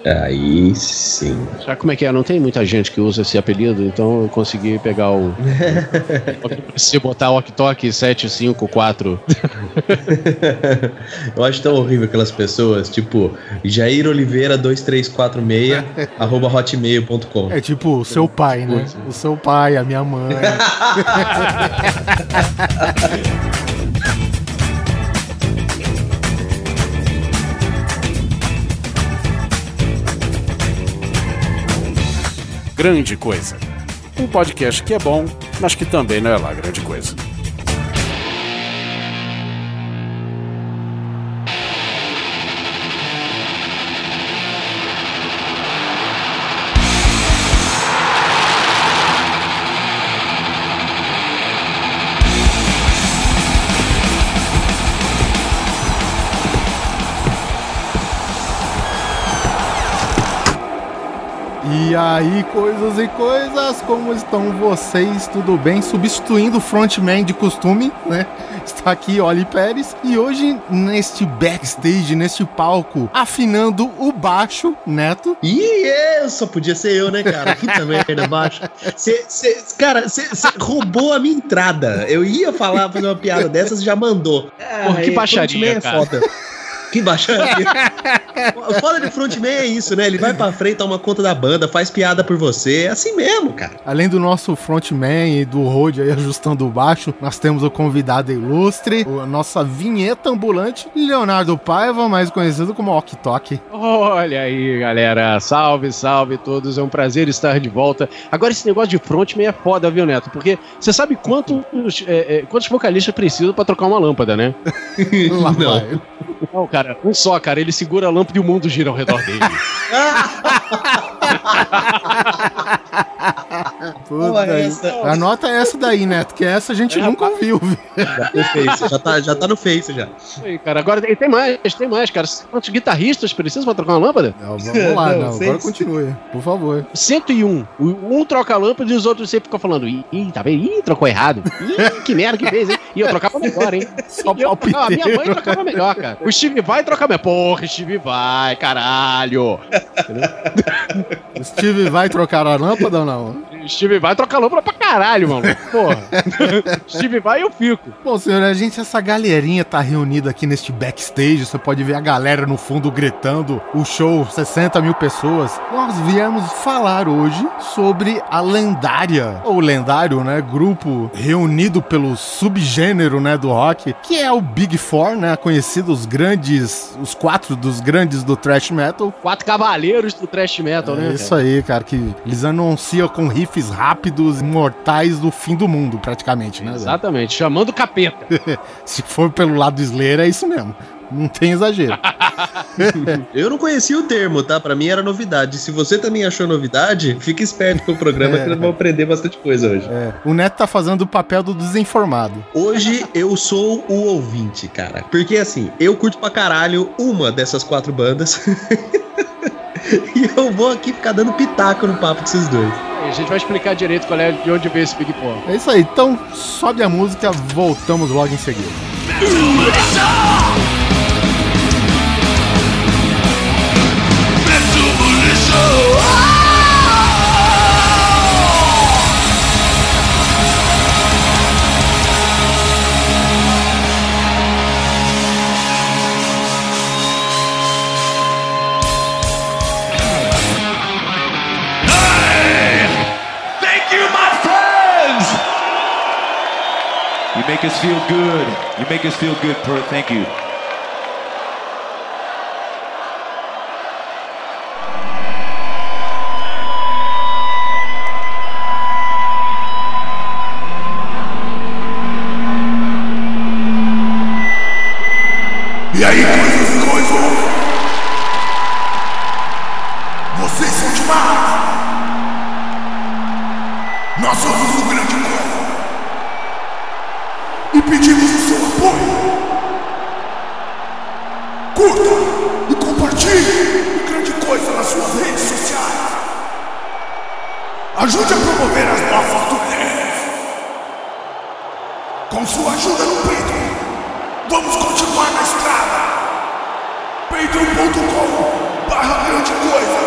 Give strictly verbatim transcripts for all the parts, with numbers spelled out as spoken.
Aí sim. Sabe como é que é? Não tem muita gente que usa esse apelido, então eu consegui pegar o... Se botar o Ok sete cinco quatro. Eu acho tão horrível aquelas pessoas, tipo, Jair Oliveira dois três quatro seis arroba hotmail ponto com. É tipo o seu pai, né? O seu pai, a minha mãe. Grande Coisa. Um podcast que é bom, mas que também não é lá grande coisa. E aí, coisas e coisas, como estão vocês? Tudo bem? Substituindo o frontman de costume, né? Está aqui Oli Pérez. E hoje, neste backstage, neste palco, afinando o baixo, Neto. Ih, é, só podia ser eu, né, cara? Puta merda, baixo. Cê, cê, cara, você roubou a minha entrada. Eu ia falar, fazer uma piada dessas e já mandou. Porra, que baixaria, cara. É foda. Que baixaria. Foda de frontman é isso, né? Ele vai pra frente, toma conta da banda, faz piada por você. É assim mesmo, cara. Além do nosso frontman e do Rode aí ajustando o baixo, nós temos o convidado ilustre, a nossa vinheta ambulante, Leonardo Paiva, mais conhecido como Ok Tok. Olha aí, galera. Salve, salve todos. É um prazer estar de volta. Agora, esse negócio de frontman é foda, viu, Neto? Porque você sabe quantos, é, é, quantos vocalistas precisam pra trocar uma lâmpada, né? Lá Não. vai. Não, cara, um só, cara. Ele segura a lâmpada e o mundo gira ao redor dele. Puta, essa. Anota essa daí, Neto, que essa a gente É, nunca rapaz. ouviu. viu? Já, no face, já, tá, já tá no Face já. Aí, cara, agora tem tem mais, tem mais, cara. Quantos guitarristas precisam pra trocar uma lâmpada? Não, vamos lá, Não, não. sei Agora se- continue, por favor. cento e um. Um troca a lâmpada e os outros sempre ficam falando: Ih, tá vendo? Ih, trocou errado. Ih, que merda que fez, hein? E eu trocava melhor, hein? Só E eu, palpiteiro. ah, minha mãe trocava melhor, cara. O Steve vai trocar melhor. Porra, Steve vai, caralho. O Steve vai trocar a lâmpada ou não? Steve vai trocar lâmpada pra caralho, mano. Porra. Steve vai e eu fico. Bom, senhor, a gente, essa galerinha tá reunida aqui neste backstage. Você pode ver a galera no fundo gritando. O show, sessenta mil pessoas. Nós viemos falar hoje sobre a lendária, ou lendário, né, grupo reunido pelo subgênero, né, do rock, que é o Big Four, né, conhecido os grandes, os quatro dos grandes do thrash metal. Quatro cavaleiros do thrash metal, né? É isso aí, cara, que eles anunciam com riffs rápidos, mortais do fim do mundo, praticamente, né? velho? Exatamente, chamando o capeta. Se for pelo lado Slayer, é isso mesmo. Não tem exagero. Eu não conhecia o termo, tá? Pra mim era novidade. Se você também achou novidade, fique esperto com o programa É. que nós vamos aprender bastante coisa hoje. É, o Neto tá fazendo o papel do desinformado. Hoje eu sou o ouvinte, cara. Porque assim, eu curto pra caralho uma dessas quatro bandas. E eu vou aqui ficar dando pitaco no papo desses dois. A gente vai explicar direito qual é, de onde veio esse Big Four. É isso aí, então sobe a música, voltamos logo em seguida. Thank you, my friends! You make us feel good. You make us feel good, Perth. Thank you. E aí, coisas e coisas? Vocês são demais! Nós somos o grande coisa! E pedimos o seu apoio! Curta e compartilhe o grande coisa nas suas redes sociais! Ajude a promover as nossas turnês! Com sua ajuda no Patreon, vamos continuar na estrada! patreon ponto com barra grande coisa.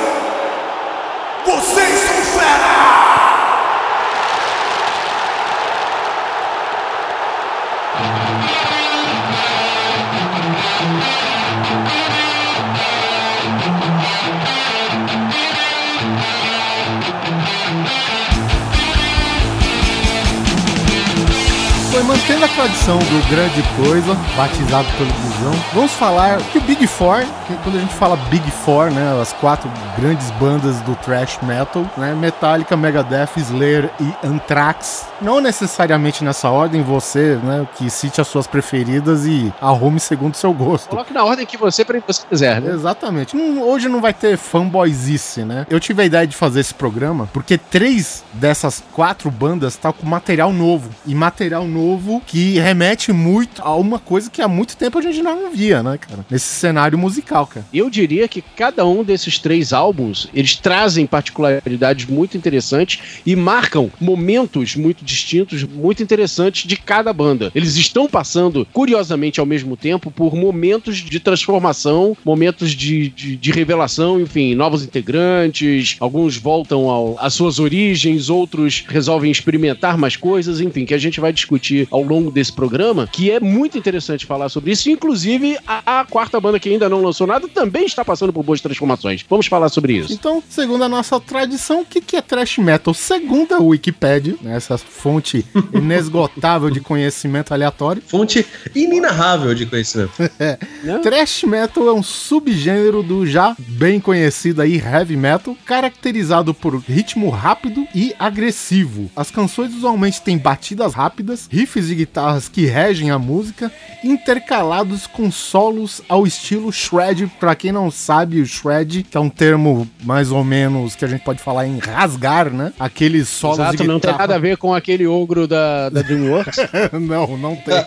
mantendo a tradição do grande coisa, batizado pelo Guizão, vamos falar que o Big Four, que quando a gente fala Big Four, né, as quatro grandes bandas do thrash metal, né, Metallica, Megadeth, Slayer e Anthrax, não necessariamente nessa ordem, você, né, que cite as suas preferidas e arrume segundo o seu gosto. Coloque na ordem que você, pra você quiser, né? Exatamente. Não, hoje não vai ter fanboyzice, né? Eu tive a ideia de fazer esse programa porque três dessas quatro bandas tá com material novo. E material novo que remete muito a uma coisa que há muito tempo a gente não via, né, cara? Nesse cenário musical, cara. Eu diria que cada um desses três álbuns, eles trazem particularidades muito interessantes e marcam momentos muito distintos, muito interessantes de cada banda. Eles estão passando, curiosamente, ao mesmo tempo, por momentos de transformação, momentos de, de, de revelação, enfim, novos integrantes, alguns voltam ao, às suas origens, outros resolvem experimentar mais coisas, enfim, que a gente vai discutir ao longo desse programa, que é muito interessante falar sobre isso. Inclusive, a, a quarta banda que ainda não lançou nada também está passando por boas transformações. Vamos falar sobre isso. Então, segundo a nossa tradição, o que, que é thrash metal? Segundo a Wikipédia, né, essa fonte inesgotável de conhecimento aleatório. Fonte inenarrável de conhecimento. É. Thrash metal é um subgênero do já bem conhecido aí heavy metal, caracterizado por ritmo rápido e agressivo. As canções usualmente têm batidas rápidas, riffs de guitarras que regem a música, intercalados com solos ao estilo shred. Pra quem não sabe, o shred, que é um termo mais ou menos que a gente pode falar em rasgar, né? Aqueles solos Exato, de guitarra. não tem nada a ver com aquele ogro da, da DreamWorks. Não, não tem.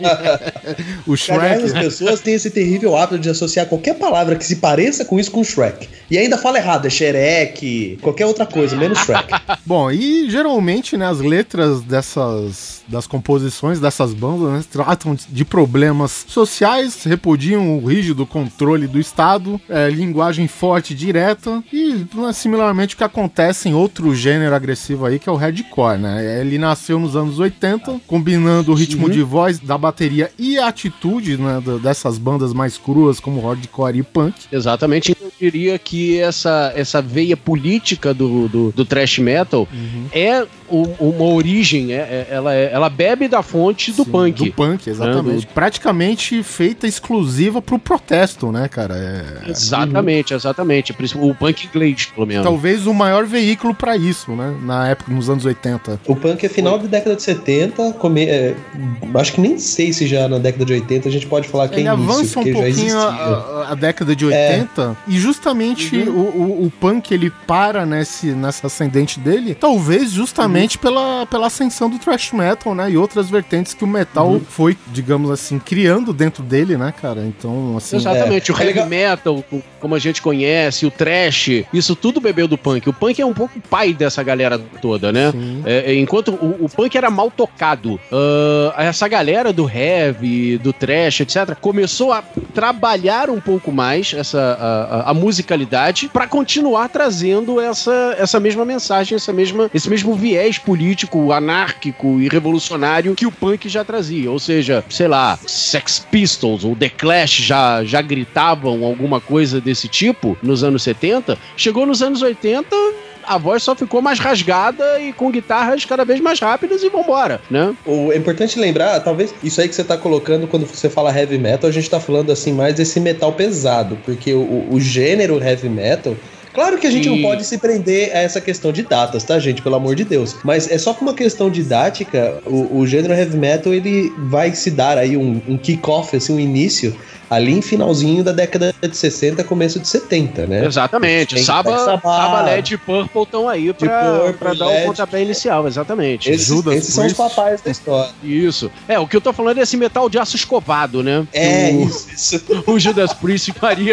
O Shrek... Aliás, as pessoas têm esse terrível hábito de associar qualquer palavra que se pareça com isso com Shrek. E ainda fala errado, é Shrek, qualquer outra coisa, menos Shrek. Bom, e geralmente, né, as letras dessas, das composições dessas bandas, né, tratam de problemas sociais, repudiam o rígido controle do Estado, é, linguagem forte e direta, e né, similarmente o que acontece em outro gênero agressivo aí, que é o hardcore, né? Ele nasceu nos anos oitenta, combinando o ritmo Sim. de voz da bateria e a atitude, né, dessas bandas mais cruas como hardcore e punk. Exatamente. Eu diria que essa, essa veia política do, do, do thrash metal uhum. é o, uma origem, é, é, ela, é, ela bebe da fonte do Sim, punk. Do punk, exatamente. É, do... Praticamente feita exclusiva pro protesto, né, cara? É... Exatamente, uhum. exatamente. O punk inglês, pelo menos. Talvez o maior veículo pra isso, né? Na época, nos anos oitenta. O punk é final da década de setenta, come... é, acho que nem sei se já na década de oitenta a gente pode falar que Ele é início, avança um pouquinho a, a década de oitenta é. e justamente uhum. o, o, o punk ele para nesse, nessa ascendente dele, talvez justamente uhum. pela, pela ascensão do thrash metal, né, e outras vertentes que o metal uhum. foi, digamos assim, criando dentro dele, né, cara, então assim... Exatamente, é. o heavy metal, como a gente conhece, o thrash, isso tudo bebeu do punk. O punk é um pouco o pai dessa galera toda, né, é, enquanto o, o punk era mal tocado, uh, essa galera do heavy, do thrash, etcétera, começou a trabalhar um pouco mais essa, a, a, a musicalidade para continuar trazendo essa, essa mesma mensagem, essa mesma, esse mesmo viés político, anárquico e revolucionário que o punk já trazia. Ou seja, sei lá, Sex Pistols ou The Clash já, já gritavam alguma coisa desse tipo nos anos setenta. Chegou nos anos oitenta... a voz só ficou mais rasgada e com guitarras cada vez mais rápidas e vambora, né? O, é importante lembrar, talvez isso aí que você tá colocando quando você fala heavy metal, a gente tá falando assim mais desse metal pesado, porque o, o gênero heavy metal... Claro que a gente Sim. não pode se prender a essa questão de datas, tá, gente? Pelo amor de Deus. Mas é só por uma questão didática, o, o gênero heavy metal, ele vai se dar aí um, um kick-off, assim, um início, ali em finalzinho da década de sessenta, começo de setenta, né? Exatamente. Saba, Saba, Led e Purple estão aí pra, Purple, pra dar o pontapé inicial, exatamente. Esses, esses são os papais da história. Isso. É, o que eu tô falando é esse metal de aço escovado, né? É, o, isso, isso. O Judas Priest faria...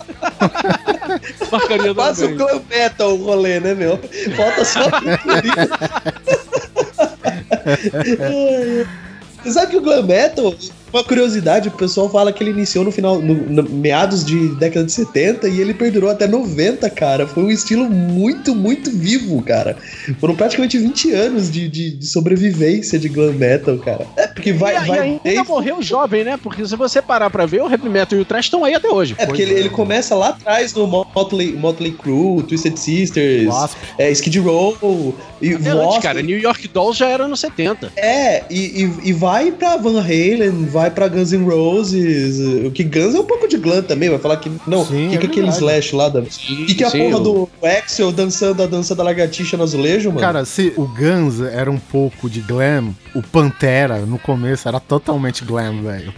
Marcaria Quase o glam metal o rolê, né, meu? Falta só Você sabe que o glam metal, Uma curiosidade, o pessoal fala que ele iniciou no final, no, no meados de década de setenta e ele perdurou até noventa, cara. Foi um estilo muito, muito vivo, cara. Foram praticamente vinte anos de, de, de sobrevivência de glam metal, cara. É, porque vai... E, vai e ainda desde... morreu jovem, né? Porque se você parar pra ver, o heavy metal e o thrash estão aí até hoje. É, porque ele, ele começa lá atrás no Motley, Motley Crue, Twisted Sisters, é, Skid Row e até antes, cara. New York Dolls já era nos setenta. É, e, e, e vai pra Van Halen, vai pra Guns N' Roses. O que Guns é um pouco de glam também, vai falar que não, sim, que, é que aquele Slash lá da... Sim, e que a sim, porra eu... do Axel dançando a dança da lagartixa no azulejo, mano. Cara, se o Guns era um pouco de glam, o Pantera no começo era totalmente glam, velho.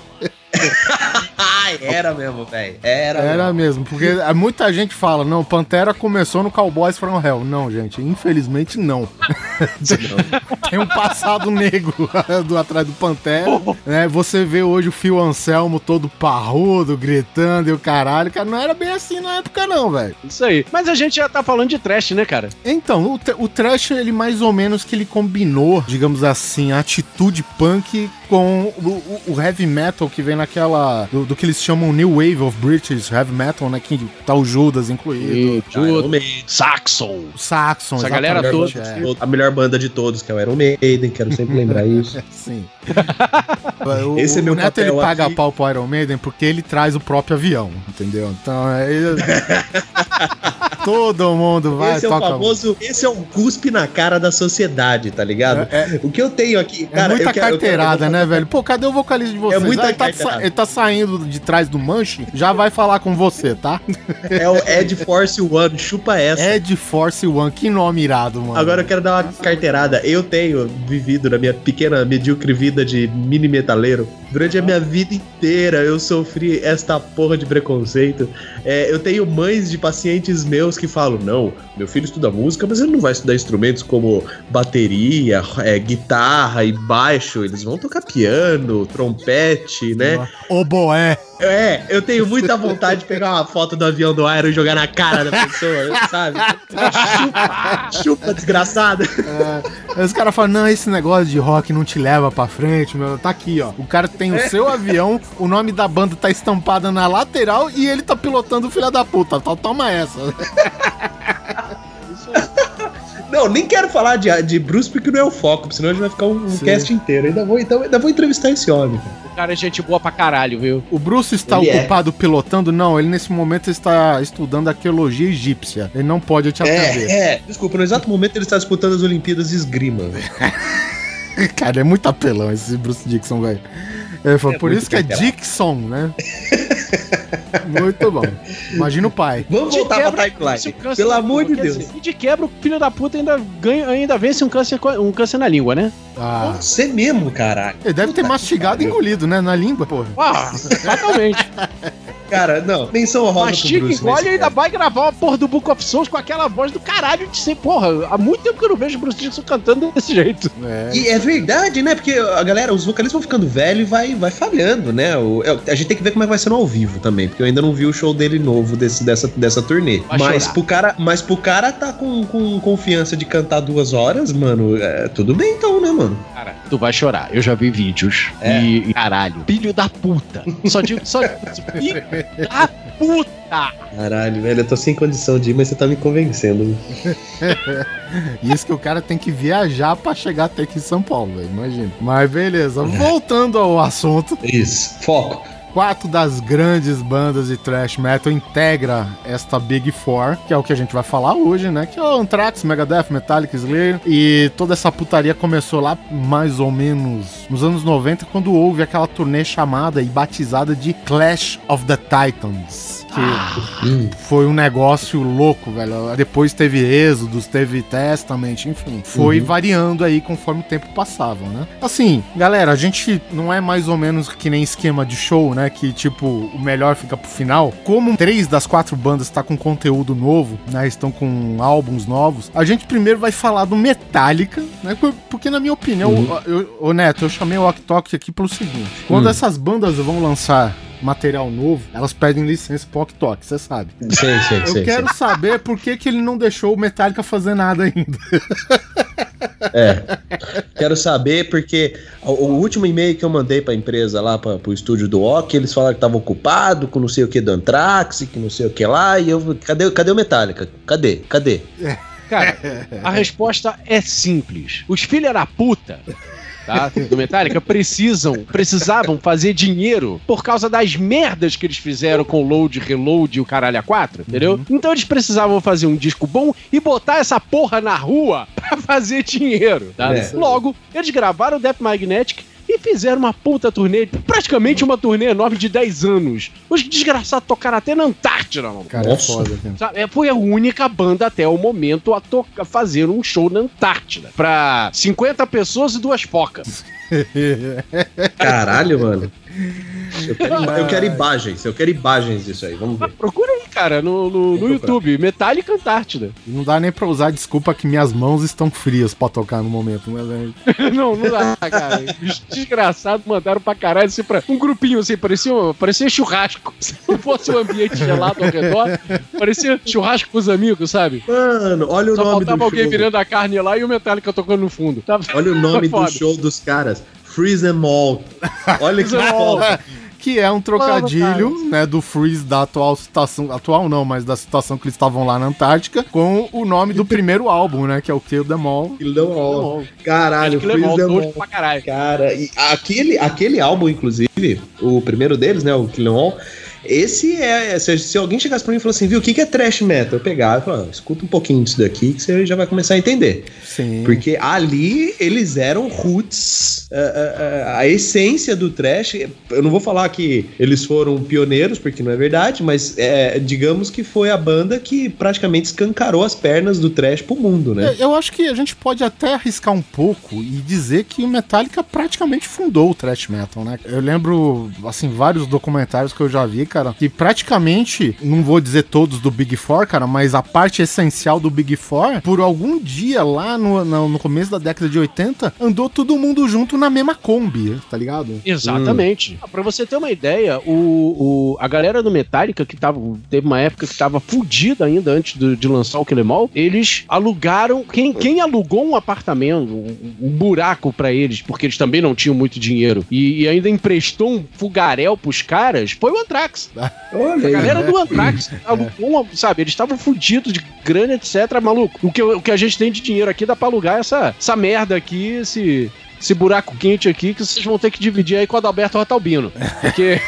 Era mesmo, velho. Era, Era mesmo, porque muita gente fala, não, Pantera começou no Cowboys from Hell. Não, gente, infelizmente não. Tem um passado negro do, atrás do Pantera, né? Você vê hoje o Phil Anselmo todo parrudo, gritando e o caralho. Cara, não era bem assim na época não, velho. Isso aí. Mas a gente já tá falando de trash, né, cara? Então, o, o trash, ele mais ou menos que ele combinou, digamos assim, a atitude punk com o, o, o heavy metal que vem naquela... Do, do que eles chamam New Wave of British Heavy Metal, né? Que tá o Judas incluído. Judas, Saxon. Saxon, essa galera toda. É. A melhor banda de todos, que é o Iron Maiden, quero sempre lembrar isso. Sim. o, Esse é meu o Neto, ele papel paga aqui. pau pro Iron Maiden porque ele traz o próprio avião, entendeu? Então, é... Ele... Todo mundo vai, esse é o toca... famoso, esse é um cuspe na cara da sociedade, tá ligado? É, é, o que eu tenho aqui, cara... É muita eu quero, carteirada, eu quero, né, velho? Pô, cadê o vocalista de vocês? É muita ah, ele, tá carteirada. sa... ele tá saindo de trás do manche, já vai falar com você, tá? É o Ed Force One, chupa essa. Ed Force One, que nome irado, mano. Agora eu quero dar uma carteirada. Eu tenho vivido na minha pequena, medíocre vida de mini metaleiro. Durante a minha vida inteira eu sofri esta porra de preconceito. É, eu tenho mães de pacientes meus que falam, não, meu filho estuda música, mas ele não vai estudar instrumentos como bateria, é, guitarra e baixo. Eles vão tocar piano, trompete, né? Oboé. É, eu tenho muita vontade de pegar uma foto do avião do Iron e jogar na cara da pessoa, sabe? Chupa, chupa, desgraçado. É, os caras falam, não, esse negócio de rock não te leva pra frente, meu. Tá aqui, ó. O cara tem o seu avião, o nome da banda tá estampado na lateral e ele tá pilotando o filho da puta. Então toma essa. Não, nem quero falar de, de Bruce porque não é o foco, senão a gente vai ficar um, um cast inteiro. Ainda vou, então, ainda vou entrevistar esse homem, cara. O cara é gente boa pra caralho, viu? O Bruce está ele ocupado é. pilotando? Não, ele nesse momento está estudando arqueologia egípcia. Ele não pode te atender. É, é, desculpa, no exato momento ele está disputando as Olimpíadas de esgrima, velho. Cara, é muito apelão esse Bruce Dixon, velho. É, é por isso que é Dixon, né? Muito bom. Imagina o pai. Vamos de voltar quebra, pra timeline. Pelo amor de Deus. Dizer, e de quebra, o filho da puta ainda, ganha, ainda vence um câncer, um câncer na língua, né? Ah. Você mesmo, caralho. Ele deve ter mastigado e engolido, né? Na língua, porra. Ah, totalmente. Cara, não, menção honrosa pro Mastiga, Bruce. engole e ainda vai gravar uma porra do Book of Souls com aquela voz do caralho de ser, porra, há muito tempo que eu não vejo o Bruce Dixon cantando desse jeito. É. E é verdade, né? Porque a galera, os vocalistas vão ficando velhos e vai, vai falhando, né? O, a gente tem que ver como é que vai ser no ao vivo também, porque eu ainda não vi o show dele novo desse, dessa, dessa turnê. Vai mas pro, cara, mas pro cara tá com, com confiança de cantar duas horas, mano, é, tudo bem então, né, mano? Cara, tu vai chorar. Eu já vi vídeos É. e, caralho, filho da puta. Só digo, só filho da puta. Caralho, velho, eu tô sem condição de ir, mas você tá me convencendo. Isso que o cara tem que viajar pra chegar até aqui em São Paulo, velho. Imagina. Mas beleza, voltando ao assunto. Isso, foco. Quatro das grandes bandas de thrash metal integra esta Big Four, que é o que a gente vai falar hoje, né? Que é o Anthrax, Megadeth, Metallica, Slayer. E toda essa putaria começou lá mais ou menos nos anos noventa, quando houve aquela turnê chamada e batizada de Clash of the Titans. Que Hum. foi um negócio louco, velho. Depois teve Êxodos, teve Testament, enfim. Foi Uhum. variando aí conforme o tempo passava, né? Assim, galera, a gente não é mais ou menos que nem esquema de show, né? Que, tipo, o melhor fica pro final. Como três das quatro bandas tá com conteúdo novo, né? Estão com álbuns novos. A gente primeiro vai falar do Metallica, né? Por- Porque, na minha opinião, Uhum. eu, eu, ô Neto, eu chamei o Ok Tok aqui pelo seguinte. Quando Hum. essas bandas vão lançar material novo, elas pedem licença pro Ok Tok, você sabe. Sei, sei, Eu sei. quero sei. saber por que, que ele não deixou o Metallica fazer nada ainda. É. Quero saber porque o, o último e-mail que eu mandei pra empresa lá, pra, pro estúdio do O C, eles falaram que tava ocupado com não sei o que do Anthrax, que não sei o que lá, e eu, cadê, cadê o Metallica? Cadê? Cadê? Cara, a resposta é simples. Os filha da puta, tá, do Metallica precisam, precisavam fazer dinheiro por causa das merdas que eles fizeram com Load, Reload e o caralho a quatro, entendeu? Uhum. Então eles precisavam fazer um disco bom e botar essa porra na rua pra fazer dinheiro, tá? É. Logo, eles gravaram Death Magnetic e fizeram uma puta turnê, praticamente uma turnê enorme de dez anos. Os desgraçados tocaram até na Antártida, mano. Cara, é foda, cara. Foi a única banda até o momento a, to- a fazer um show na Antártida. Pra cinquenta pessoas e duas focas. Caralho, mano. Eu quero, eu quero imagens, eu quero imagens disso aí, vamos ver. Procura aí, cara, no, no, no YouTube, Metallica Antártida. Não dá nem pra usar desculpa que minhas mãos estão frias pra tocar no momento, né? Não, não dá, cara. Os desgraçados mandaram pra caralho, assim, pra um grupinho, assim, parecia, parecia churrasco. Se não fosse um ambiente gelado ao redor, parecia churrasco com os amigos, sabe? Mano, olha o Só nome do show. Só faltava alguém virando a carne lá e o Metallica tocando no fundo. Tava... Olha o nome do show dos caras. Freeze them all. Olha que foda. Que é um trocadilho, né, do Freeze da atual situação, atual não, mas da situação que eles estavam lá na Antártica, com o nome do primeiro álbum, né, que é o Kill Them All. Kill Them All. Caralho, Freeze Them All. Pra caralho. Cara, e aquele, aquele álbum, inclusive, o primeiro deles, né, o Kill Them All, esse é, se, se alguém chegasse pra mim e falasse assim, viu, o que, que é thrash metal? Eu pegava e falava, escuta um pouquinho disso daqui que você já vai começar a entender. Sim. Porque ali eles eram roots, a, a, a essência do thrash. Eu não vou falar que eles foram pioneiros, porque não é verdade, mas é, digamos que foi a banda que praticamente escancarou as pernas do thrash pro mundo, né? Eu acho que a gente pode até arriscar um pouco e dizer que o Metallica praticamente fundou o thrash metal, né? Eu lembro, assim, vários documentários que eu já vi, cara, que praticamente, não vou dizer todos do Big Four, cara, mas a parte essencial do Big Four, por algum dia lá no, no, no começo da década de oitenta, andou todo mundo junto na mesma Kombi, tá ligado? Exatamente. Hum. Pra você ter uma ideia, o, o, a galera do Metallica, que tava, teve uma época que tava fudida ainda antes de, de lançar o Kill Em All, eles alugaram, quem, quem alugou um apartamento, um, um buraco pra eles, porque eles também não tinham muito dinheiro, e, e ainda emprestou um fogaréu pros caras, foi o Anthrax. Olha a galera aí, do Anthrax alugou, uma, sabe, eles estavam fudidos de grana, etc, maluco. O que, o que a gente tem de dinheiro aqui dá pra alugar essa, essa merda aqui, esse, esse buraco quente aqui, que vocês vão ter que dividir aí com o Adalberto Rotalbino. Porque...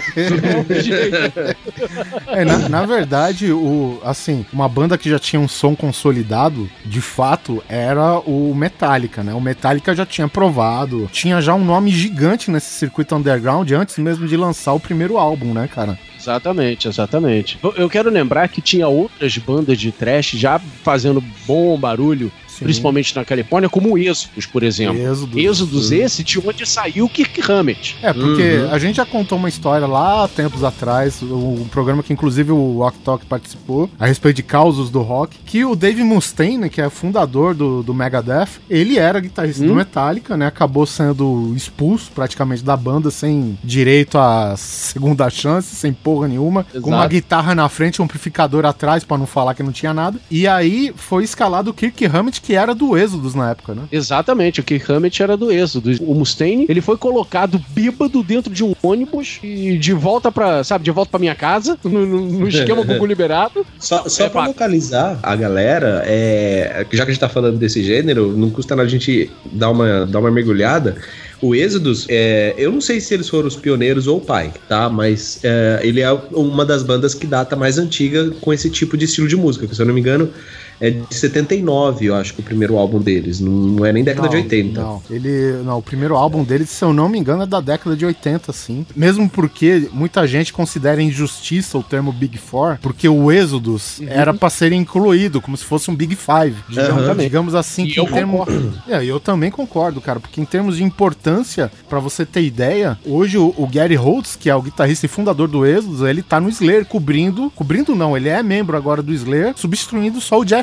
é, na, na verdade, o, assim, uma banda que já tinha um som consolidado, de fato, era o Metallica, né? O Metallica já tinha provado, tinha já um nome gigante nesse circuito underground antes mesmo de lançar o primeiro álbum, né, cara? Exatamente, exatamente. Eu, eu quero lembrar que tinha outras bandas de thrash já fazendo bom barulho, sim, principalmente na Califórnia, como o Êxodos, por exemplo. Êxodos, Êxodos esse de onde saiu o Kirk Hammett. É, porque uhum. a gente já contou uma história lá há tempos atrás, um programa que inclusive o Rock Talk participou, a respeito de causos do rock, que o Dave Mustaine, que é fundador do, do Megadeth, ele era guitarrista hum. do Metallica, né? Acabou sendo expulso praticamente da banda, sem direito a segunda chance, sem porra nenhuma, exato, com uma guitarra na frente e um amplificador atrás, pra não falar que não tinha nada. E aí foi escalado o Kirk Hammett, que era do Êxodos na época, né? Exatamente, o Kirk Hammett era do Êxodos. O Mustaine, ele foi colocado bêbado dentro de um ônibus e de volta pra, sabe, de volta pra minha casa, no, no esquema Google liberado. Só, só é, pra localizar a galera, é, já que a gente tá falando desse gênero, não custa nada a gente dar uma, dar uma mergulhada. O Êxodos, é, eu não sei se eles foram os pioneiros ou o pai, tá? Mas é, ele é uma das bandas que data mais antiga com esse tipo de estilo de música, que se eu não me engano é de setenta e nove, eu acho que o primeiro álbum deles, não, não é nem década não, de oitenta. Não, ele, não, o primeiro álbum deles, se eu não me engano, é da década de oitenta, sim. Mesmo porque muita gente considera injustiça o termo Big Four, porque o Êxodos uhum. era pra ser incluído, como se fosse um Big Five. Digamos, uhum. digamos assim, e que eu em termos... concordo. É, eu também concordo, cara, porque em termos de importância, pra você ter ideia, hoje o, o Gary Holtz, que é o guitarrista e fundador do Êxodos, ele tá no Slayer, cobrindo, cobrindo não, ele é membro agora do Slayer, substituindo só o Jeff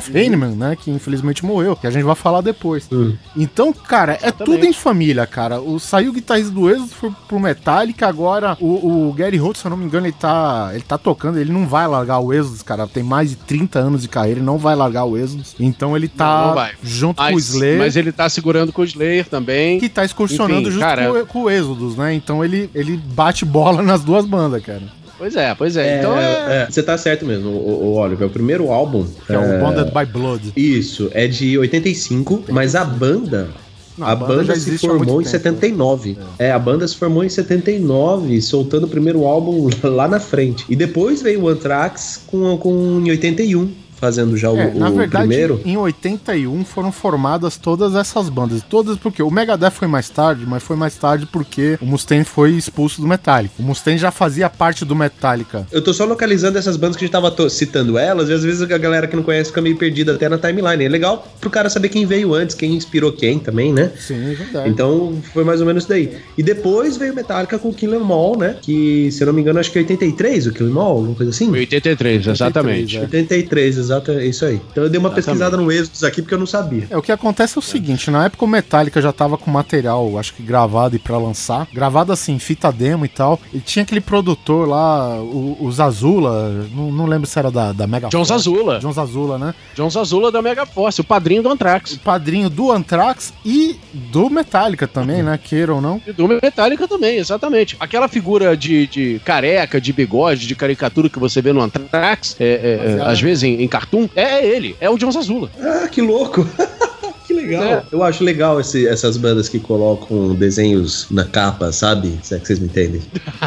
Jeff Hanneman, né, que infelizmente morreu, que a gente vai falar depois. Hum. Então, cara, é Exatamente. tudo em família, cara. O, saiu o guitarrista do Êxodo, foi pro Metallica, agora o, o Gary Holt, se eu não me engano, ele tá, ele tá tocando, ele não vai largar o Êxodo, cara, tem mais de trinta anos de carreira, ele não vai largar o Êxodo, então ele tá Não, não vai. junto Mas, com o Slayer, mas ele tá segurando com o Slayer também. que tá excursionando Enfim, junto cara, com, o- com o Êxodos, né, então ele, ele bate bola nas duas bandas, cara. Pois é, pois é. É, Então é. é, você tá certo mesmo, o, o Oliver. O primeiro álbum. Que é, o Bonded by Blood. Isso, é de oitenta e cinco, mas a banda. Não, a, banda, já se existe há muito formou em tempo, setenta e nove. É. a banda se formou em setenta e nove, soltando o primeiro álbum lá na frente. E depois veio o Anthrax com, com, em oitenta e um. Fazendo já o, É, na o verdade, primeiro. em oitenta e um foram formadas todas essas bandas. Todas porque o Megadeth foi mais tarde, mas foi mais tarde porque o Mustaine foi expulso do Metallica. O Mustaine já fazia parte do Metallica. Eu tô só localizando essas bandas que a gente tava to- citando elas, e às vezes a galera que não conhece fica meio perdida até na timeline. É legal pro cara saber quem veio antes, quem inspirou quem também, né? Sim, é verdade. Então foi mais ou menos isso daí. E depois veio o Metallica com o Kill 'Em All, né? Que, se eu não me engano, acho que é oitenta e três o Kill 'Em All, alguma coisa assim? oitenta e três, exatamente. é. oitenta e três, exato, é isso aí. Então eu dei uma Exatamente. pesquisada no Êxodos aqui porque eu não sabia. É, o que acontece é o seguinte, na época o Metallica já tava com material, acho que gravado e pra lançar, gravado assim, fita demo e tal, e tinha aquele produtor lá, o, o Zazula, não, não lembro se era da, da Mega John Force. Zazula. John Zazula, né? John Zazula da Mega Force, o padrinho do Anthrax. O padrinho do Anthrax e do Metallica também, né? Queira ou não. E do Metallica também, exatamente. Aquela figura de, de careca, de bigode, de caricatura que você vê no Anthrax, é, é, é, às vezes em, em cartoon, é, é ele, é o John Zazula. Ah, que louco! Que legal. É. Eu acho legal esse- essas bandas que colocam desenhos na capa, sabe? Se é que vocês me entendem.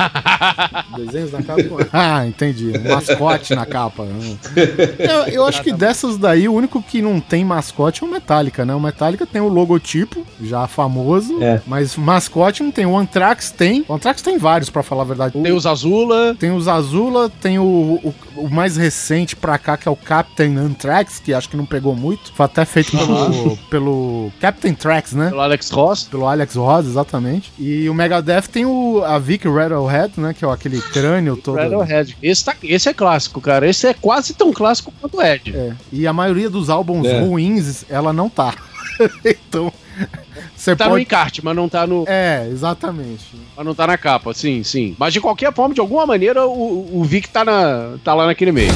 Desenhos na capa. Ah, entendi. Um mascote na capa. Eu, eu acho que dessas daí, o único que não tem mascote é o Metallica, né? O Metallica tem o logotipo, já famoso, É. mas mascote não tem. O Anthrax tem. O Anthrax tem vários, pra falar a verdade. Tem o Zazula. Tem o Zazula, tem o, o, o mais recente pra cá, que é o Captain Anthrax, que acho que não pegou muito. Foi até feito pelo, pelo Captain Trax, né? Pelo Alex Ross. Pelo Alex Ross, exatamente. E o Megadeth tem o, a Vic Rattlehead, né? Que é aquele crânio todo. Radiohead. Esse, tá, esse é clássico, cara. Esse é quase tão clássico quanto o Ed. É. E a maioria dos álbuns É. ruins, ela não tá. Então, você Tá no pode... encarte, mas não tá no. É, exatamente. Mas não tá na capa, sim, sim. Mas de qualquer forma, de alguma maneira, o, o Vic tá, na, tá lá naquele meio.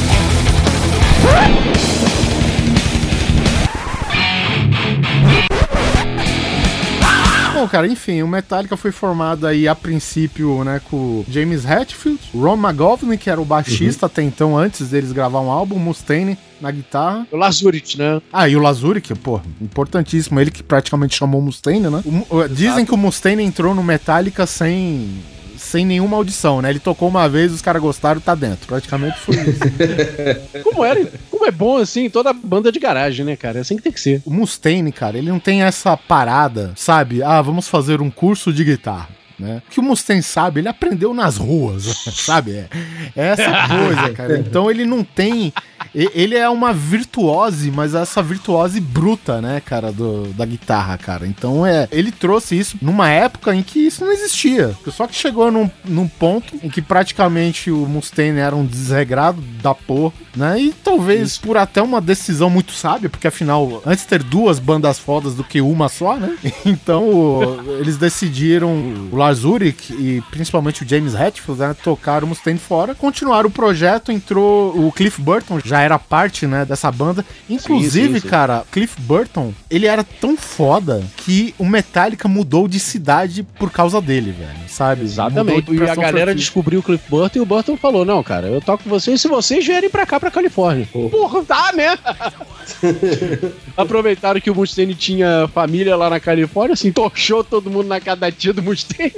Bom, cara, enfim, o Metallica foi formado aí a princípio, né, com o James Hetfield, Ron McGovney, que era o baixista até então, antes deles gravar um álbum, Mustaine na guitarra. O Lazurit, né? Ah, e o Lazuri, que, pô, importantíssimo, ele que praticamente chamou o Mustaine, né? O Mu- o- dizem que o Mustaine entrou no Metallica sem... sem nenhuma audição, né? Ele tocou uma vez, os caras gostaram, tá dentro. Praticamente foi isso. Como era? Como é bom, assim, toda banda de garagem, né, cara? É assim que tem que ser. O Mustaine, cara, ele não tem essa parada, sabe? Ah, vamos fazer um curso de guitarra. Né? O que o Mustaine sabe, ele aprendeu nas ruas, sabe? É, é essa coisa, cara. Então ele não tem. e- Ele é uma virtuose, mas essa virtuose bruta, né, cara, do, da guitarra, cara. Então é. Ele trouxe isso numa época em que isso não existia. Só que chegou num, num ponto em que praticamente o Mustaine era um desregrado da porra, né? E talvez por até uma decisão muito sábia, porque afinal, antes ter duas bandas fodas do que uma só, né? Então o- eles decidiram, o Lars Ulrich e principalmente o James Hetfield, né, tocaram o Mustaine fora, continuaram o projeto, entrou o Cliff Burton, já era parte, né, dessa banda. Inclusive, Sim, sim, sim. cara, Cliff Burton, ele era tão foda que o Metallica mudou de cidade por causa dele, velho, sabe? Exatamente. Mudou de E a Preston galera Forfield. descobriu o Cliff Burton e o Burton falou: não, cara, eu toco com vocês se vocês vierem pra cá, pra Califórnia. Porra, tá, né? Aproveitaram que o Mustaine tinha família lá na Califórnia, assim, torchou todo mundo na casa da tia do Mustaine.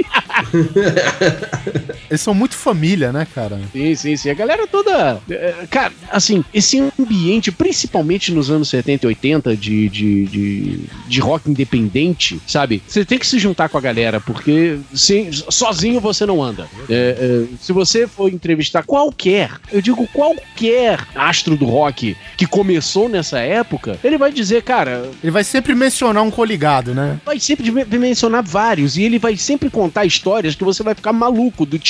Eles são muito família, né, cara? Sim, sim, sim. A galera toda. é, Cara, assim, esse ambiente, principalmente nos anos setenta e oitenta, de, de, de, de rock independente, sabe? Você tem que se juntar com a galera, porque se, sozinho você não anda. É, é, se você for entrevistar qualquer, eu digo qualquer astro do rock que começou nessa época, ele vai dizer, cara, Ele vai sempre mencionar um coligado, né? vai sempre me- mencionar vários, e ele vai sempre contar histórias que você vai ficar maluco, do tipo.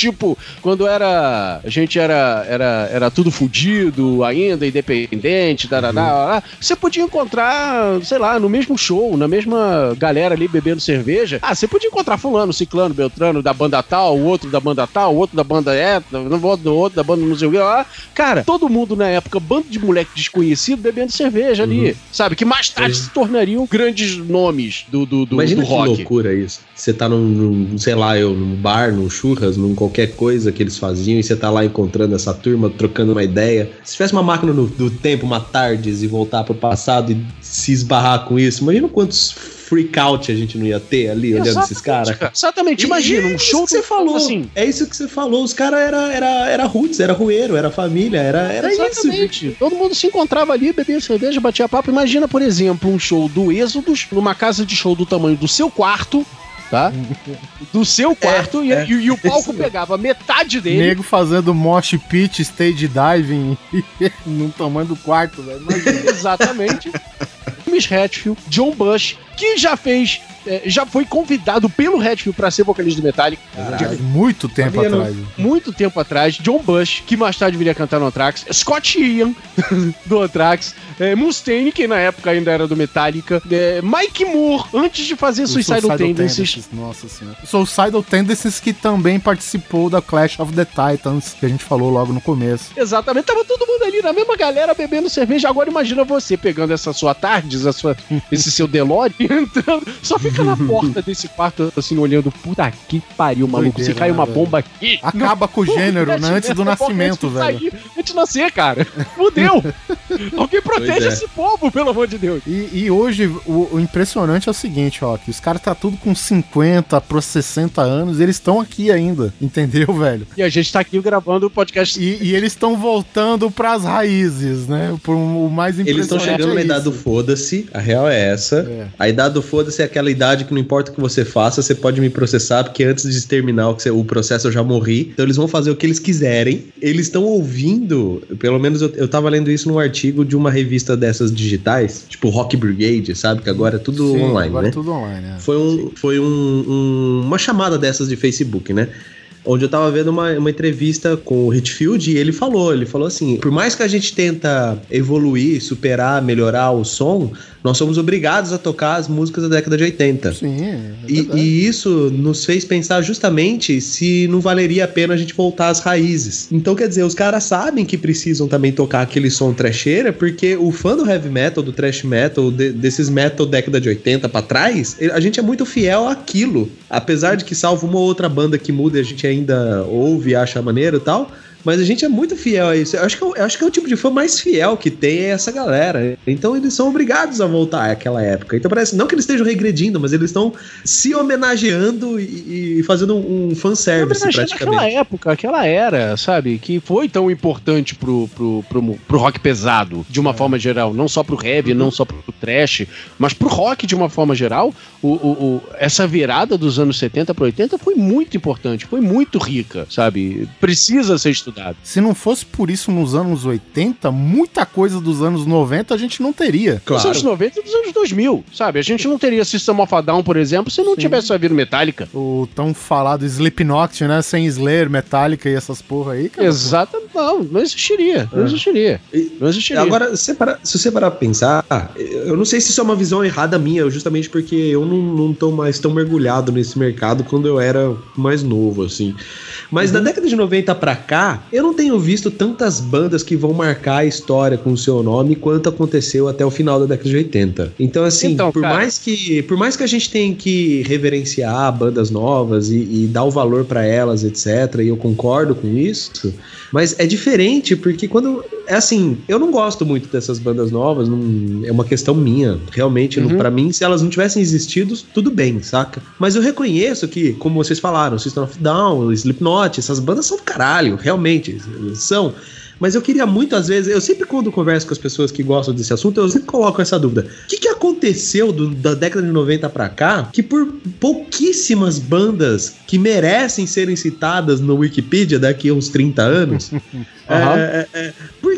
tipo, quando era a gente era, era, era tudo fudido ainda, independente, tarará, uhum. Você podia encontrar, sei lá, no mesmo show, na mesma galera ali bebendo cerveja. Ah, você podia encontrar fulano, ciclano, beltrano, da banda tal, o outro da banda tal, o outro da banda é, o outro, outro da banda não sei o que lá. Cara, todo mundo na época, bando de moleque desconhecido bebendo cerveja uhum. ali, sabe? Que mais tarde Sim. se tornariam grandes nomes do, do, do, Imagina do rock. Que loucura isso. Você tá num, num, sei lá, eu, num bar, num churras, num qualquer coisa que eles faziam e você tá lá encontrando essa turma, trocando uma ideia. Se tivesse uma máquina no, do tempo, uma tardes e voltar pro passado e se esbarrar com isso, imagina quantos freak out a gente não ia ter ali olhando Exatamente, esses caras. Exatamente, imagina, um show que você falou. Assim. É isso que você falou, os caras era, era, era roots, era rueiro, era família, era, era Exatamente. isso. Todo mundo se encontrava ali, bebia cerveja, batia papo. Imagina, por exemplo, um show do Êxodos numa casa de show do tamanho do seu quarto, tá? Do seu quarto, é, e, é, e, e o palco pegava metade dele. Nego fazendo mosh pit, stage diving no tamanho do quarto, velho. Exatamente. Miss Hetfield, John Bush, que já fez, é, já foi convidado pelo Hetfield pra ser vocalista do Metallica. Caralho, muito tempo Sabia atrás. No, muito tempo atrás. John Bush, que mais tarde viria cantar no Anthrax. Scott Ian, do Anthrax. É, Mustaine, que na época ainda era do Metallica. É, Mike Moore, antes de fazer Suicidal Tendencies. Tendencies. Nossa senhora. Suicidal Tendencies, que também participou da Clash of the Titans, que a gente falou logo no começo. Exatamente. Tava todo mundo ali, na mesma galera, bebendo cerveja. Agora imagina você pegando essa sua Tardes, a sua, esse seu DeLorean, entrando, só fica na porta desse quarto, assim, olhando, puta que pariu, maluco, Doideira, se cai uma velho. bomba aqui... Acaba com o gênero, né, antes do nascimento, velho. Sair, antes de nascer, cara. Fudeu. Alguém protege é. esse povo, pelo amor de Deus. E, e hoje, o, o impressionante é o seguinte, ó, que os caras tá tudo com cinquenta para sessenta anos, e eles estão aqui ainda, entendeu, velho? E a gente tá aqui gravando o podcast. E, e eles estão voltando pras raízes, né? Por, o mais impressionante Eles estão chegando é na idade do foda-se, a real é essa. É. A idade do foda-se é aquela idade que não importa o que você faça, você pode me processar, porque antes de terminar o, o processo eu já morri. Então eles vão fazer o que eles quiserem. Eles estão ouvindo, pelo menos eu, eu tava lendo isso num artigo de uma revista dessas digitais, tipo Rock Brigade, sabe? Que agora é tudo Sim, online, agora né? É tudo online, é. Foi, um, foi um, um, uma chamada dessas de Facebook, né? Onde eu tava vendo uma, uma entrevista com o Hetfield e ele falou, ele falou assim, por mais que a gente tenta evoluir, superar, melhorar o som, nós somos obrigados a tocar as músicas da década de oitenta. Sim, é e, e isso nos fez pensar justamente se não valeria a pena a gente voltar às raízes. Então, quer dizer, os caras sabem que precisam também tocar aquele som trecheira, porque o fã do heavy metal, do thrash metal, de, desses metal década de oitenta pra trás, a gente é muito fiel àquilo. Apesar de que, salvo uma ou outra banda que muda, a gente ainda ouve e acha maneiro e tal, mas a gente é muito fiel a isso. Eu acho que, eu, eu acho que é o tipo de fã mais fiel que tem é essa galera. Então eles são obrigados a voltar àquela época. Então parece, não que eles estejam regredindo, mas eles estão se homenageando e, e fazendo um fanservice praticamente. Aquela época, aquela era, sabe? Que foi tão importante pro, pro, pro, pro rock pesado, de uma é. forma geral. Não só pro heavy, uhum. não só pro trash, mas pro rock de uma forma geral. O, o, o, essa virada dos anos setenta para oitenta foi muito importante, foi muito rica, sabe? Precisa ser estudada. Se não fosse por isso nos anos oitenta, muita coisa dos anos noventa a gente não teria. Claro. Dos anos noventa e dos anos dois mil, sabe? A gente não teria System of a Down, por exemplo, se não Sim. tivesse havido Metallica. O tão falado Slipknot, né? Sem Slayer, Metallica e essas porra aí, cara. Exatamente. Não, não existiria. Não é. existiria. Não existiria. Agora, se, para, se você parar pra pensar, eu não sei se isso é uma visão errada minha, justamente porque eu não, não tô mais tão mergulhado nesse mercado quando eu era mais novo, assim. Mas uhum. da década de noventa pra cá, eu não tenho visto tantas bandas que vão marcar a história com o seu nome quanto aconteceu até o final da década de oitenta. Então, assim, então, por, mais que, por mais que a gente tenha que reverenciar bandas novas e, e dar o valor pra elas, etcétera, e eu concordo com isso, mas é diferente, porque quando... É assim, eu não gosto muito dessas bandas novas, não, é uma questão minha. Realmente, uhum. não, pra mim, se elas não tivessem existido, tudo bem, saca? Mas eu reconheço que, como vocês falaram, System of a Down, Slipknot, essas bandas são do caralho, realmente, são... Mas eu queria muito, às vezes, eu sempre quando converso com as pessoas que gostam desse assunto, eu sempre coloco essa dúvida. O que, que aconteceu do, da década de noventa pra cá, que por pouquíssimas bandas que merecem serem citadas no Wikipedia daqui a uns trinta anos, uhum. é, é, é, por que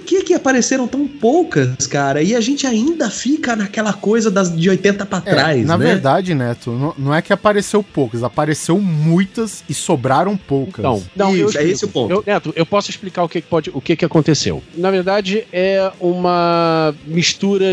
que que apareceram tão poucas, cara? E a gente ainda fica naquela coisa das de oitenta pra É, trás, na né? verdade, Neto, não, não é que apareceu poucas, apareceu muitas e sobraram poucas. Então, não, eu Isso, é esse o ponto. Eu, Neto, eu posso explicar o que, que pode, o que, que aconteceu. Na verdade, é uma mistura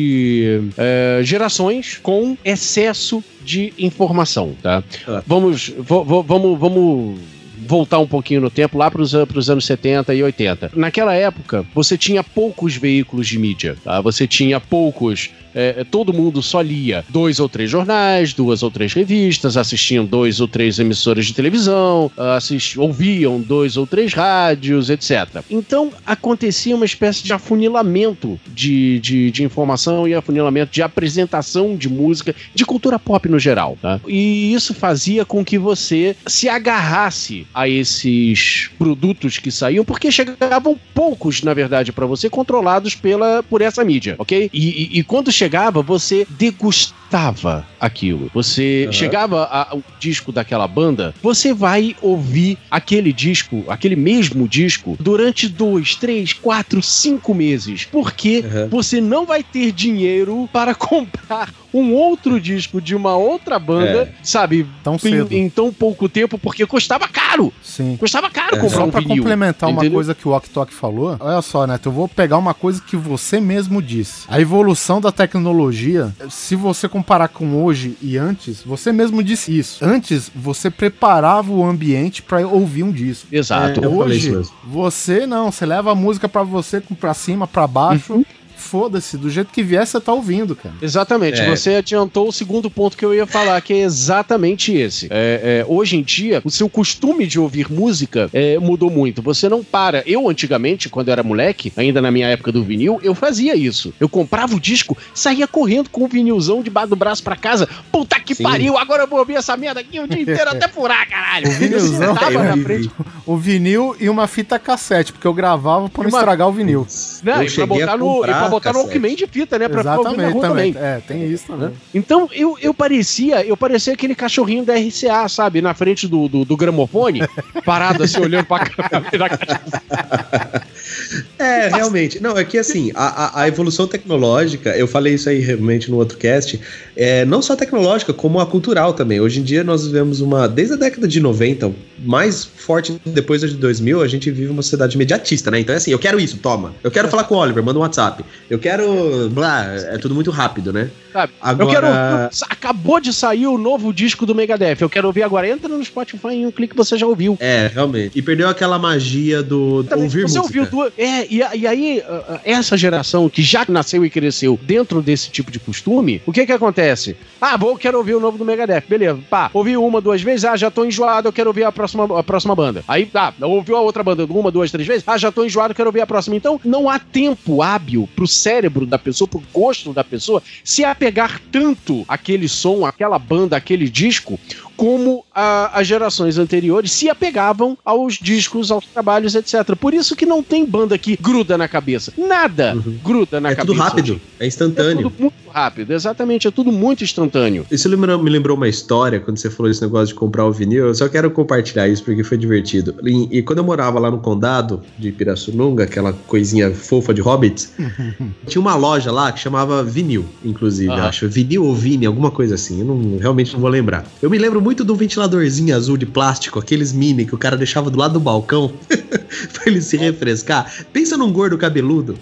de é, gerações com excesso de informação, tá? Ah. Vamos, vo, vo, vamos, vamos voltar um pouquinho no tempo, lá para os anos setenta e oitenta. Naquela época, você tinha poucos veículos de mídia, tá? Você tinha poucos... É, todo mundo só lia dois ou três jornais, duas ou três revistas, assistiam dois ou três emissoras de televisão, assist... ouviam dois ou três rádios, etcétera. Então, acontecia uma espécie de afunilamento de, de, de informação e afunilamento de apresentação de música, de cultura pop no geral, tá? E isso fazia com que você se agarrasse a esses produtos que saíam, porque chegavam poucos, na verdade, para você, controlados pela, por essa mídia, ok? E, e, e quando chegava, você degustava aquilo. Você uhum. chegava ao disco daquela banda, você vai ouvir aquele disco, aquele mesmo disco, durante dois, três, quatro, cinco meses. Porque uhum. você não vai ter dinheiro para comprar um outro disco de uma outra banda, é. sabe? Tão cedo. Em, em tão pouco tempo, porque custava caro. Sim. Custava caro é. comprar Só um pra vinil. complementar Entendeu? uma coisa que o Ok Tok falou, olha só, Neto, eu vou pegar uma coisa que você mesmo disse. A evolução da tecnologia, se você comparar com hoje e antes, você mesmo disse isso. Antes, você preparava o ambiente pra ouvir um disco. Exato. É, hoje, você não, você leva a música pra você, pra cima, pra baixo... Uhum. Foda-se, do jeito que vier, você tá ouvindo, cara. Exatamente, é. Você adiantou o segundo ponto que eu ia falar, que é exatamente esse. É, é, hoje em dia, o seu costume de ouvir música é, mudou muito. Você não para. Eu, antigamente, quando eu era moleque, ainda na minha época do vinil, eu fazia isso. Eu comprava o disco, saía correndo com o vinilzão debaixo do braço pra casa. Puta que Sim. pariu, agora eu vou ouvir essa merda aqui o dia inteiro até furar, caralho. O vinilzão, tava na frente. O vinil e uma fita cassete, porque eu gravava pra não uma... estragar o vinil. Não, e pra botar no... botar no Walkman de fita, né? Pra Exatamente, ficar ouvindo também. também. É, tem isso também. Então, eu, eu parecia eu parecia aquele cachorrinho da R C A, sabe? Na frente do, do, do gramofone, parado assim, olhando pra câmera. É, realmente. Não, é que assim, a, a evolução tecnológica, eu falei isso aí realmente no outro cast, é, não só tecnológica, como a cultural também. Hoje em dia nós vivemos uma, desde a década de noventa, mais forte depois de dois mil, a gente vive uma sociedade imediatista, né? Então é assim, eu quero isso, toma. Eu quero falar com o Oliver, manda um WhatsApp. Eu quero... Blá, é tudo muito rápido, né? Sabe? Agora... Eu quero... Eu, acabou de sair o novo disco do Megadeth. Eu quero ouvir agora. Entra no Spotify em um clique, você já ouviu. É, realmente. E perdeu aquela magia do, do ouvir você música. Ouviu duas... É, e, e aí, essa geração que já nasceu e cresceu dentro desse tipo de costume, o que que acontece? Ah, vou, quero ouvir o novo do Megadeth. Beleza, pá, ouvi uma, duas vezes, ah, já tô enjoado, eu quero ouvir a próxima, a próxima banda. Aí, tá, ouviu a outra banda uma, duas, três vezes, ah, já tô enjoado, quero ouvir a próxima. Então, não há tempo hábil pro cérebro da pessoa, pro gosto da pessoa, se apegar tanto àquele som, àquela banda, àquele disco, como a, as gerações anteriores se apegavam aos discos, aos trabalhos, etcétera. Por isso que não tem banda que gruda na cabeça. Nada uhum. gruda na é cabeça. É tudo rápido, hoje. É instantâneo. É tudo muito rápido, exatamente, é tudo muito instantâneo. Isso lembrou, me lembrou uma história, quando você falou esse negócio de comprar o vinil, eu só quero compartilhar isso porque foi divertido. E, e quando eu morava lá no condado de Pirassununga, aquela coisinha fofa de hobbits, tinha uma loja lá que chamava Vinil, inclusive, ah. acho. Vinil ou Vini, alguma coisa assim, eu não, realmente não vou lembrar. Eu me lembro muito de um ventiladorzinho azul de plástico, aqueles mini que o cara deixava do lado do balcão pra ele se refrescar. Pensa num gordo cabeludo.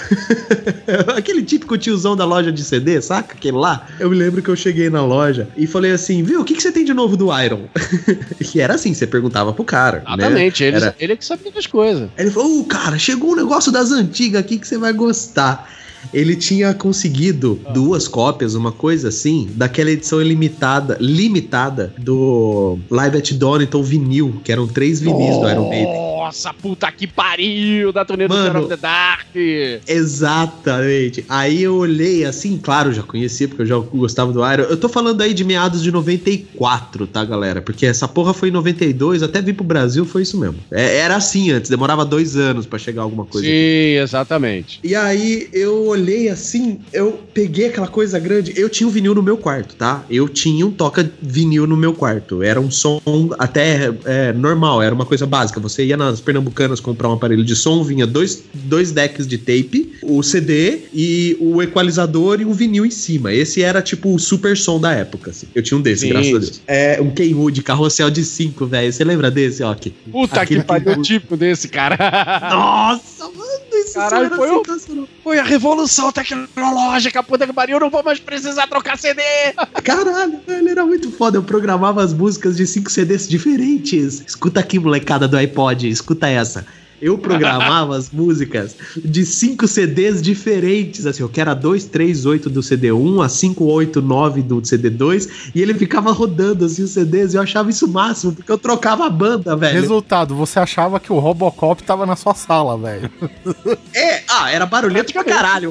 Aquele típico tiozão da loja de C D, saca? Aquele lá. Eu me lembro que eu cheguei na loja e falei assim, viu, o que, que você tem de novo do Iron? E era assim, você perguntava pro cara. Exatamente, né? ele, era... ele é que sabia das coisas. Ele falou, ô, oh, cara, chegou um negócio das antigas aqui que você vai gostar. Ele tinha conseguido ah. duas cópias, uma coisa assim, daquela edição limitada, limitada do Live at Donington vinil, que eram três vinis oh. do Iron Maiden. Nossa, puta que pariu, da turnê do Fear of the Dark. Exatamente. Aí eu olhei assim, claro, já conhecia, porque eu já gostava do Iron. Eu tô falando aí de meados de noventa e quatro, tá, galera? Porque essa porra foi em noventa e dois, até vir pro Brasil foi isso mesmo. É, era assim antes, demorava dois anos pra chegar alguma coisa. Sim, aqui. Exatamente. E aí eu olhei assim, eu peguei aquela coisa grande, eu tinha um vinil no meu quarto, tá? Eu tinha um toca vinil no meu quarto. Era um som até é, normal, era uma coisa básica. Você ia nas nas Pernambucanas comprar um aparelho de som, vinha dois, dois decks de tape, o C D e o equalizador e um vinil em cima. Esse era tipo o super som da época, assim. Eu tinha um desse, Sim. graças a Deus. É um Kenwood, carrossel de cinco, velho. Você lembra desse, ó? Aqui. Puta Aquele que pariu, o tipo desse, cara. Nossa, mano, isso Caralho, foi, o, foi a revolução tecnológica, puta que pariu, eu não vou mais precisar trocar C D. Caralho, ele era muito foda. Eu programava as músicas de cinco C Ds diferentes. Escuta aqui, molecada do iPod, escuta essa. Eu programava as músicas de cinco C Ds diferentes, assim, eu quero a dois, três, oito do C D um, a cinco, oito, nove do C D dois, e ele ficava rodando assim os C Ds, e eu achava isso o máximo, porque eu trocava a banda, velho. Resultado, você achava que o Robocop tava na sua sala, velho. É, ah, era barulhento pra caralho.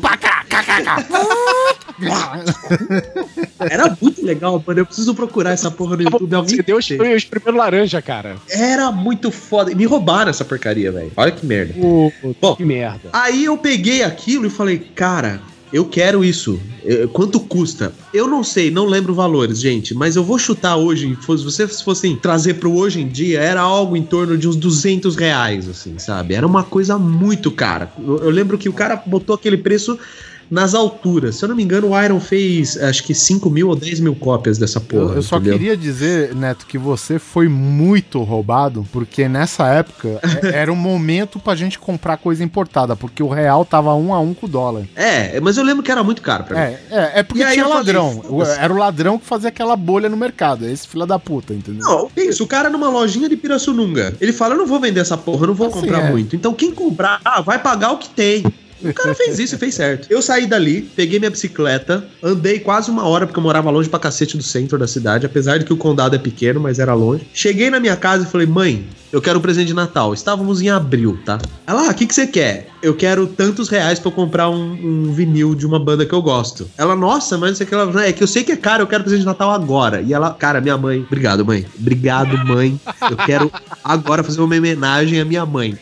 Era muito legal, mano, eu preciso procurar essa porra no YouTube. Você deu os primeiros laranja, cara. Era muito foda, me roubaram essa porcaria, velho. Olha que merda. Oh, Bom, que merda. Aí eu peguei aquilo e falei, cara, eu quero isso. Quanto custa? Eu não sei, não lembro valores, gente, mas eu vou chutar hoje, se vocês fossem trazer pro hoje em dia, era algo em torno de uns duzentos reais, assim, sabe? Era uma coisa muito cara. Eu, eu lembro que o cara botou aquele preço nas alturas. Se eu não me engano, o Iron fez acho que cinco mil ou dez mil cópias dessa porra. Eu, eu só entendeu? queria dizer, Neto, que você foi muito roubado, porque nessa época era um momento pra gente comprar coisa importada, porque o real tava um a um com o dólar. É, mas eu lembro que era muito caro pra mim. É, é, é porque tinha ladrão. Falei, era o ladrão que fazia aquela bolha no mercado. Esse filho da puta, entendeu? Não, isso, o cara numa lojinha de Pirassununga, ele fala, eu não vou vender essa porra, eu não vou assim, comprar é. muito. Então quem comprar, ah, vai pagar o que tem. O cara fez isso e fez certo. Eu saí dali, peguei minha bicicleta, andei quase uma hora, porque eu morava longe pra cacete do centro da cidade, apesar de que o condado é pequeno, mas era longe. Cheguei na minha casa e falei, mãe, eu quero um presente de Natal. Estávamos em abril, tá? Ela, ah, o que que você quer? Eu quero tantos reais pra eu comprar um, um vinil de uma banda que eu gosto. Ela, nossa, mas isso aqui, ela, é que eu sei que é caro, eu quero presente de Natal agora. E ela, cara, minha mãe, obrigado, mãe. Obrigado, mãe. Eu quero agora fazer uma homenagem à minha mãe.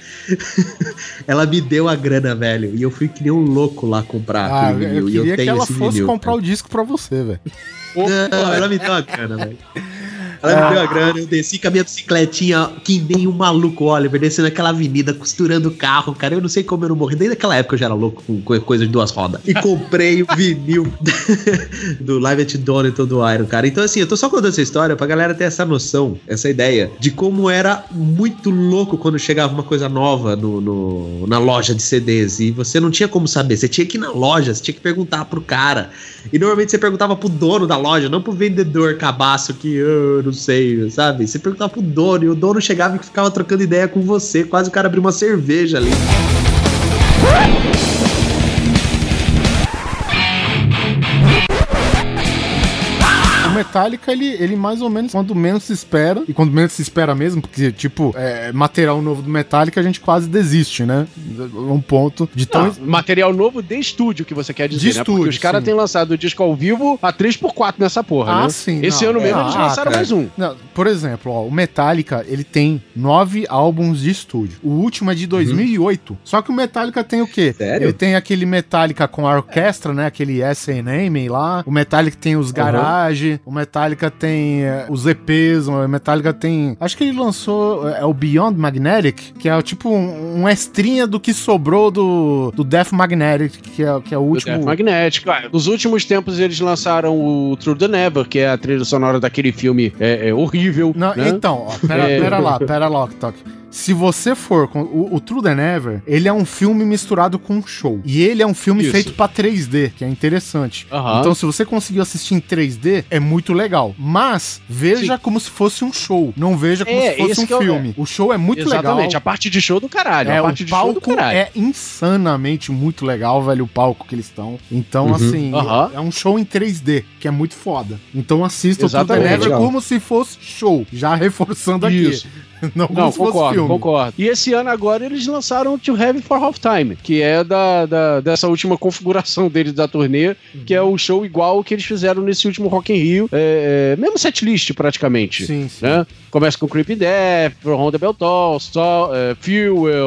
Ela me deu a grana, velho. E eu fui que nem um louco lá comprar ah, aquele vinil. Eu queria e eu tenho que ela esse fosse vinil, comprar cara. o disco pra você, velho. Não, ela me deu a grana, velho. Ela me deu a grana, eu desci com a minha bicicletinha, que nem um maluco, Oliver, descendo aquela avenida, costurando o carro, cara. Eu não sei como eu não morri. Desde aquela época eu já era louco com coisa de duas rodas. E comprei o vinil do Live at Donington do Iron, cara. Então, assim, eu tô só contando essa história pra galera ter essa noção, essa ideia de como era muito louco quando chegava uma coisa nova no, no, na loja de C Ds. E você não tinha como saber. Você tinha que ir na loja, você tinha que perguntar pro cara. E normalmente você perguntava pro dono da loja, não pro vendedor cabaço que eu não sei, sabe? Você perguntava pro dono e o dono chegava e ficava trocando ideia com você. Quase o cara abriu uma cerveja ali. O Metallica, ele, ele mais ou menos, quando menos se espera, e quando menos se espera mesmo, porque, tipo, é, material novo do Metallica a gente quase desiste, né? Um ponto de tão... Não, material novo de estúdio, que você quer dizer, de né? estúdio, porque os caras têm lançado o disco ao vivo a três por quatro nessa porra, ah, né? Sim, Esse não, ano mesmo é, eles ah, lançaram cara. mais um. Não, por exemplo, ó, o Metallica, ele tem nove álbuns de estúdio. O último é de dois mil e oito. Uhum. Só que o Metallica tem o quê? Sério? Ele tem aquele Metallica com a orquestra, né? Aquele S and M lá. O Metallica tem os Garage. Uhum. O Metallica tem é, os E Ps. O Metallica tem... Acho que ele lançou é, o Beyond Magnetic, que é tipo um, um extrinha do que sobrou do, do Death Magnetic, que é, que é o último... Death Magnetic, claro. Nos últimos tempos eles lançaram o Through the Never, que é a trilha sonora daquele filme é, é horrível. Não, né? Então, ó, pera, é... pera lá, pera lá, Tok. Se você for com o, o True the Never, ele é um filme misturado com um show. E ele é um filme Isso. feito pra três D, que é interessante. Uhum. Então, se você conseguiu assistir em três D, é muito legal. Mas, veja Sim. como se fosse um show. Não veja como é, se fosse um filme. É. O show é muito Exatamente, legal. Exatamente, a parte de show do caralho. É, a parte o de palco show do caralho. é insanamente muito legal, velho, o palco que eles estão. Então, uhum. assim, uhum. é um show em três D, que é muito foda. Então, assista Exatamente. o True the Never legal. como se fosse show. Já reforçando Isso. aqui. Não, Não concordo, concordo. E esse ano agora eles lançaram To Heavy for Halftime, que é da, da, dessa última configuração deles da turnê, uhum. que é o show igual que eles fizeram nesse último Rock in Rio, é, é, mesmo setlist praticamente. Sim, sim. Né? Começa com Creepy Death, From the Bell Toll, so, é, Fuel,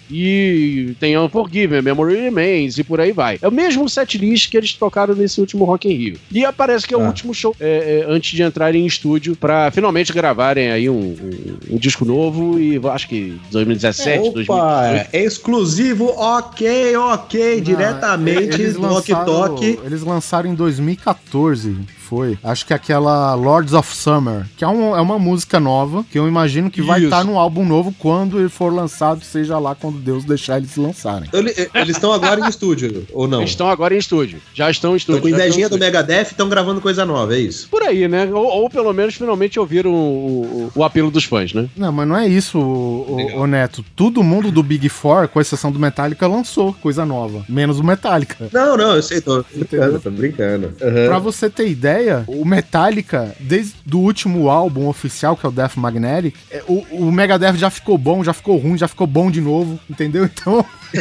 E tem Unforgiven, Memory Remains e por aí vai. É o mesmo setlist que eles tocaram nesse último Rock in Rio. E parece que é o ah. último show é, é, antes de entrarem em estúdio pra finalmente gravarem aí um, um, um disco novo e acho que dois mil e dezessete, Opa, dois mil e dezoito. É exclusivo, ok, ok, Não, diretamente eles do Rock Talk. Eles lançaram em dois mil e quatorze. Foi. Acho que é aquela Lords of Summer, que é, um, é uma música nova, que eu imagino que vai estar tá no álbum novo quando ele for lançado, seja lá quando Deus deixar eles lançarem. Eles estão agora em estúdio, ou não? Eles estão agora em estúdio. Já estão em estúdio. Estão com invejinha do Megadeth e estão gravando coisa nova, é isso? Por aí, né? Ou, ou pelo menos finalmente ouviram o, o, o apelo dos fãs, né? Não, mas não é isso, o, o, o Neto. Todo mundo do Big Four, com exceção do Metallica, lançou coisa nova. Menos o Metallica. Não, não, eu sei, tô brincando, tô brincando. Uhum. Pra você ter ideia, o Metallica, desde o último álbum oficial, que é o Death Magnetic, o, o Megadeth já ficou bom, já ficou ruim, já ficou bom de novo, entendeu? Então...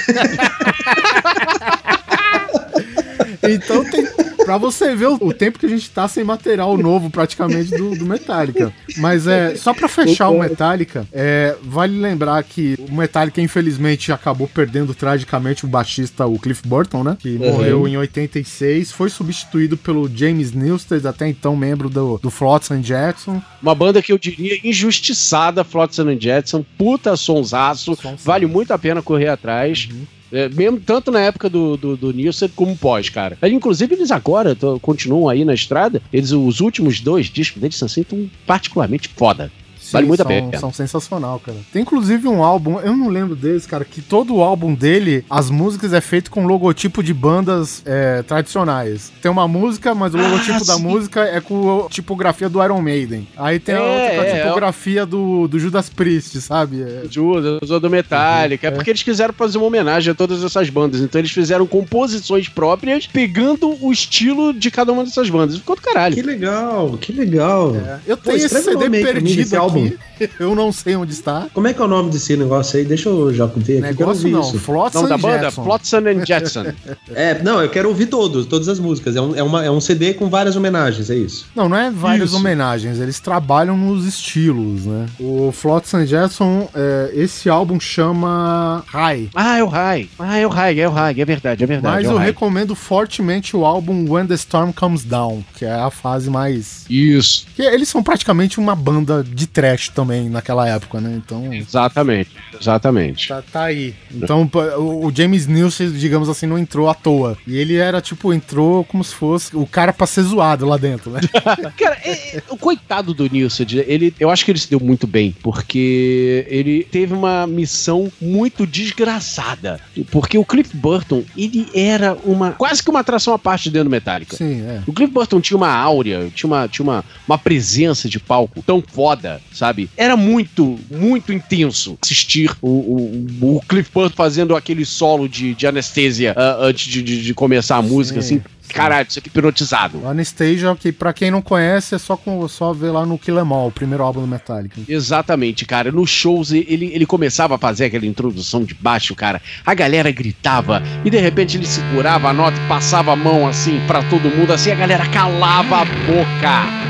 então tem... Pra você ver o, o tempo que a gente tá sem material novo, praticamente, do, do Metallica. Mas é, só pra fechar o Metallica, é, vale lembrar que o Metallica, infelizmente, acabou perdendo tragicamente o baixista, o Cliff Burton, né? Que uhum. morreu em oitenta e seis, foi substituído pelo James Newsted, até então membro do, do Flotsam and Jetsam. Uma banda que eu diria injustiçada, Flotsam and Jetsam, puta sonsaço, Sonsaço. Vale muito a pena correr atrás. Uhum. É, mesmo tanto na época do, do, do Nilsson como pós, cara. Inclusive, eles agora tô, continuam aí na estrada. Eles, os últimos dois discos deles são assim, tão particularmente foda. Sim, vale muito são, a pena. São sensacional, cara. Tem inclusive um álbum, eu não lembro deles, cara, que todo o álbum dele, as músicas é feito com logotipo de bandas é, tradicionais. Tem uma música, mas o logotipo ah, da música é com a tipografia do Iron Maiden. Aí tem é, a outra com a tipografia é, do, do Judas Priest, sabe? É. Judas, do Metallica. Uhum, é. é porque eles quiseram fazer uma homenagem a todas essas bandas. Então eles fizeram composições próprias, pegando o estilo de cada uma dessas bandas. Ficou do caralho. Que legal, que legal. É. Eu tenho Pô, esse C D perdido aqui. Eu não sei onde está. Como é que é o nome desse negócio aí? Deixa eu já ver aqui. Negócio não, Flotsam and Jetsam. da banda? Flotsam and Jetsam. É, não, eu quero ouvir todos, todas as músicas. É um, é, uma, é um C D com várias homenagens, é isso? Não, não é várias isso. homenagens, eles trabalham nos estilos, né? O Flotsam and Jetsam, é, esse álbum chama High. Ah, é o High. Ah, é o High, é o High, é verdade, é verdade. Mas é eu high. recomendo fortemente o álbum When the Storm Comes Down, que é a fase mais... Isso. Que eles são praticamente uma banda de trash também naquela época, né? Então... Exatamente, exatamente. Tá, tá aí. Então, o James Newsted, digamos assim, não entrou à toa. E ele era, tipo, entrou como se fosse o cara pra ser zoado lá dentro, né? Cara, é, é, o coitado do Newsted, ele, eu acho que ele se deu muito bem, porque ele teve uma missão muito desgraçada. Porque o Cliff Burton, ele era uma quase que uma atração à parte dentro do Metallica. Sim, é. O Cliff Burton tinha uma áurea, tinha uma, tinha uma, uma presença de palco tão foda, sabe? Era muito, muito intenso assistir o, o, o Cliff Burton fazendo aquele solo de, de Anastasia uh, antes de, de, de começar a música, sim, assim. Sim. Caralho, isso aqui hipnotizado. O Anastasia, que pra quem não conhece, é só, com, só ver lá no Kill Em All, o primeiro álbum do Metallica. Exatamente, cara. Nos shows, ele, ele começava a fazer aquela introdução de baixo, cara. A galera gritava e de repente ele segurava a nota e passava a mão assim pra todo mundo, assim a galera calava a boca.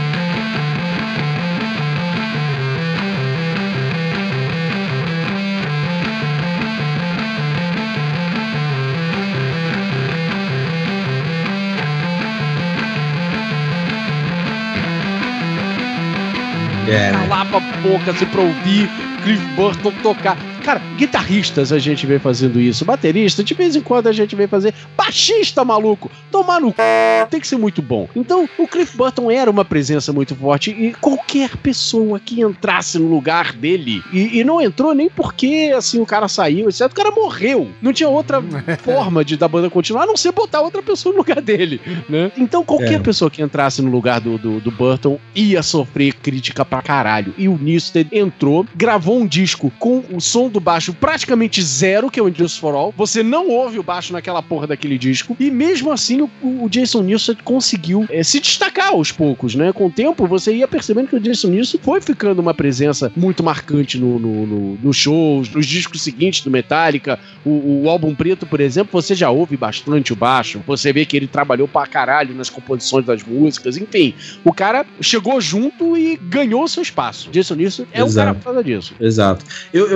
É, calava a boca assim pra ouvir Cliff Burton tocar. Cara, guitarristas a gente vem fazendo isso, baterista, de vez em quando a gente vem fazer, baixista, maluco, tomar no c... tem que ser muito bom. Então, o Cliff Burton era uma presença muito forte e qualquer pessoa que entrasse no lugar dele, e, e não entrou nem porque, assim, o cara saiu, etcétera, o cara morreu. Não tinha outra forma de da banda continuar, a não ser botar outra pessoa no lugar dele, né? Então, qualquer é. pessoa que entrasse no lugar do, do, do Burton ia sofrer crítica pra caralho. E o Newsted entrou, gravou um disco com o som do baixo praticamente zero, que é o Injustice for All. Você não ouve o baixo naquela porra daquele disco. E mesmo assim, o, o Jason Newsted conseguiu é, se destacar aos poucos, né? Com o tempo, você ia percebendo que o Jason Newsted foi ficando uma presença muito marcante no, no, no, nos shows, nos discos seguintes do Metallica. O, o álbum preto, por exemplo, você já ouve bastante o baixo. Você vê que ele trabalhou pra caralho nas composições das músicas. Enfim, o cara chegou junto e ganhou o seu espaço. Jason Newsted é um cara por causa disso. Exato. Eu, eu, eu classifico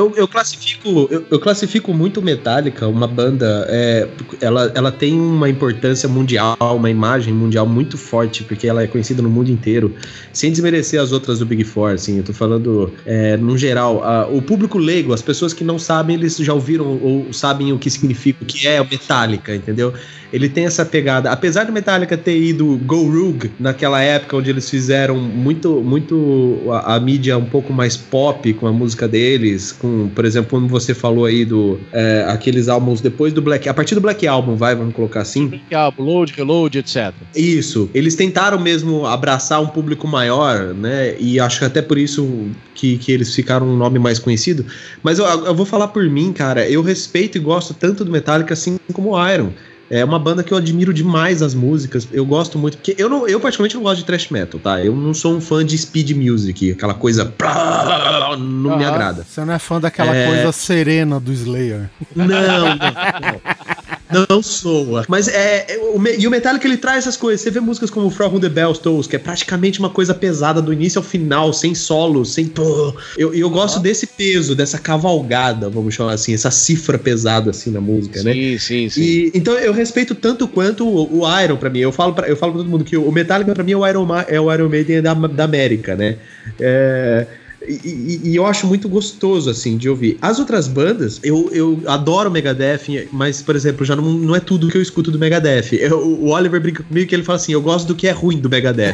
classifico, eu, eu classifico muito Metallica, uma banda, é, ela, ela tem uma importância mundial, uma imagem mundial muito forte, porque ela é conhecida no mundo inteiro, sem desmerecer as outras do Big Four, assim, eu tô falando, é, no geral, a, o público leigo, as pessoas que não sabem, eles já ouviram ou sabem o que significa, o que é o Metallica, entendeu? Ele tem essa pegada, apesar do Metallica ter ido go rogue naquela época onde eles fizeram muito, muito a, a mídia um pouco mais pop com a música deles, com, por exemplo, como você falou aí do é, aqueles álbuns depois do Black, a partir do Black Album, vai, vamos colocar assim. Black Album, Load, Reload, etcétera. Isso, eles tentaram mesmo abraçar um público maior, né, e acho que até por isso que, que eles ficaram um nome mais conhecido, mas eu, eu vou falar por mim, cara, eu respeito e gosto tanto do Metallica assim como o Iron. É uma banda que eu admiro demais as músicas, eu gosto muito, porque eu, não, eu particularmente não gosto de thrash metal, tá? Eu não sou um fã de speed music, aquela coisa não ah, me agrada. Você não é fã daquela é... coisa serena do Slayer? Não, não, não. Não sou. Mas é, é o, e o Metallica, ele traz essas coisas. Você vê músicas como From Whom the Bells Tolls, que é praticamente uma coisa pesada do início ao final, sem solo, sem pô. Eu, eu gosto ah. desse peso, dessa cavalgada, vamos chamar assim, essa cifra pesada assim na música, sim, né? Sim, sim, sim. E, então eu respeito tanto quanto o, o Iron pra mim. Eu falo pra, eu falo pra todo mundo que o Metallica pra mim é o Iron, é o Iron Maiden da, da América, né? É... E, e, e eu acho muito gostoso, assim, de ouvir. As outras bandas, eu, eu adoro o Megadeth, mas, por exemplo, já não, não é tudo que eu escuto do Megadeth. Eu, o Oliver brinca comigo que ele fala assim, eu gosto do que é ruim do Megadeth.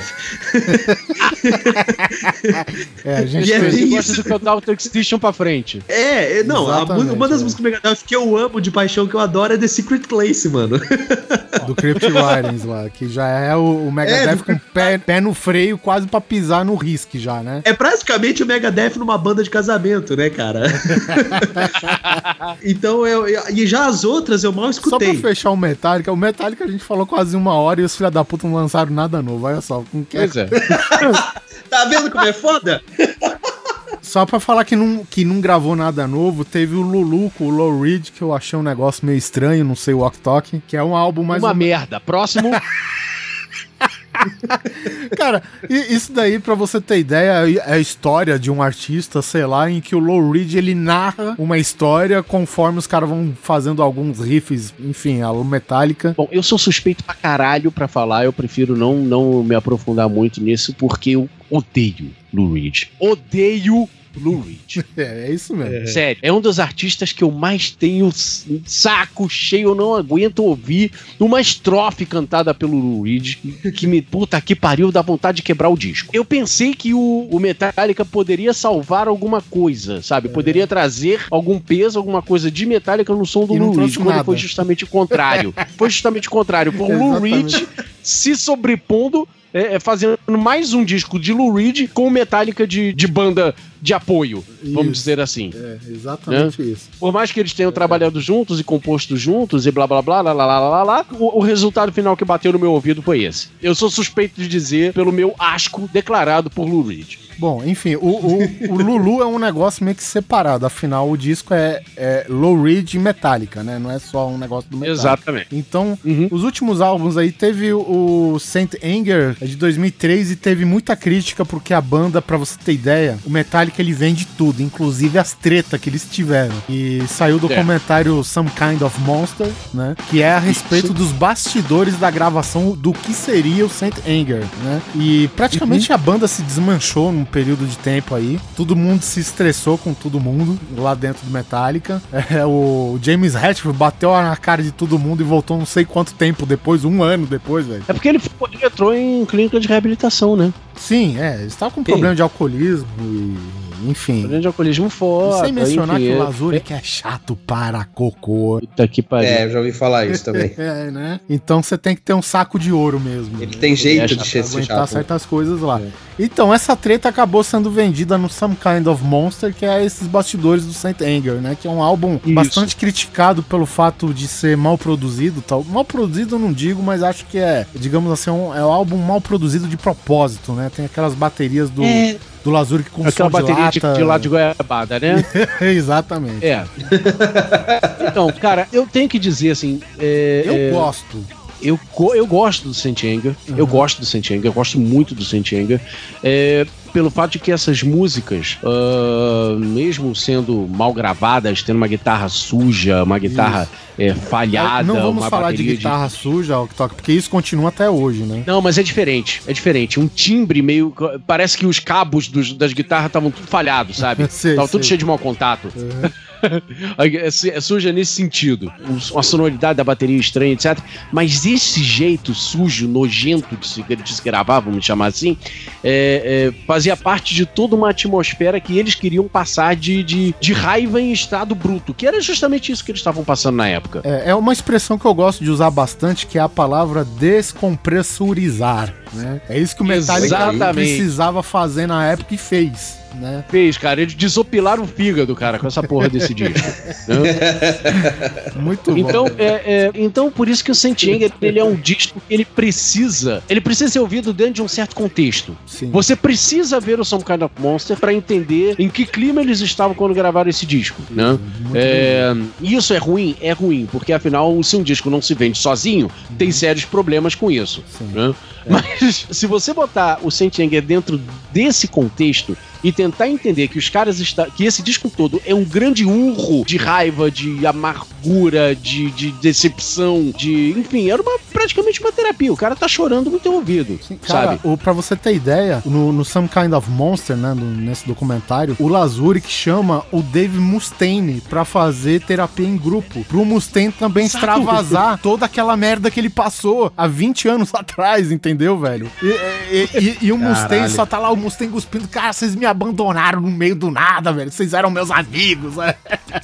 É, a gente é gosta do que eu dava o Extinction pra frente. É, não, a, uma das é. músicas do Megadeth que eu amo de paixão, que eu adoro, é The Secret Place, mano. Do Crypt Writings lá, que já é o, o Megadeth é, do... com pé, pé no freio, quase pra pisar no Risk já, né? É praticamente o Megadeth numa banda de casamento, né, cara? Então, eu, eu... E já as outras eu mal escutei. Só pra fechar o Metallica, o Metallica a gente falou quase uma hora e os filha da puta não lançaram nada novo, olha só. Com que... Pois é. Tá vendo como é foda? Só pra falar que não, que não gravou nada novo, teve o Lulu com o Lou Reed, que eu achei um negócio meio estranho, não sei, o Walk Talk, que é um álbum mais... Uma um... merda. Próximo... Cara, isso daí, pra você ter ideia, é a história de um artista, sei lá, em que o Lou Reed, ele narra uma história conforme os caras vão fazendo alguns riffs, enfim, a Metallica. Bom, eu sou suspeito pra caralho pra falar, eu prefiro não, não me aprofundar muito nisso, porque eu odeio Lou Reed. Odeio Lou Reed. É, é isso mesmo. É. Sério, é um dos artistas que eu mais tenho saco cheio, eu não aguento ouvir uma estrofe cantada pelo Lou Reed que me, puta que pariu, dá vontade de quebrar o disco. Eu pensei que o, o Metallica poderia salvar alguma coisa, sabe? É. Poderia trazer algum peso, alguma coisa de Metallica no som do Lou Reed, quando foi justamente o contrário. Foi justamente o contrário. Foi o Lou Reed se sobrepondo, É, fazendo mais um disco de Lou Reed com Metallica de, de banda de apoio, isso, vamos dizer assim. É, exatamente, né? Isso. Por mais que eles tenham é. trabalhado juntos e composto juntos e blá blá blá, lá, lá, lá, lá, lá, o, o resultado final que bateu no meu ouvido foi esse. Eu sou suspeito de dizer pelo meu asco declarado por Lou Reed. Bom, enfim, o, o, o Lulu é um negócio meio que separado, afinal o disco é, é Lou Reed e Metallica, né? Não é só um negócio do Metallica. Exatamente. Então, uhum. os últimos álbuns aí, teve o Saint Anger, é de dois mil e três, e teve muita crítica porque a banda, pra você ter ideia, o Metallica ele vende tudo, inclusive as tretas que eles tiveram. E saiu do é. comentário Some Kind of Monster, né? Que é a respeito Isso. dos bastidores da gravação do que seria o Saint Anger, né? E praticamente uhum. a banda se desmanchou num período de tempo aí. Todo mundo se estressou com todo mundo lá dentro do Metallica. É, o James Hetfield bateu na cara de todo mundo e voltou não sei quanto tempo depois, um ano depois, velho. É porque ele, ele entrou em clínica de reabilitação, né? Sim, é. Ele estava com Sim. problema de alcoolismo e... Enfim. Problema de alcoolismo foda. Sem mencionar enfim, que o Lazuri é... que é chato para cocô. Puta que pariu. É, eu já ouvi falar isso também. É, né? Então você tem que ter um saco de ouro mesmo. Ele né? tem jeito Ele de ser aguentar chato. certas coisas lá. É. Então, essa treta acabou sendo vendida no Some Kind of Monster, que é esses bastidores do Saint Anger, né? Que é um álbum isso. bastante criticado pelo fato de ser mal produzido. Tal. Mal produzido eu não digo, mas acho que é, digamos assim, um, é um álbum mal produzido de propósito, né? Tem aquelas baterias do... É. Do Lazuri que com aquela som de bateria lata. de, de lado de goiabada, né? Exatamente. É. Então, cara, eu tenho que dizer assim... É, eu é, gosto. Eu, eu gosto do Saint Anger. Uhum. Eu gosto do Saint Anger. Eu gosto muito do Saint Anger. É, pelo fato de que essas músicas, uh, mesmo sendo mal gravadas, tendo uma guitarra suja, uma guitarra é, falhada... Não vamos uma falar de guitarra de... suja, porque isso continua até hoje, né? Não, mas é diferente, é diferente. Um timbre meio... Parece que os cabos dos, das guitarras estavam tudo falhados, sabe? sei, Tava sei. tudo cheio de mau contato. Uhum. É suja nesse sentido. Uma sonoridade da bateria estranha, etcétera. Mas esse jeito sujo, nojento de se, de se gravar, vamos chamar assim, é, é, fazia parte de toda uma atmosfera que eles queriam passar de, de, de raiva em estado bruto, que era justamente isso que eles estavam passando na época. É, é uma expressão que eu gosto de usar bastante, que é a palavra descompressurizar, né? É isso que o Metallica Exatamente. precisava fazer na época e fez. Né? Fez, cara. Eles desopilaram o fígado, cara, com essa porra desse disco. Né? Muito bom. Então, é, é, então, por isso que o Saint Anger, ele é um disco que ele precisa, ele precisa ser ouvido dentro de um certo contexto. Sim. Você precisa ver o Some Kind of Monster pra entender em que clima eles estavam quando gravaram esse disco, né? É, isso é ruim? É ruim, porque afinal, se um disco não se vende sozinho, uhum. tem sérios problemas com isso. Né? É. Mas se você botar o Saint Anger dentro desse contexto e tentar entender que os caras está, que esse disco todo é um grande urro de raiva, de amargura, de, de decepção, de... Enfim, era uma, praticamente uma terapia. O cara tá chorando no teu ouvido, Sim, cara, sabe? O, pra você ter ideia, no, no Some Kind of Monster, né, no, nesse documentário, o Lazuric chama o Dave Mustaine pra fazer terapia em grupo, pro Mustaine também Sabe? extravasar toda aquela merda que ele passou há vinte anos atrás, entendeu, velho? E, e, e, e o Mustaine só tá lá, o Mustaine cuspindo, cara, vocês me abandonaram no meio do nada, velho. Vocês eram meus amigos, né?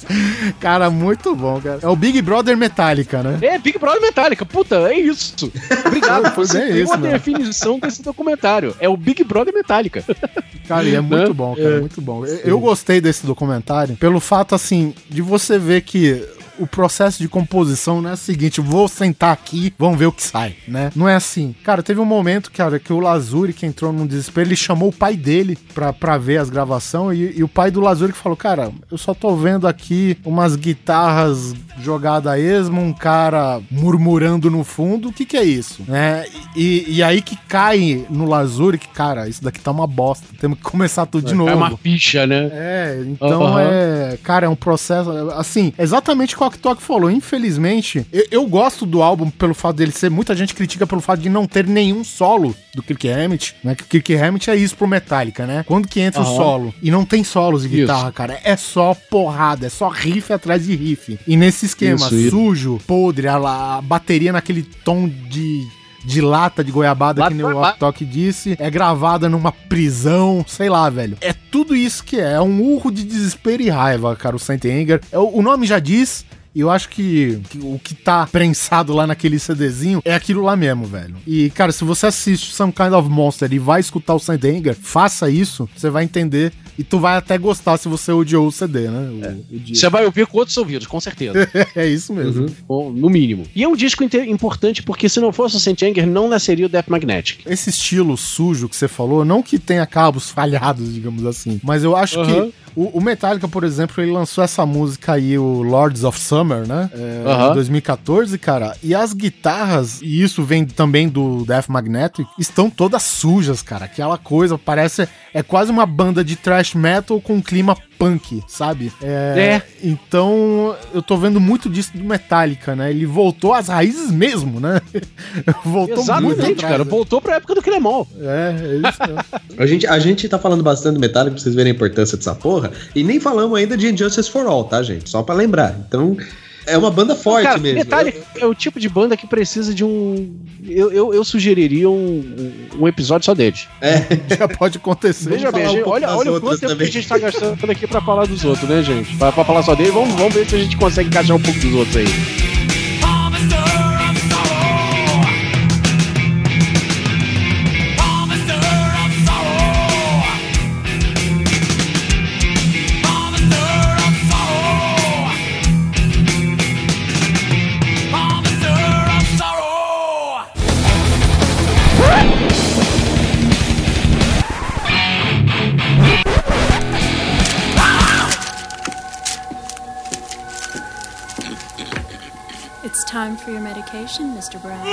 Cara, muito bom, cara. É o Big Brother Metallica, né? É, Big Brother Metallica. Puta, é isso. Obrigado. Foi bem isso, uma mano. definição desse documentário. É o Big Brother Metallica. Cara, e é muito né? bom, cara. É. Muito bom. Eu, eu gostei desse documentário pelo fato, assim, de você ver que o processo de composição não é o seguinte, vou sentar aqui, vamos ver o que sai, né? Não é assim. Cara, teve um momento, cara, que o Lazuric entrou num desespero, ele chamou o pai dele pra, pra ver as gravações e, e o pai do Lazuric falou, cara, eu só tô vendo aqui umas guitarras jogadas a esmo, um cara murmurando no fundo, o que que é isso? Né? E, e aí que cai no Lazuric, cara, isso daqui tá uma bosta, temos que começar tudo de novo. É uma ficha, né? É, então uhum. é... Cara, é um processo, assim, exatamente o que o Tok falou, infelizmente, eu, eu gosto do álbum pelo fato dele ser, muita gente critica pelo fato de não ter nenhum solo do Kirk Hammett, né, que o Kirk Hammett é isso pro Metallica, né, quando que entra uhum. o solo, e não tem solos de guitarra, isso. cara, é só porrada, é só riff atrás de riff, e nesse esquema, isso, sujo, isso. podre, a, a bateria naquele tom de... de lata de goiabada, lata, que nem o Tok disse, é gravada numa prisão, sei lá, velho. É tudo isso que é, é um urro de desespero e raiva, cara, o Saint Anger. É, o nome já diz... E eu acho que, que o que tá prensado lá naquele CDzinho é aquilo lá mesmo, velho. E, cara, se você assiste Some Kind of Monster e vai escutar o Saint Anger, faça isso, você vai entender. E tu vai até gostar se você odiou o C D, né? O, é. o você vai ouvir com outros ouvidos, com certeza. É isso mesmo. Uhum. No mínimo. E é um disco importante porque se não fosse o Saint Anger, não nasceria o Death Magnetic. Esse estilo sujo que você falou, não que tenha cabos falhados, digamos assim, mas eu acho uhum. que o, o Metallica, por exemplo, ele lançou essa música aí, o Lords of Summer, né? É, uhum. Em dois mil e catorze, cara. E as guitarras, e isso vem também do Death Magnetic, estão todas sujas, cara. Aquela coisa, parece... É quase uma banda de thrash metal com clima punk, sabe? É, é. Então, eu tô vendo muito disso do Metallica, né? Ele voltou às raízes mesmo, né? Voltou Exatamente, muito atrás, cara. Né? Voltou pra época do Clemol. É, é isso mesmo. a, gente, a gente tá falando bastante do Metallica pra vocês verem a importância dessa porra. E nem falamos ainda de Injustice for All, tá, gente? Só pra lembrar. Então... É uma banda forte cara, mesmo. Metallica é o tipo de banda que precisa de um... Eu, eu, eu sugeriria um, um episódio só deles. É. Já pode acontecer. Veja bem, um olha, olha o quanto tempo também. que a gente tá gastando aqui pra falar dos outros, né, gente? Pra, pra falar só deles, vamos, vamos ver se a gente consegue encaixar um pouco dos outros aí. It's time for your medication, mister Brown.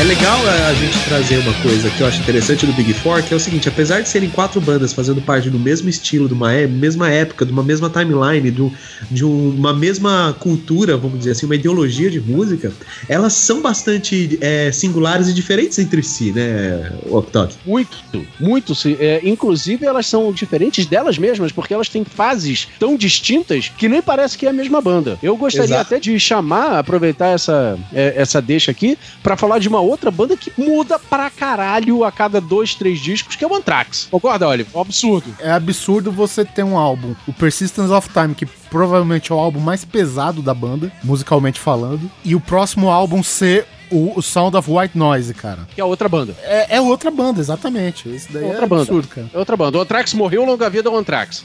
É legal a gente trazer uma coisa que eu acho interessante do Big Four, que é o seguinte, apesar de serem quatro bandas fazendo parte do mesmo estilo, de uma é, mesma época, de uma mesma timeline, de, um, de uma mesma cultura, vamos dizer assim, uma ideologia de música, elas são bastante é, singulares e diferentes entre si, né, Octok? Muito, muito. É, inclusive, elas são diferentes delas mesmas, porque elas têm fases tão distintas que nem parece que é a mesma banda. Eu gostaria Exato. até de chamar, aproveitar essa, é, essa deixa aqui, pra falar de uma outra banda que muda pra caralho a cada dois, três discos, que é o Anthrax. Concorda, Oliver? É um absurdo. É absurdo você ter um álbum, o Persistence of Time, que provavelmente é o álbum mais pesado da banda, musicalmente falando, e o próximo álbum ser o, o Sound of White Noise, cara. Que é outra banda. É, é outra banda, exatamente. Isso daí é, outra é banda. absurdo, cara. É outra banda. O Anthrax morreu, longa vida ao Anthrax.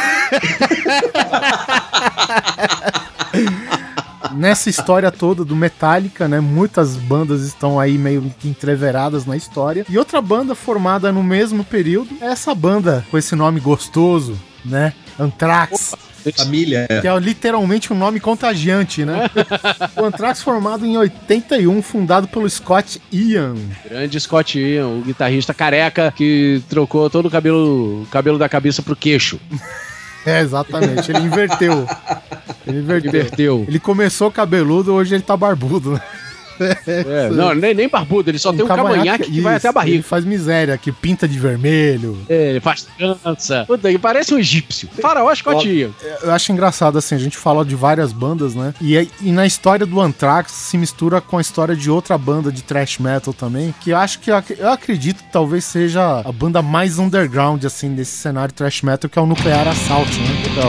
Nessa história toda do Metallica, né, muitas bandas estão aí meio entreveradas na história. E outra banda formada no mesmo período é essa banda com esse nome gostoso, né, Anthrax. Opa. Família. Que é literalmente um nome contagiante, né? O Anthrax formado em oitenta e um, fundado pelo Scott Ian. Grande Scott Ian, o guitarrista careca que trocou todo o cabelo, o cabelo da cabeça pro queixo. É, exatamente. Ele inverteu. Ele inverteu. inverteu. Ele começou cabeludo, hoje ele tá barbudo, né? É, não, nem, nem barbudo, ele só um tem um cavanhaque, cavanhaque que isso, vai até a barriga. Ele faz miséria, que pinta de vermelho. É, ele faz trança. Puta, ele parece um egípcio. Faraó Scott Ian. Eu acho engraçado, assim, a gente fala de várias bandas, né? E, e na história do Anthrax se mistura com a história de outra banda de thrash metal também, que eu acho que, eu acredito que talvez seja a banda mais underground, assim, desse cenário thrash metal, que é o Nuclear Assault, né? Legal.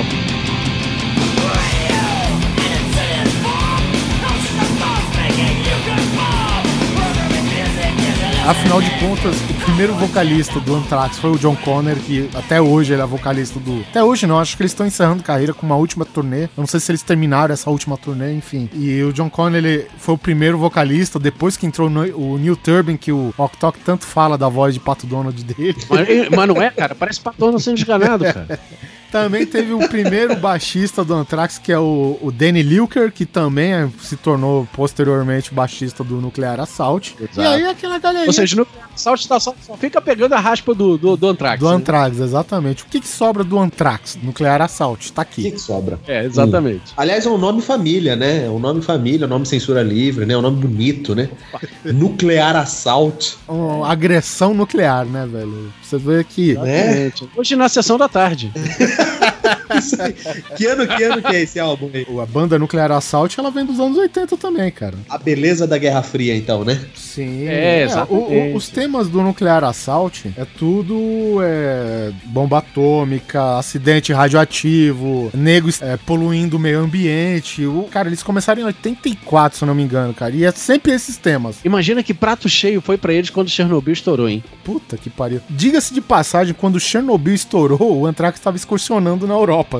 Afinal de contas, o primeiro vocalista do Anthrax foi o John Connor, que até hoje ele é vocalista do... Até hoje não, acho que eles estão encerrando carreira com uma última turnê. Eu não sei se eles terminaram essa última turnê, enfim. E o John Connor, ele foi o primeiro vocalista, depois que entrou no, o Neil Turbin, que o Octok tanto fala da voz de Pato Donald dele. Mas, mas não é, cara, parece Pato Donald sendo enganado, cara. Também teve o primeiro baixista do Anthrax, que é o, o Danny Lilker, que também é, se tornou posteriormente baixista do Nuclear Assault. Exato. E aí aquela galerinha... Ou seja, o Nuclear Assault tá só, só fica pegando a raspa do, do, do Anthrax. Do né? Anthrax, exatamente. O que, que sobra do Anthrax? Nuclear Assault, tá aqui. O que, que sobra? É, exatamente. Hum. Aliás, é um nome família, né? É um nome família, é um nome censura livre, né? É um nome bonito, né? Nuclear Assault. Uma agressão nuclear, né, velho? Você vê aqui. Né? Hoje na sessão da tarde. Isso aí. Que ano, que ano que é esse álbum aí? A banda Nuclear Assault, ela vem dos anos oitenta também, cara. A beleza da Guerra Fria, então, né? Sim. É, é o, o, os temas do Nuclear Assault é tudo é, bomba atômica, acidente radioativo, negros é, poluindo o meio ambiente. O, cara, eles começaram em oitenta e quatro, se eu não me engano, cara. E é sempre esses temas. Imagina que prato cheio foi pra eles quando Chernobyl estourou, hein? Puta que pariu. Diga-se de passagem, quando Chernobyl estourou, o Anthrax estava excursionando na Europa.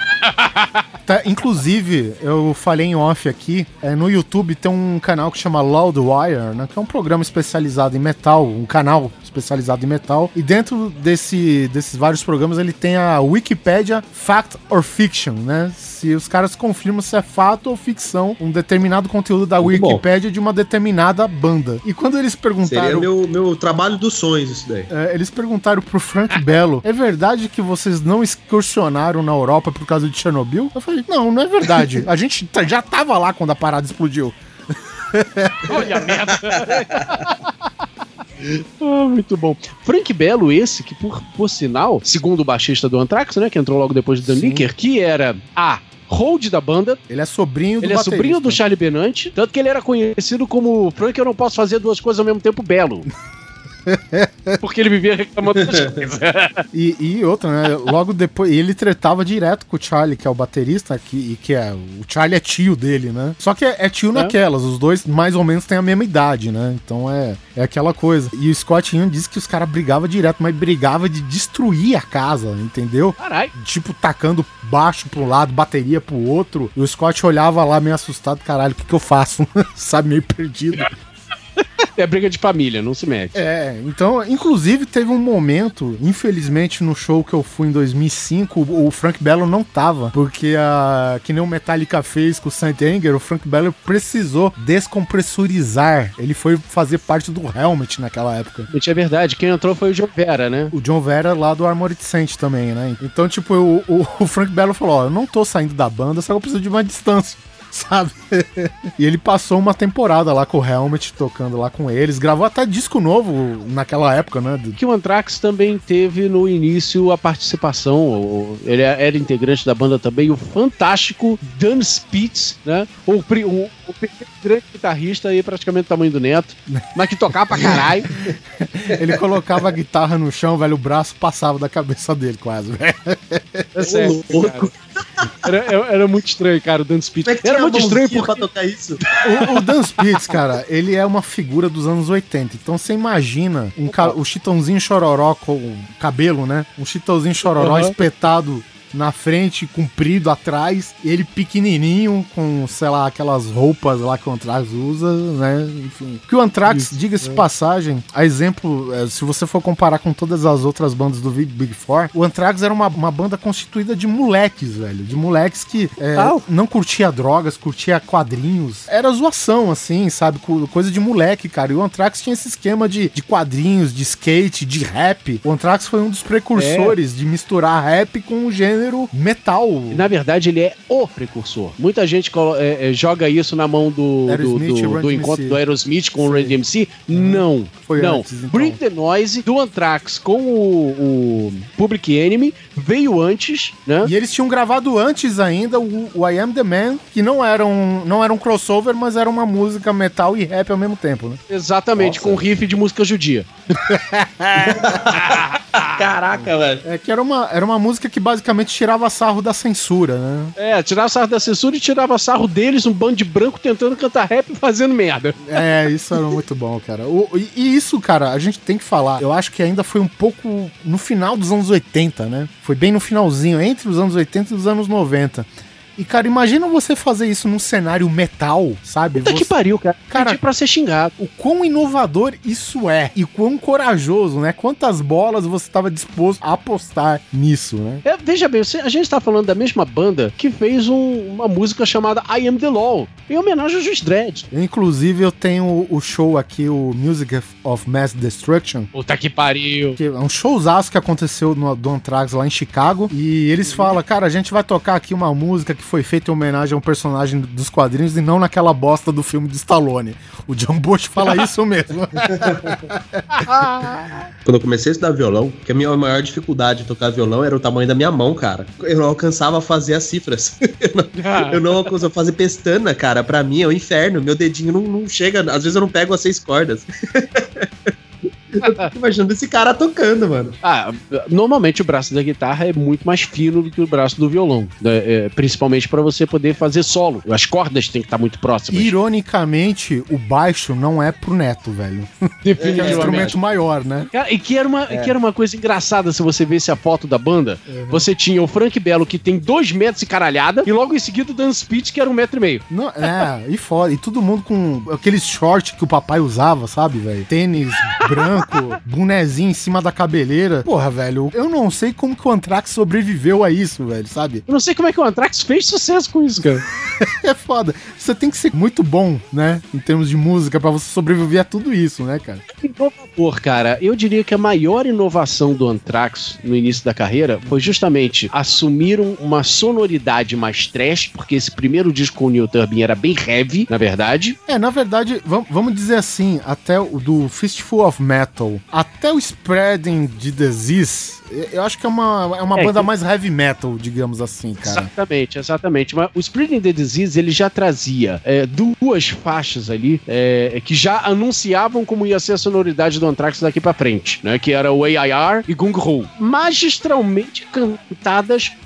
Tá, inclusive, eu falei em off aqui, é, no YouTube tem um canal que chama Loudwire, né, que é um programa especializado em metal, um canal especializado em metal, e dentro desse, desses vários programas ele tem a Wikipedia Fact or Fiction, né? Se os caras confirmam se é fato ou ficção um determinado conteúdo da Muito Wikipedia bom. De uma determinada banda. E quando eles perguntaram... Seria meu, meu trabalho dos sonhos isso daí. É, eles perguntaram pro Frank Bello, é verdade que vocês não excursionaram na Europa por causa de Chernobyl? Eu falei, não, não é verdade. A gente já tava lá quando a parada explodiu. Olha a merda. Ah, muito bom. Frank Bello, esse, que por, por sinal, segundo o baixista do Anthrax, né, que entrou logo depois do Dan Licker, que era a hold da banda. Ele é sobrinho do Ele é baterista. sobrinho do Charlie Benante, tanto que ele era conhecido como Frank, eu não posso fazer duas coisas ao mesmo tempo, Belo. Porque ele vivia reclamando das coisas. E, e outra, né? Logo depois, ele tretava direto com o Charlie, que é o baterista, que, e que é. O Charlie é tio dele, né? Só que é, é tio é. naquelas, os dois mais ou menos têm a mesma idade, né? Então é, é aquela coisa. E o Scott Ian disse que os caras brigavam direto, mas brigava de destruir a casa, entendeu? Caralho. Tipo, tacando baixo pro lado, bateria pro outro. E o Scott olhava lá meio assustado, caralho, o que que eu faço? Sabe, meio perdido. É briga de família, não se mete. É, então, inclusive teve um momento, infelizmente no show que eu fui em dois mil e cinco, o Frank Bello não tava, porque a, que nem o Metallica fez com o Saint Anger, o Frank Bello precisou descompressurizar. Ele foi fazer parte do Helmet naquela época. É verdade, quem entrou foi o John Vera, né? O John Vera lá do Armored Saint também, né? Então, tipo, o, o, o Frank Bello falou, ó, eu não tô saindo da banda, só que eu preciso de uma distância. Sabe? E ele passou uma temporada lá com o Helmet, tocando lá com eles. Gravou até disco novo naquela época, né? Que o Anthrax também teve no início a participação. Ele era integrante da banda também, o fantástico Dan Spitz, né? O, o, o grande guitarrista aí, praticamente do tamanho do Neto, mas que tocava pra caralho. Ele colocava a guitarra no chão, velho, o braço passava da cabeça dele quase, velho. É sério, era, era muito estranho, cara, o Dan Spitz. É era muito estranho porque... pra tocar isso. O, o Dan Spitz, cara, ele é uma figura dos anos oitenta. Então você imagina um ca... o Chitãozinho Chororó com o cabelo, né? Um Chitãozinho Chororó uhum. espetado na frente, comprido atrás, e ele pequenininho, com, sei lá, aquelas roupas lá que o Anthrax usa, né, enfim. Que o Anthrax, diga-se é. passagem, a exemplo, se você for comparar com todas as outras bandas do Big Four, o Anthrax era uma, uma banda constituída de moleques, velho, de moleques que é, ah. não curtia drogas, curtia quadrinhos, era zoação, assim, sabe, coisa de moleque, cara, e o Anthrax tinha esse esquema de, de quadrinhos, de skate, de rap. O Anthrax foi um dos precursores é. de misturar rap com o gênero metal. Na verdade, ele é o precursor. Muita gente é, é, joga isso na mão do, do, do, do encontro do Aerosmith com Sim. o Run D M C. Uhum. Não. Foi não. Antes, então. Bring the Noise do Anthrax com o, o Public Enemy veio antes, né? E eles tinham gravado antes ainda o, o I Am The Man, que não era, um, não era um crossover, mas era uma música metal e rap ao mesmo tempo, né? Exatamente, Nossa. com riff de música judia. Caraca, velho. É que era uma, era uma música que basicamente tirava sarro da censura, né? É, tirava sarro da censura e tirava sarro deles, um bando de branco tentando cantar rap e fazendo merda. É, isso era muito bom, cara. O, e, e isso, cara, a gente tem que falar. Eu acho que ainda foi um pouco no final dos anos oitenta, né? Foi bem no finalzinho, entre os anos oitenta e os anos noventa. E, cara, imagina você fazer isso num cenário metal, sabe? Puta você... que pariu, cara. Cara, pra ser xingado. O quão inovador isso é. E quão corajoso, né? Quantas bolas você estava disposto a apostar nisso, né? É, veja bem, a gente tá falando da mesma banda que fez um, uma música chamada I Am The Law, em homenagem ao Juiz Dredd. Inclusive, eu tenho o show aqui, o Music of Mass Destruction. Puta que pariu. Que é um showzaço que aconteceu no do Anthrax lá em Chicago. E eles falam, cara, a gente vai tocar aqui uma música que foi feita em homenagem a um personagem dos quadrinhos e não naquela bosta do filme de Stallone. O John Bush fala isso mesmo. Quando eu comecei a estudar violão, que a minha maior dificuldade de tocar violão era o tamanho da minha mão, cara. Eu não alcançava fazer as cifras. eu, não, eu não alcançava fazer pestana, cara. Pra mim é o inferno. Meu dedinho não, não chega. Às vezes eu não pego as seis cordas. Eu fico imaginando esse cara tocando, mano. Ah, normalmente o braço da guitarra é muito mais fino do que o braço do violão, né? É, principalmente pra você poder fazer solo. As cordas têm que estar muito próximas. Ironicamente, o baixo não é pro Neto, velho. Definitivamente. É um instrumento maior, né? Cara, e que era, uma, é. que era uma coisa engraçada se você visse a foto da banda. Uhum. Você tinha o Frank Bello, que tem dois metros e caralhada, e logo em seguida o Dan Spitz, que era um metro e meio. Não, é, e foda. E todo mundo com aqueles shorts que o papai usava, sabe, velho? Tênis branco, bonezinho em cima da cabeleira. Porra, velho, eu não sei como que o Anthrax sobreviveu a isso, velho, sabe? Eu não sei como é que o Anthrax fez sucesso com isso, cara. É foda. Você tem que ser muito bom, né, em termos de música, pra você sobreviver a tudo isso, né, cara? Inovador, cara. Eu diria que a maior inovação do Anthrax no início da carreira foi justamente assumir uma sonoridade mais trash, porque esse primeiro disco com o Neil Turbin era bem heavy, na verdade. É, na verdade, vamos dizer assim, até o do Fistful of Metal, até o Spreading the Disease, eu acho que é uma, é uma é, banda que... mais heavy metal, digamos assim, cara. Exatamente, exatamente. Mas o Spreading the Disease, ele já trazia é, duas faixas ali é, que já anunciavam como ia ser a sonoridade do Anthrax daqui pra frente, né? Que era o A I R e Gung Ho. Magistralmente cantadas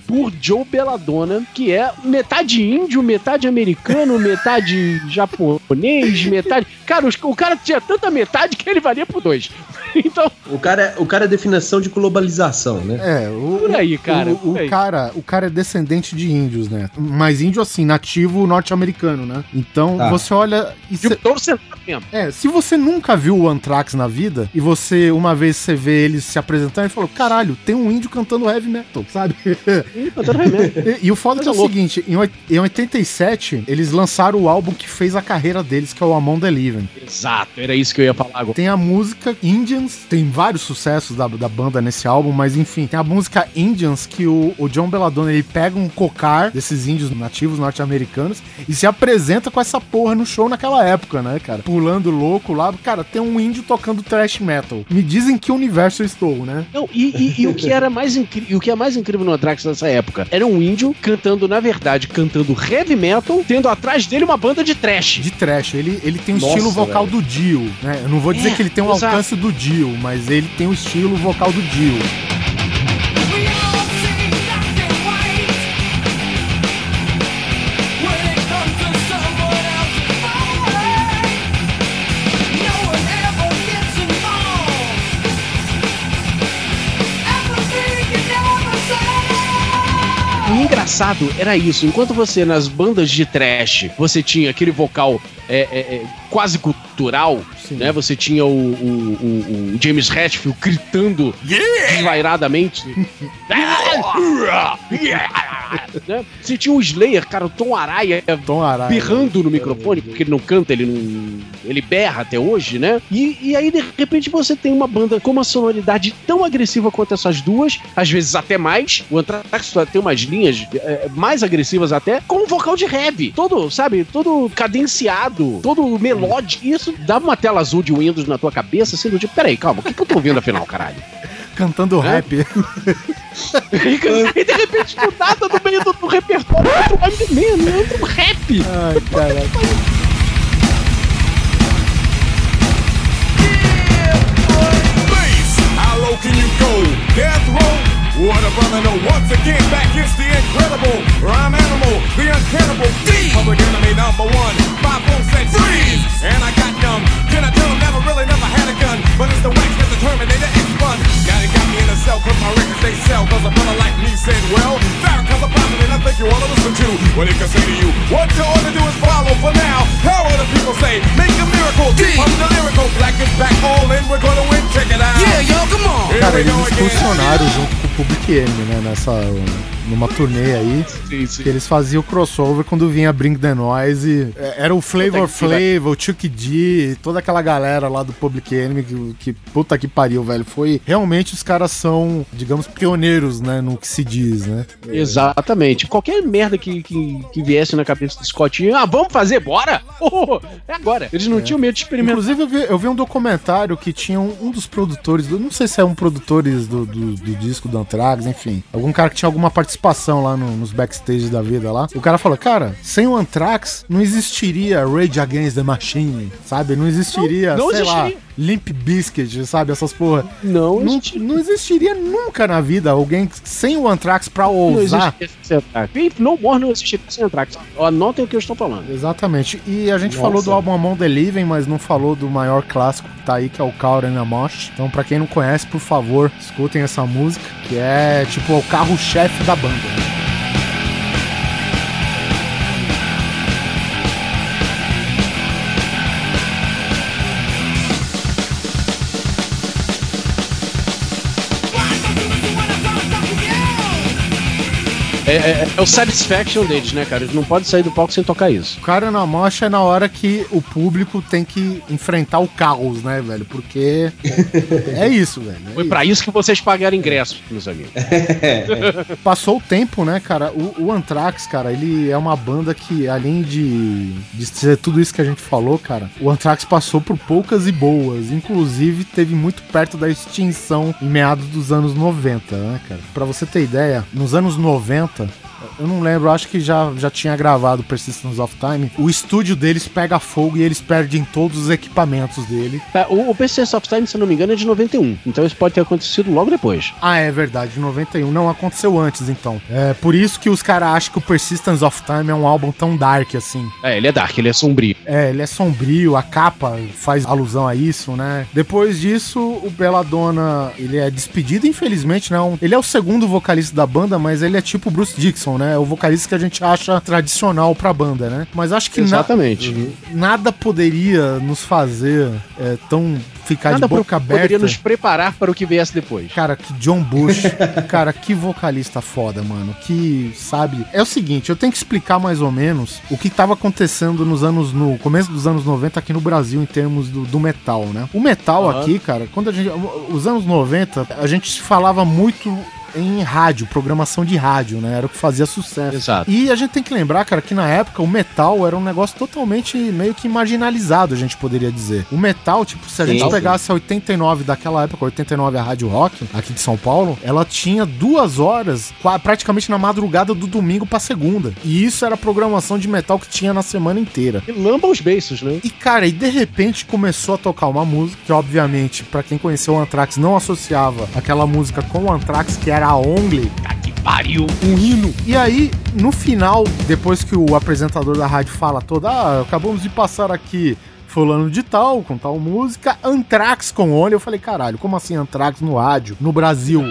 por Joe Belladonna, que é metade índio, metade americano, metade japonês, metade... Cara, os, o cara tinha tanta metade que ele valia por dois. Então... O cara, o cara é definição de globalização, né? É, o, por aí, cara. O, por o, aí. cara, o cara é descendente de índios, né? Mas índio, assim, nativo norte-americano, né? Então, Tá. você olha... E De cê, todo sentado mesmo. é, se você nunca viu o Anthrax na vida, e você, uma vez você vê eles se apresentando, e falou, caralho, tem um índio cantando heavy metal, sabe? Ih, cantando remédio. E, e o foda é que é o louco. seguinte, em, oit- em oitenta e sete, eles lançaram o álbum que fez a carreira deles, que é o Among the Living. Exato, era isso que eu ia falar agora. Tem a música Indians, tem vários sucessos da, da banda nesse álbum, mas enfim, tem a música Indians, que o, o John Belladonna, ele pega um cocar desses índios nativos norte-americanos e se apresenta com essa porra no show naquela época, né, cara? Pulando louco lá, cara, tem um índio tocando thrash metal. Me dizem que universo eu estou, né? Não, e, e- e o que era mais incrível, o que é mais incrível no Anthrax nessa época era um índio cantando, na verdade, cantando heavy metal, tendo atrás dele uma banda de trash. De trash, ele, ele tem o Nossa, estilo vocal velho. do Dio, né? Eu não vou dizer É, que ele tem o exato. alcance do Dio, mas ele tem o estilo vocal do Dio. We all see black and white when it comes to someone else's fight. No one ever gets involved. Everything you never say. O engraçado era isso, enquanto você nas bandas de trash, você tinha aquele vocal é, é, é, quase cultural, Sim. né? Você tinha o, o- o- o James Hetfield gritando desvairadamente. Né? Você tinha o Slayer, cara, o Tom Araya Tom Araya. berrando no microfone, porque ele não canta, ele não. Ele berra até hoje, né? E, e aí, de repente, você tem uma banda com uma sonoridade tão agressiva quanto essas duas, às vezes até mais. O Anthrax tem umas linhas é, mais agressivas até, com um vocal de heavy. Todo, sabe, todo cadenciado, todo melódico. Isso dá uma tela azul de Windows na tua cabeça, sendo tipo, peraí, calma, o que, que eu tô ouvindo afinal, caralho? Cantando rap. E de repente, do nada, no meio do, do repertório, entra um Iron Man, entra um rap. Ai, caralho. Please, how low can you go? Death row? What a brother know. Once again, back is the incredible rhyme animal, the uncannibal D. Public enemy number one. Five four said freeze, and I got numb. Can I tell him never really never had a gun? But it's the wax that the Terminator X run. Now they got me in a cell, cause my records they sell. Cause a brother like me said, well, Farrakhan's a prophet and I think you wanna listen to what he can say to you. What you ought to do is follow for now. How will the people say? Make a miracle. D. I'm the lyrical. Black is back all in. We're gonna win. Check it out. Yeah, yo, come on. Here Cara, we eles go again. funcionaram junto com o Public Enemy, né? Nessa, numa turnê aí. Sim, sim. Que eles faziam crossover quando vinha Bring the Noise. É, Era o Flavor Puta que Flav, o Chuck D, toda aquela galera lá do Public Enemy que, que puta que pariu, velho. Foi realmente os caras são, digamos, pioneiros, né? No que se diz, né? Exatamente. Qualquer merda que, que, que viesse na cabeça do Scott, ah, vamos fazer, bora! Oh, é agora. Eles não tinham medo de experimentar. Inclusive, eu vi, eu vi um documentário que tinha um, um dos produtores, do, não sei se é um produtores do, do, do disco do Anthrax, enfim. Algum cara que tinha alguma participação lá no- nos backstage da vida lá. O cara falou, cara, sem o Anthrax não existiria Rage Against the Machine, sabe? Não existiria, Não- não sei lá, existiria. Limp Bizkit, sabe? Essas porra. Não, Não, existiria. não existiria nunca na vida alguém sem o Anthrax pra Não ousar. existiria sem Anthrax. E No More não existiria sem Anthrax. Anotem o que eu estou falando. Exatamente. E a gente Nossa. falou do álbum Among the Living, mas não falou do maior clássico que tá aí, que é o Caught in a Mosh. Então, pra quem não conhece, por favor, escutem essa música, que é tipo o carro-chefe da banda. É, é- é o satisfaction deles, né, cara? Eles não podem sair do palco sem tocar isso. O cara na mocha é na hora que o público tem que enfrentar o caos, né, velho? Porque é isso, velho. é Foi isso. pra isso que vocês pagaram ingressos, meus amigos. Passou o tempo, né, cara? O, o Anthrax, cara, ele é uma banda que, além de, de ser tudo isso que a gente falou, cara, o Anthrax passou por poucas e boas. Inclusive, teve muito perto da extinção em meados dos anos noventa, né, cara? Pra você ter ideia, nos anos noventa, eu não lembro, acho que já, já tinha gravado Persistence of Time. O estúdio deles pega fogo e eles perdem todos os equipamentos dele. É, o, o Persistence of Time, se eu não me engano, é de noventa e um. Então isso pode ter acontecido logo depois. Ah, é verdade, noventa e um. Não, aconteceu antes, então. É por isso que os caras acham que o Persistence of Time é um álbum tão dark assim. É, ele é dark, ele é sombrio. É, ele é sombrio, a capa faz alusão a isso, né? Depois disso, o Belladonna, ele é despedido, infelizmente, não. Ele é o segundo vocalista da banda, mas ele é tipo o Bruce Dickinson, né? É o vocalista que a gente acha tradicional pra banda, né? Mas acho que Exatamente. Na... nada poderia nos fazer é, tão... ficar Nada de boca aberta. Poderia nos preparar para o que viesse depois. Cara, que John Bush, cara, que vocalista foda, mano. Que, sabe... É o seguinte, eu tenho que explicar mais ou menos o que tava acontecendo nos anos... No começo dos anos noventa aqui no Brasil em termos do, do metal, né? O metal uhum. aqui, cara, quando a gente... Os anos noventa, a gente falava muito... em rádio, programação de rádio, né? Era o que fazia sucesso. Exato. E a gente tem que lembrar, cara, que na época o metal era um negócio totalmente meio que marginalizado, a gente poderia dizer. O metal, tipo, se a sim, gente sim. pegasse a oitenta e nove daquela época, oitenta e nove a Rádio Rock, aqui de São Paulo, ela tinha duas horas, praticamente na madrugada do domingo pra segunda. E isso era a programação de metal que tinha na semana inteira. E lamba os beiços, né? E, cara, e de repente começou a tocar uma música que, obviamente, pra quem conheceu o Anthrax, não associava aquela música com o Anthrax, que era a Only. Ah, que pariu! Um hino. E aí, no final, depois que o apresentador da rádio fala toda, ah, acabamos de passar aqui fulano de tal, com tal música, Anthrax com Only, eu falei, caralho, como assim Anthrax no rádio, no Brasil?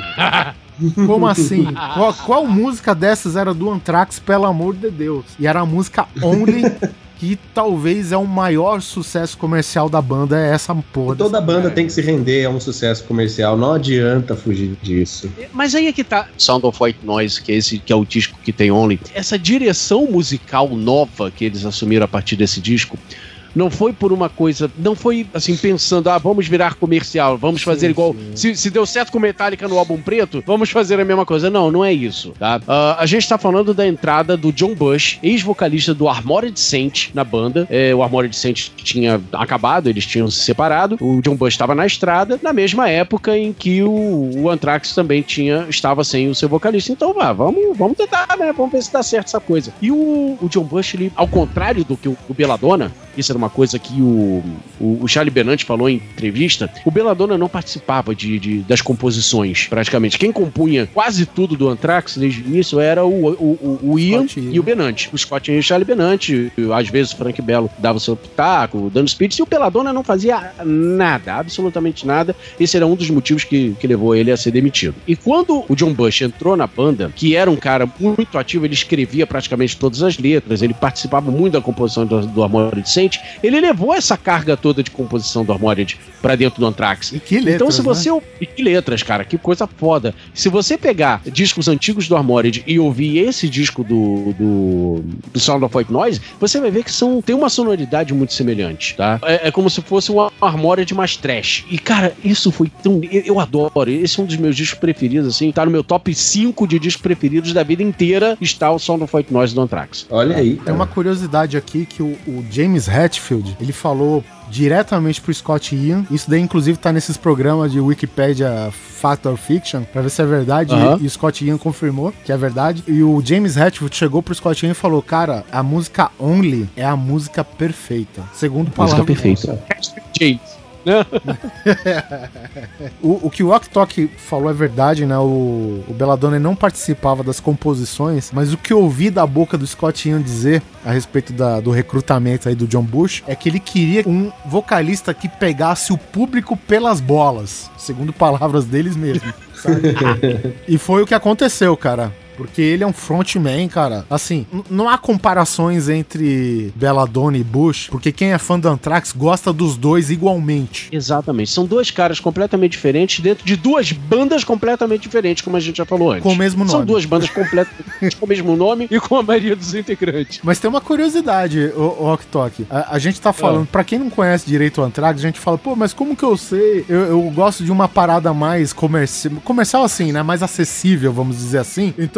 Como assim? Qual, qual música dessas era do Anthrax, pelo amor de Deus? E era a música Only... que talvez é o maior sucesso comercial da banda, é essa porra. Toda banda cara. Tem que se render a um sucesso comercial, não adianta fugir disso. Mas aí é que tá Sound of White Noise, que é, esse, que é o disco que tem Only. Essa direção musical nova que eles assumiram a partir desse disco, não foi por uma coisa, não foi assim pensando, ah, vamos virar comercial, vamos fazer sim, igual, se, se deu certo com Metallica no álbum preto, vamos fazer a mesma coisa. Não, não é isso, tá? Uh, a gente tá falando da entrada do John Bush, ex-vocalista do Armored Saint na banda. É, o Armored Saint tinha acabado, eles tinham se separado, o John Bush estava na estrada, na mesma época em que o, o Anthrax também tinha, estava sem o seu vocalista. Então, vá, vamos, vamos tentar, né? Vamos ver se dá certo essa coisa. E o, o John Bush, ele, ao contrário do que o, o Belladonna, isso era uma coisa que o, o, o Charlie Benante falou em entrevista, o Belladonna não participava de, de, das composições, praticamente. Quem compunha quase tudo do Anthrax desde o início era o, o, o, o Ian Scott, e o Benante. O Scott e o Charlie Benante, às vezes o Frank Bello dava o seu pitaco, dando speech, e o Belladonna não fazia nada, absolutamente nada. Esse era um dos motivos que, que levou ele a ser demitido. E quando o John Bush entrou na banda, que era um cara muito ativo, ele escrevia praticamente todas as letras, ele participava muito da composição do, do Armored Saint, ele levou essa carga toda de composição do Armored pra dentro do Anthrax. E que letras, então, se você... Né? E que letras, cara, que coisa foda. Se você pegar discos antigos do Armored e ouvir esse disco do, do, do Sound of White Noise, você vai ver que são, tem uma sonoridade muito semelhante, tá? É, é como se fosse um Armored mais trash. E, cara, isso foi tão... Eu, eu adoro. Esse é um dos meus discos preferidos, assim. Tá no meu top cinco de discos preferidos da vida inteira, está o Sound of White Noise do Anthrax. Olha aí. Tem uma curiosidade aqui que o, o James Hetfield, ele falou diretamente pro Scott Ian. Isso daí, inclusive, tá nesses programas de Wikipedia Fact or Fiction, pra ver se é verdade. Uh-huh. E, e o Scott Ian confirmou que é verdade. E o James Hetfield chegou pro Scott Ian e falou, cara, a música Only é a música perfeita. Segundo palavras. Música perfeita. James. o, o que o Ok Tok falou é verdade, né? O, o Belladonna não participava das composições, mas o que eu ouvi da boca do Scott Ian dizer a respeito da, do recrutamento aí do John Bush é que ele queria um vocalista que pegasse o público pelas bolas, segundo palavras deles mesmo, sabe? E foi o que aconteceu, cara. Porque ele é um frontman, cara. Assim, n- não há comparações entre Belladonna e Bush, porque quem é fã do Anthrax gosta dos dois igualmente. Exatamente. São dois caras completamente diferentes dentro de duas bandas completamente diferentes, como a gente já falou antes. Com o mesmo nome. São duas bandas completamente com o mesmo nome e com a maioria dos integrantes. Mas tem uma curiosidade, o, o Ok Tok. A, a gente tá falando, é. pra quem não conhece direito o Anthrax, a gente fala, pô, mas como que eu sei? Eu, eu gosto de uma parada mais comercial, comercial assim, né? Mais acessível, vamos dizer assim. Então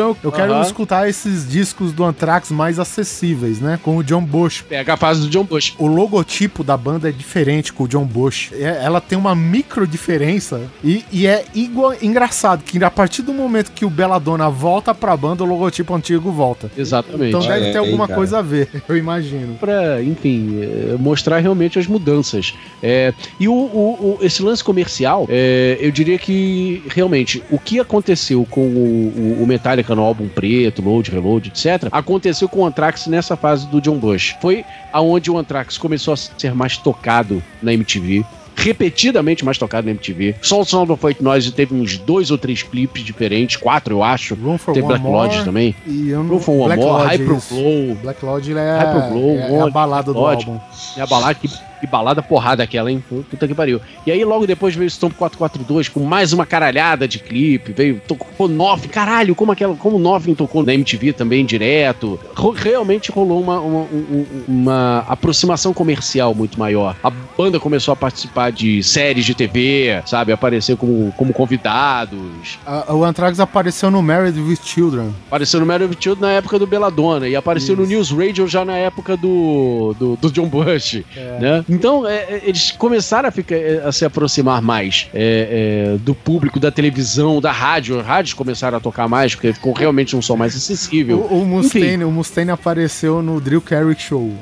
eu, eu quero Aham. escutar esses discos do Anthrax mais acessíveis, né? Com o John Bush. Pega a fase do John Bush. O logotipo da banda é diferente com o John Bush. É- ela tem uma micro diferença e, e é igual engraçado que a partir do momento que o Belladonna volta pra banda, o logotipo antigo volta. Exatamente. Então deve É, ter alguma cara. coisa a ver, eu imagino. Pra, enfim, eh, mostrar realmente as mudanças. É, e o, o- o- esse lance comercial, é, eu diria que realmente o que aconteceu com o, o- o Metallica no álbum preto, Load, Reload, etcétera, aconteceu com o Anthrax nessa fase do John Bush. Foi aonde o Anthrax começou a ser mais tocado na M T V. Repetidamente mais tocado na M T V. Só o Sound of White Noise teve uns dois ou três clipes diferentes, quatro eu acho. Room for Teve One Black Lodge More também. E eu não... Room for One Black More, Lodge, Hyper isso. Flow. Black Lodge ele é, Hyper Glow, é, é a Lodge, balada do Lodge. álbum. É a balada, que, que balada porrada aquela, hein? Puta que pariu. E aí logo depois veio o Stomp quatrocentos e quarenta e dois com mais uma caralhada de clipe. Veio, tocou nove. Caralho, como aquela, como nove tocou na M T V também direto. Ro- realmente rolou uma, uma, um- uma aproximação comercial muito maior. A banda começou a participar de séries de T V, sabe? Aparecer como, como convidados. A- o Anthrax apareceu no Married with Children. Apareceu no Mary of Child na época do Belladonna e apareceu no News Radio já na época do, do, do John Bush, né? Então, é, é, eles começaram a, ficar, é, a se aproximar mais é, é, do público, da televisão, da rádio. As rádios começaram a tocar mais, porque ficou realmente um som mais acessível. O, o, Mustaine, o Mustaine apareceu no Drew Carey Show.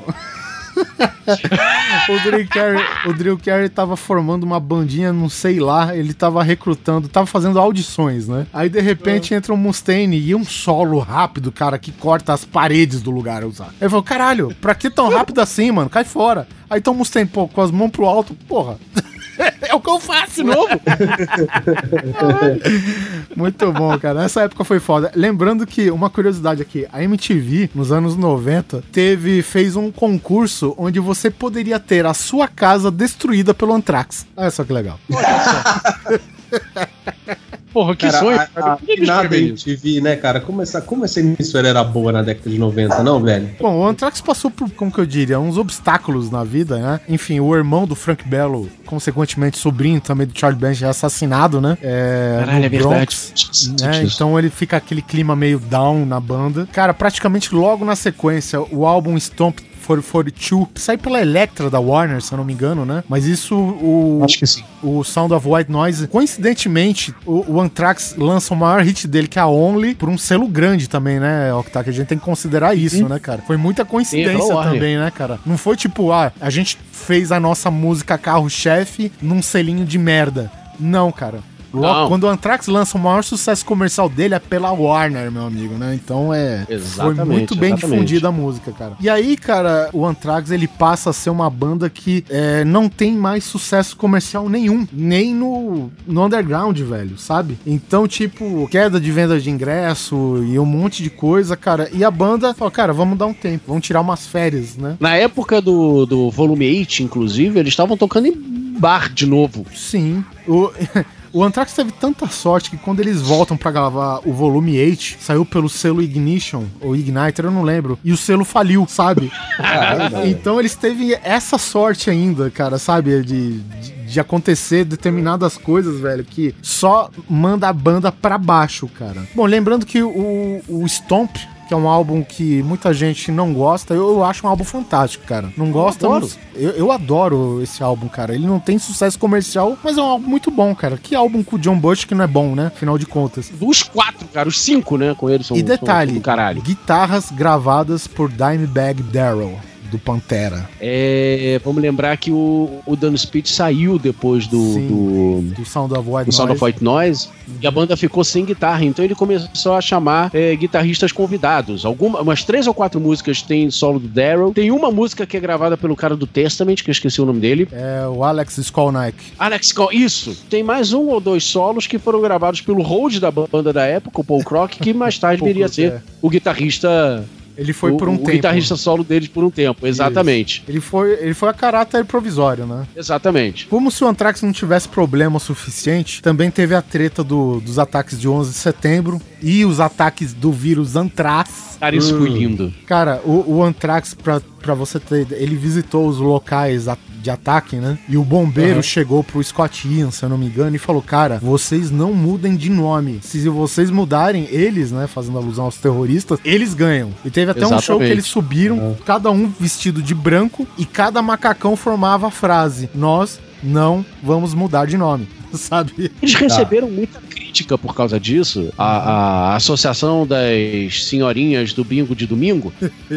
o, Drew Carey, o Drew Carey tava formando uma bandinha, não sei lá, ele tava recrutando, tava fazendo audições, né? Aí de repente entra um Mustaine e um solo rápido, cara, que corta as paredes do lugar a usar. Aí ele falou, caralho, pra que tão rápido assim, mano? Cai fora. Aí então o Mustaine, pô, com as mãos pro alto, porra. É o que eu faço, novo. Muito bom, cara. Essa época foi foda. Lembrando que, uma curiosidade aqui, a M T V, nos anos noventa, teve, fez um concurso onde você poderia ter a sua casa destruída pelo Anthrax. Olha só que legal. Porra, que Cara, sonho. a, cara. a, Por que que nada escreveu M isso? T V, né, cara? Como essa, como essa emissora era boa na década de noventa, não, velho? Bom, o Anthrax passou por, como que eu diria, uns obstáculos na vida, né? Enfim, o irmão do Frank Bello, consequentemente sobrinho também do Charlie Bench, é assassinado, né? É, Caralho, no é verdade. Bronx, né? Então ele fica aquele clima meio down na banda. Cara, praticamente logo na sequência, o álbum Stomp quatrocentos e quarenta e dois sai pela Elektra da Warner, se eu não me engano, né? Mas isso, o, Acho que sim. o Sound of White Noise, coincidentemente, o, o Anthrax lança o maior hit dele, que é a Only, por um selo grande também, né, Octa? Que a gente tem que considerar isso, né, cara? Foi muita coincidência Sim, é pra também, né, cara? Não foi tipo, ah, a gente fez a nossa música carro-chefe num selinho de merda. Não, cara. Logo, Não. quando o Anthrax lança o maior sucesso comercial dele é pela Warner, meu amigo, né? Então é. Exatamente, foi muito bem exatamente. difundida a música, cara. E aí, cara, o Anthrax ele passa a ser uma banda que é, não tem mais sucesso comercial nenhum, nem no, no underground, velho, sabe? Então, tipo, queda de venda de ingresso e um monte de coisa, cara. E a banda falou, cara, vamos dar um tempo, vamos tirar umas férias, né? Na época do, do Volume oito, inclusive, eles estavam tocando em bar de novo. Sim. O. O Anthrax teve tanta sorte que quando eles voltam pra gravar o volume oito, saiu pelo selo Ignition, ou Igniter, eu não lembro, e o selo faliu, sabe? Caramba, Então eles teve essa sorte ainda, cara, sabe? De, de, de acontecer determinadas coisas, velho, que só manda a banda pra baixo, cara. Bom, lembrando que o, o Stomp, que é um álbum que muita gente não gosta, eu, eu acho um álbum fantástico, cara. Não gosta? adoro. Eu, eu adoro esse álbum, cara. Ele não tem sucesso comercial, mas é um álbum muito bom, cara. Que álbum com o John Bush que não é bom, né? Afinal de contas. Os quatro, cara, os cinco, né, com eles são E são- detalhe, são do caralho. guitarras gravadas por Dimebag Darrell, do Pantera. É, vamos lembrar que o, o Dan Spitz saiu depois do, Sim. do, Do Sound of White do Sound of Noise. White Noise e a banda ficou sem guitarra, então ele começou a chamar é, guitarristas convidados. Alguma, umas três ou quatro músicas tem solo do Darrell. Tem uma música que é gravada pelo cara do Testament, que eu esqueci o nome dele. É o Alex Skolnick. Alex Cole, isso. Tem mais um ou dois solos que foram gravados pelo Hold da banda da época, o Paul Crock, que mais tarde Paul viria a Crock, ser é. o guitarrista. Ele foi o, por um o tempo. guitarrista solo deles por um tempo, exatamente. Ele foi, ele foi a caráter provisório, né? Exatamente. Como se o Anthrax não tivesse problema o suficiente, também teve a treta do- dos ataques de onze de setembro e os ataques do vírus Anthrax. Cara, isso foi lindo. Cara, o, o Anthrax, pra, pra você ter, ele visitou os locais a- de ataque, né? E o bombeiro Uhum. chegou pro Scott Ian, se eu não me engano, e falou, cara, vocês não mudem de nome. Se vocês mudarem, eles, né, fazendo alusão aos terroristas, eles ganham. E teve até um show que Exatamente. eles subiram, Uhum. cada um vestido de branco, e cada macacão formava a frase, nós não vamos mudar de nome, sabe? Eles receberam muita crítica por causa disso. A, a Associação das Senhorinhas do Bingo de Domingo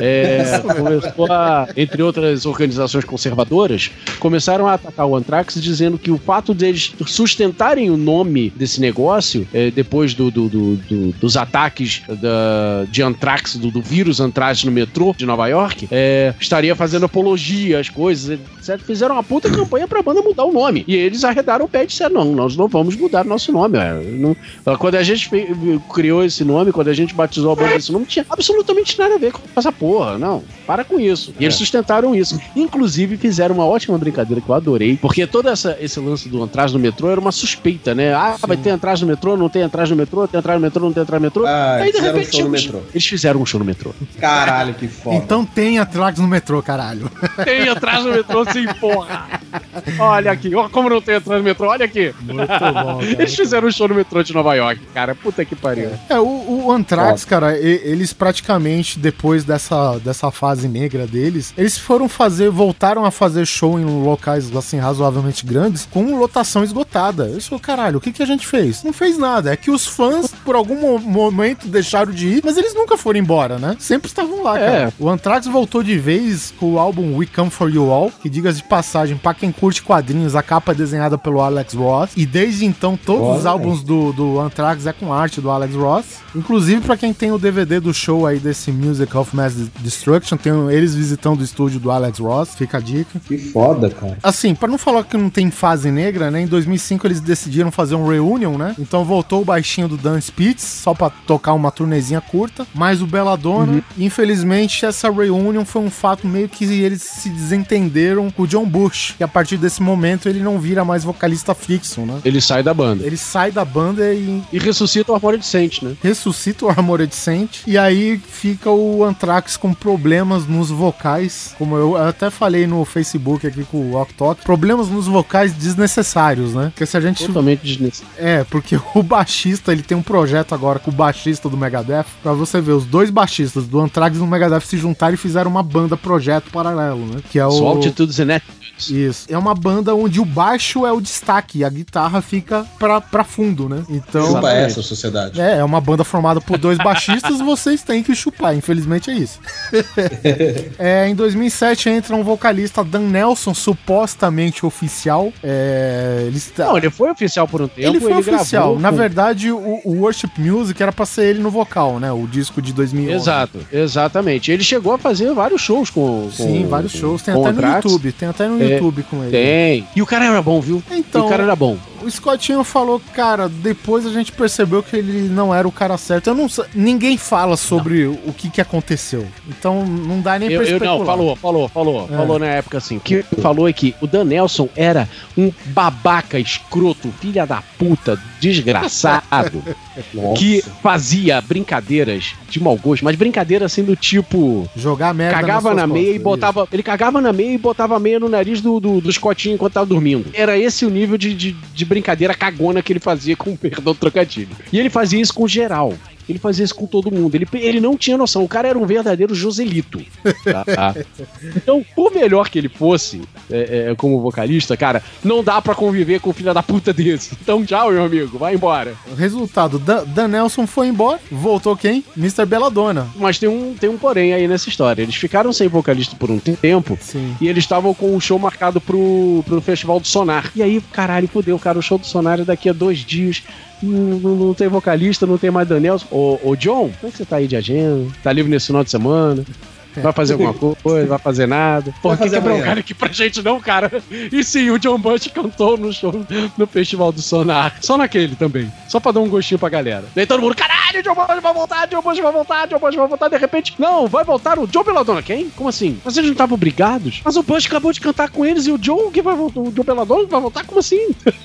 é, começou a, entre outras organizações conservadoras, começaram a atacar o Anthrax dizendo que o fato deles sustentarem o nome desse negócio, é, depois do, do- do- do- dos ataques da- de Anthrax, do, do vírus Anthrax no metrô de Nova York, é, estaria fazendo apologia às coisas, etcétera. Fizeram uma puta campanha pra banda mudar o nome. E eles arredaram o pé e disseram, não, nós não vamos mudar nosso nome. É, não- quando a gente fe- criou esse nome, quando a gente batizou a banda desse nome, não tinha absolutamente nada a ver com essa porra. Não, para com isso. E eles sustentaram isso. Inclusive, fizeram uma ótima brincadeira que eu adorei, porque todo essa, esse lance do Anthrax no metrô era uma suspeita, né? Ah, vai ter Anthrax no metrô, não tem Anthrax no metrô, tem Anthrax no metrô, não tem Anthrax no metrô. Ah, Aí, de fizeram um repente, show no eles- metrô. eles fizeram um show no metrô. Caralho, que foda. Então tem Anthrax no metrô, caralho. Tem Anthrax no metrô, sim, porra. Olha aqui, ó, como não tem Anthrax no metrô, olha aqui. Muito bom, cara. Eles fizeram um show no metrô de Nova York, cara. Puta que pariu. É, o, o Anthrax, cara, e- eles praticamente, depois dessa, dessa fase negra deles, eles foram fazer, voltaram a fazer show em locais, assim, razoavelmente grandes, com lotação esgotada. Eu sou, caralho, o que, que a gente fez? Não fez nada. É que os fãs, por algum mo- momento, deixaram de ir, mas eles nunca foram embora, né? Sempre estavam lá, cara. É. O Anthrax voltou de vez com o álbum We Come For You All, que, diga de passagem, pra quem curte quadrinhos, a capa é desenhada pelo Alex Ross, e desde então, todos os Olha. álbuns do, do Anthrax é com arte do Alex Ross. Inclusive, pra quem tem o D V D do show aí desse Music of Mass Destruction, tem eles visitando o estúdio do Alex Ross, fica a dica. Que foda, cara. Assim, pra não falar que não tem fase negra, né? Em dois mil e cinco eles decidiram fazer um reunion, né? Então voltou o baixinho do Dan Spitz, só pra tocar uma turnezinha curta, mais o Belladonna. Uhum. E, infelizmente, essa reunion foi um fato meio que eles se desentenderam com o John Bush, que a partir desse momento ele não vira mais vocalista fixo, né? Ele sai da banda. Ele sai da banda e E ressuscita o Armored Saint, né? ressuscita o Armored Saint, e aí fica o Anthrax com problemas nos vocais, como eu até falei no Facebook aqui com o Octok, problemas nos vocais desnecessários, né? Porque se a gente... Totalmente desnecessário. É, porque o baixista, ele tem um projeto agora com o baixista do Megadeth, pra você ver, os dois baixistas do Anthrax e do Megadeth se juntaram e fizeram uma banda projeto paralelo, né? Que é o... Só altitudes e net. Isso. É uma banda onde o baixo é o destaque e a guitarra fica pra, pra fundo, né? Então... Chupa Exatamente. essa sociedade. É, é uma banda formada por dois baixistas, vocês têm que chupar, infelizmente é isso. É, em dois mil e sete entra um vocalista, Dan Nelson, supostamente oficial. É, ele, está... Não, ele foi oficial por um tempo. ele foi oficial. gravou Na com- verdade, o, o Worship Music era pra ser ele no vocal, né? O disco de dois mil e onze. Exato, exatamente. Ele chegou a fazer vários shows com. com Sim, vários shows. Tem com até no Anthrax. YouTube. Tem até no É, YouTube com ele. Tem. E o cara era bom, viu? Então- E o cara era bom. O Scottinho falou, cara, depois a gente percebeu que ele não era o cara certo. Eu não sei, ninguém fala sobre não. o que, que aconteceu. Então não dá nem eu, pra eu especular. Não, falou, falou, falou. É. Falou na época assim. O que falou é que o Dan Nelson era um babaca escroto, filha da puta, desgraçado, que fazia brincadeiras de mau gosto, mas brincadeira assim do tipo... Jogar merda Cagava nas na suas meia costas, e botava... Ele cagava na meia e botava a meia no nariz do, do, do Scottinho enquanto tava dormindo. Era esse o nível de, de, de brincadeira cagona que ele fazia, com perdão do trocadilho. E ele fazia isso com geral. Ele fazia isso com todo mundo. Ele, ele não tinha noção. O cara era um verdadeiro Joselito. Tá, tá? Então, por melhor que ele fosse é, é, como vocalista, cara, não dá pra conviver com um filho da puta desse. Então, tchau, meu amigo. Vai embora. O resultado, Dan, Dan Nelson foi embora. Voltou quem? mister Belladonna. Mas tem um, tem um porém aí nessa história. Eles ficaram sem vocalista por um tempo. Sim. E eles estavam com o show marcado pro, pro Festival do Sonar. E aí, caralho, fodeu, cara. O show do Sonar é daqui a dois dias. Não, não, não tem vocalista, não tem mais Danielson. Ô, ô, John, como é que você tá aí de agenda? Tá livre nesse final de semana? Vai fazer alguma coisa? Vai fazer nada? Porra, quer quebrar um cara aqui pra gente não, cara? E sim, o John Bush cantou no show no Festival do Sonar. Só naquele também. Só pra dar um gostinho pra galera. Daí todo mundo, caralho, o John Bush vai voltar, John Bush vai voltar, John Bush vai voltar. De repente, não, vai voltar o John Belladonna. Quem? Como assim? Mas eles não estavam brigados? Mas o Bush acabou de cantar com eles e o John que vai voltar, o John Belladonna vai voltar? Como assim?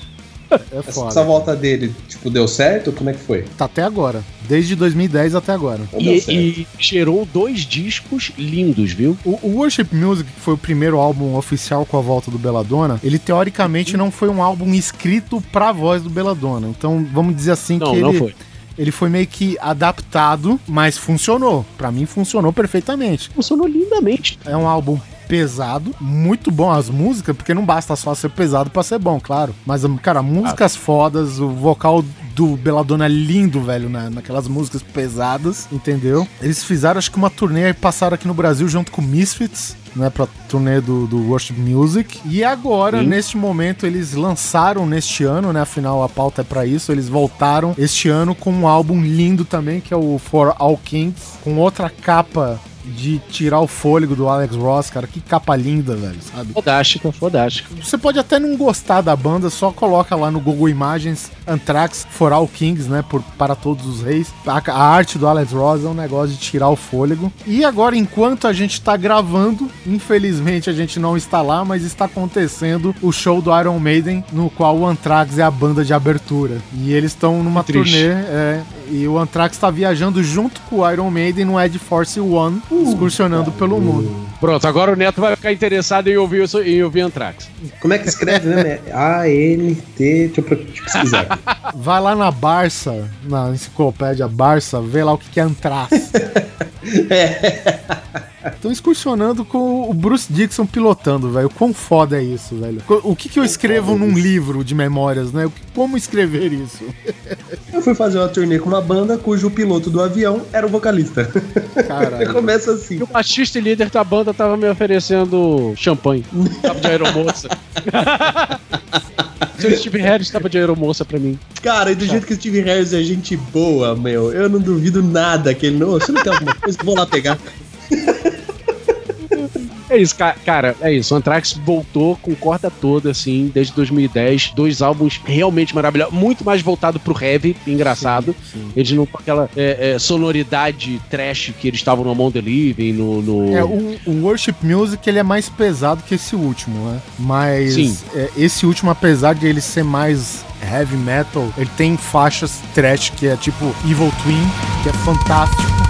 É foda. Essa volta dele, tipo, deu certo? Como é que foi? Tá até agora. Desde dois mil e dez até agora. E, e gerou dois discos lindos, viu? O, o Worship Music, que foi o primeiro álbum oficial com a volta do Belladonna, ele teoricamente não foi um álbum escrito pra voz do Belladonna. Então, vamos dizer assim Não, que não ele... foi. Ele foi meio que adaptado, mas funcionou. Pra mim, funcionou perfeitamente. Funcionou lindamente. É um álbum pesado, muito bom as músicas, porque não basta só ser pesado pra ser bom, claro. Mas, cara, músicas ah. fodas, o vocal do Belladonna é lindo, velho, na, naquelas músicas pesadas, entendeu? Eles fizeram, acho que uma turnê e passaram aqui no Brasil junto com Misfits, né, pra turnê do, do Worship Music. E agora, Sim. neste momento, eles lançaram neste ano, né, afinal a pauta é pra isso, eles voltaram este ano com um álbum lindo também, que é o For All Kings, com outra capa de tirar o fôlego do Alex Ross, cara, que capa linda, velho, sabe? Fodástica, fodástica. Você pode até não gostar da banda, só coloca lá no Google Imagens Anthrax For All Kings, né, por, para todos os reis. A, a arte do Alex Ross é um negócio de tirar o fôlego. E agora, enquanto a gente tá gravando, infelizmente a gente não está lá, mas está acontecendo o show do Iron Maiden, no qual o Anthrax é a banda de abertura. E eles estão numa turnê, é, e o Anthrax tá viajando junto com o Iron Maiden no Ed Force One, excursionando pelo mundo. Pronto, agora o Neto vai ficar interessado em ouvir, em ouvir Anthrax. Como é que escreve, né? A N T... Deixa eu pesquisar. Vai lá na Barça, na enciclopédia Barça, vê lá o que é Anthrax. É. Estão excursionando com o Bruce Dickinson pilotando, velho. Quão foda é isso, velho? O que que eu escrevo num livro de memórias, né? Como escrever isso? Eu fui fazer uma turnê com uma banda cujo piloto do avião era o vocalista. Caralho. Começa assim. E o baixista e líder da banda tava me oferecendo champanhe. Tava de aeromoça. O Steve Harris tava de aeromoça pra mim. Cara, e do jeito que o Steve Harris é gente boa, meu, eu não duvido nada que ele não... Você não tem alguma coisa? Vou lá pegar. É isso, cara, é isso. O Anthrax voltou com corda toda, assim, desde dois mil e dez. Dois álbuns realmente maravilhosos. Muito mais voltado pro heavy, engraçado. Sim, sim. Eles não com aquela é, é, sonoridade trash que eles estavam no Among the Living, no... no... É, o, o Worship Music, ele é mais pesado que esse último, né? Mas é, esse último, apesar de ele ser mais heavy metal, ele tem faixas trash, que é tipo Evil Twin, que é fantástico.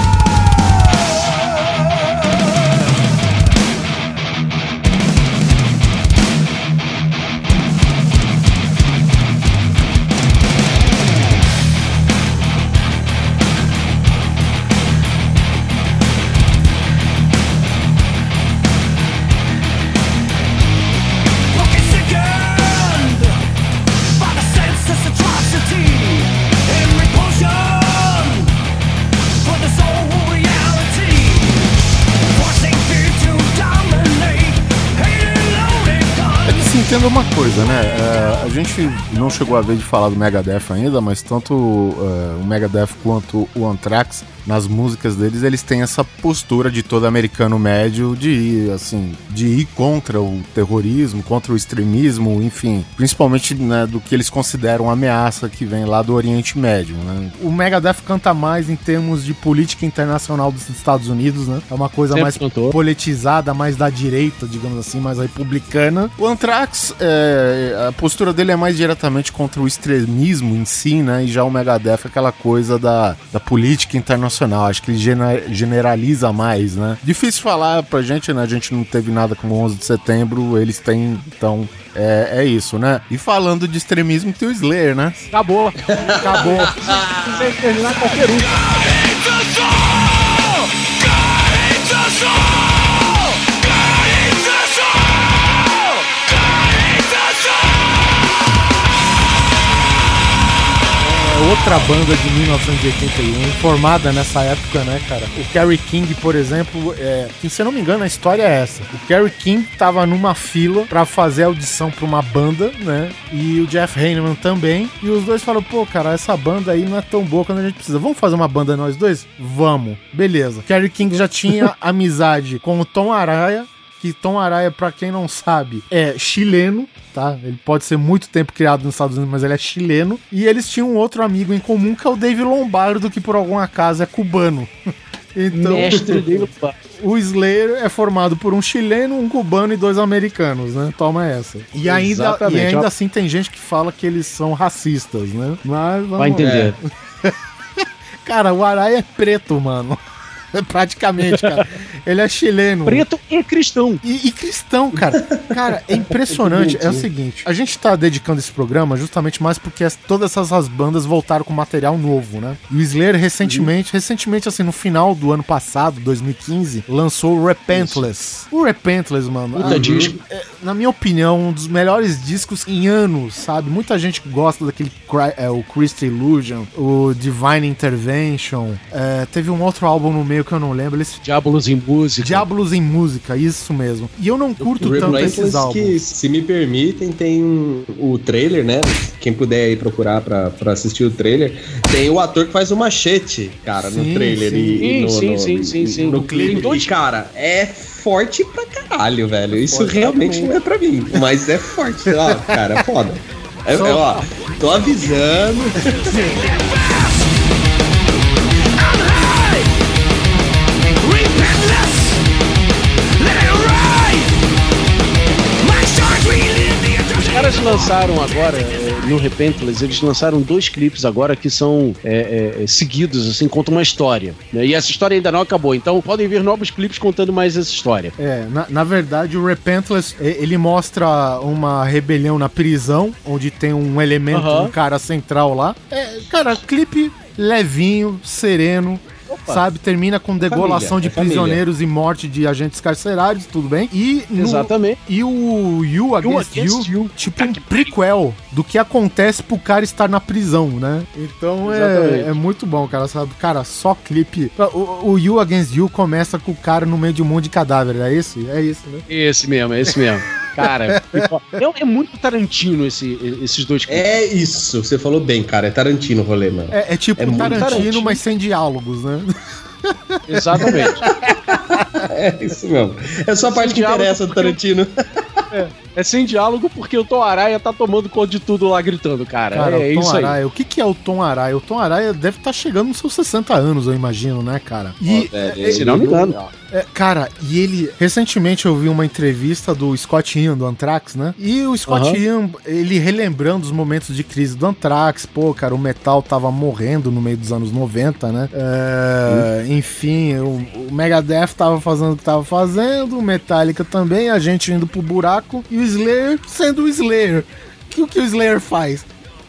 Entenda uma coisa, né? É, a gente não chegou a ver de falar do Megadeth ainda, mas tanto uh, o Megadeth quanto o Anthrax, nas músicas deles, eles têm essa postura de todo americano médio de ir, assim, de ir contra o terrorismo, contra o extremismo, enfim, principalmente, né, do que eles consideram uma ameaça que vem lá do Oriente Médio, né? O Megadeth canta mais em termos de política internacional dos Estados Unidos, né? É uma coisa Sempre mais cantou. politizada, mais da direita, digamos assim, mais republicana. O Anthrax, é, a postura dele é mais diretamente contra o extremismo em si, né? E já o Megadeth é aquela coisa da, da política internacional. Acho que ele generaliza mais, né? Difícil falar pra gente, né? A gente não teve nada com o onze de setembro, eles têm, então é, é isso, né? E falando de extremismo, tem o Slayer, né? Acabou. Acabou. Você terminar qualquer um. Outra banda de mil novecentos e oitenta e um, formada nessa época, né, cara? O Kerry King, por exemplo, é, que, se eu não me engano, a história é essa. O Kerry King tava numa fila pra fazer audição pra uma banda, né? E o Jeff Hanneman também. E os dois falaram, pô, cara, essa banda aí não é tão boa quanto a gente precisa. Vamos fazer uma banda nós dois? Vamos. Beleza. Kerry King já tinha amizade com o Tom Araya, que Tom Araya, pra quem não sabe, é chileno, tá? Ele pode ser muito tempo criado nos Estados Unidos, mas ele é chileno. E eles tinham um outro amigo em comum, que é o Dave Lombardo, que por algum acaso é cubano. Então, Mestre dele. o Slayer é formado por um chileno, um cubano e dois americanos, né? Toma essa. E ainda, Exatamente. e ainda assim tem gente que fala que eles são racistas, né? Mas vamos Vai entender. É. Cara, o Araya é preto, mano. Praticamente, cara. Ele é chileno. Preto e cristão. E, e cristão, cara. Cara, é impressionante. É o seguinte, a gente tá dedicando esse programa justamente mais porque as, todas essas bandas voltaram com material novo, né? E o Slayer recentemente, uhum. recentemente assim, no final do ano passado, dois mil e quinze, lançou o Repentless. Isso. O Repentless, mano. Puta a, disco. É, na minha opinião, um dos melhores discos em anos, sabe? Muita gente gosta daquele é, o Crystal Illusion, o Divine Intervention. É, teve um outro álbum no meio que eu não lembro. Eles... Diabolos em Música. Diabolos em Música, isso mesmo. E eu não curto o tanto esses álbuns. Que, se me permitem, tem um, o trailer, né? Quem puder aí procurar pra, pra assistir o trailer, tem o ator que faz o Machete, cara, sim, no trailer. Sim, e, e no, sim, no, sim, sim, sim. No clipe. E, cara, é forte pra caralho, velho. Isso forte realmente não é pra mim, mas é forte. Ó, cara, é foda. É, é, ó, tô avisando. Os caras lançaram agora, no Repentless, eles lançaram dois clipes agora que são é, é, seguidos, assim, contam uma história. Né? E essa história ainda não acabou, então podem vir novos clipes contando mais essa história. É, na, na verdade o Repentless, ele mostra uma rebelião na prisão, onde tem um elemento, uh-huh. um cara central lá. É, cara, clipe levinho, sereno. Opa. Sabe, termina com degolação família, de prisioneiros família. E morte de agentes carcerários, tudo bem? E no, exatamente. E o You Against, You, Against You, tipo um prequel do que acontece pro cara estar na prisão, né? Então é, é muito bom, cara, sabe? Cara, só clipe. O, o You Against You começa com o cara no meio de um monte de cadáver, é esse? É isso, né? Esse mesmo, é esse mesmo. Cara, é, é muito Tarantino esse, esses dois clipes. É isso, você falou bem, cara. É Tarantino o rolê, mano. É, é tipo é Tarantino, Tarantino, mas sem diálogos, né? Exatamente. É isso mesmo. É só a parte que interessa do Tarantino. É, é sem diálogo porque o Tom Araya tá tomando conta de tudo lá gritando, cara. Cara, é, o Tom isso Araya, aí. O que, que é o Tom Araya? O Tom Araya deve estar tá chegando nos seus sessenta anos, eu imagino, né, cara? E, oh, é, se não me engano. É, cara, e ele... Recentemente eu vi uma entrevista do Scott Ian, do Anthrax, né? E o Scott uhum. Ian, ele relembrando os momentos de crise do Anthrax. Pô, cara, o metal tava morrendo no meio dos anos noventa, né? É, uhum. Enfim, o, o Megadeth tava fazendo o que tava fazendo, o Metallica também, a gente indo pro buraco, e o Slayer sendo o Slayer. Que, o que o Slayer faz?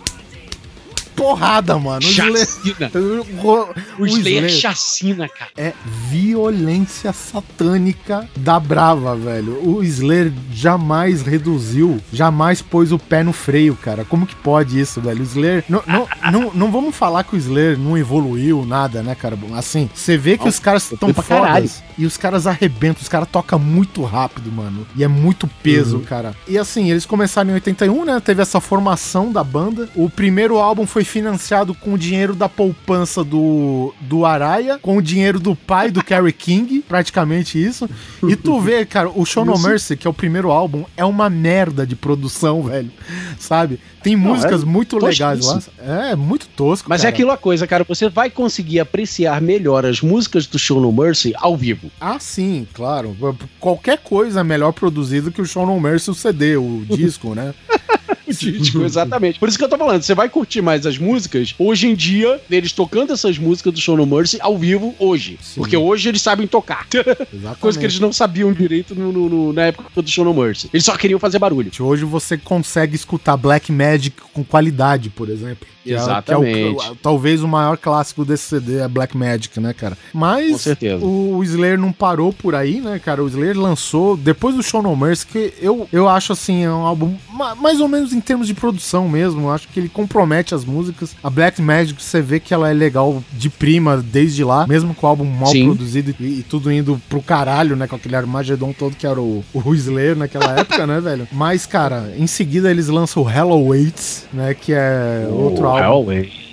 Porrada, mano. Chacina. O, o, o Slayer é chacina, cara. É violência satânica da brava, velho. O Slayer jamais reduziu, jamais pôs o pé no freio, cara. Como que pode isso, velho? O Slayer... Não, não, não, não vamos falar que o Slayer não evoluiu, nada, né, cara? Assim, você vê que não, os caras estão fodas e os caras arrebentam, os caras tocam muito rápido, mano. E é muito peso, uhum. cara. E assim, eles começaram em oitenta e um, né? Teve essa formação da banda. O primeiro álbum foi financiado com o dinheiro da poupança do, do Araya, com o dinheiro do pai do Kerry King, praticamente isso. E tu vê, cara, o Show No Mercy, que é o primeiro álbum, é uma merda de produção, velho. Sabe? Tem Não, músicas é muito legais lá. É, muito tosco, Mas cara. É aquilo a coisa, cara, você vai conseguir apreciar melhor as músicas do Show No Mercy ao vivo. Ah, sim, claro. Qualquer coisa é melhor produzido que o Show No Mercy, o C D, o disco, né? Disco, exatamente. Por isso que eu tô falando, você vai curtir mais as músicas hoje em dia, eles tocando essas músicas do Show No Mercy ao vivo hoje. Sim. Porque hoje eles sabem tocar. Exatamente. Coisa que eles não sabiam direito no, no, no, na época do Show No Mercy. Eles só queriam fazer barulho. Hoje você consegue escutar Black Magic com qualidade, por exemplo. Que Exatamente. É, que é o, talvez o maior clássico desse C D é Black Magic, né, cara? Mas com certeza. O, o Slayer não parou por aí, né, cara? O Slayer lançou, depois do Show No Mercy, que eu, eu acho, assim, é um álbum mais ou menos em termos de produção mesmo. Eu acho que ele compromete as músicas. A Black Magic, você vê que ela é legal de prima desde lá, mesmo com o álbum mal Sim. produzido e, e tudo indo pro caralho, né, com aquele Armageddon todo que era o, o Slayer naquela época, né, velho? Mas, cara, em seguida eles lançam o Hello Waits, né, que é outro oh, álbum. Hellway.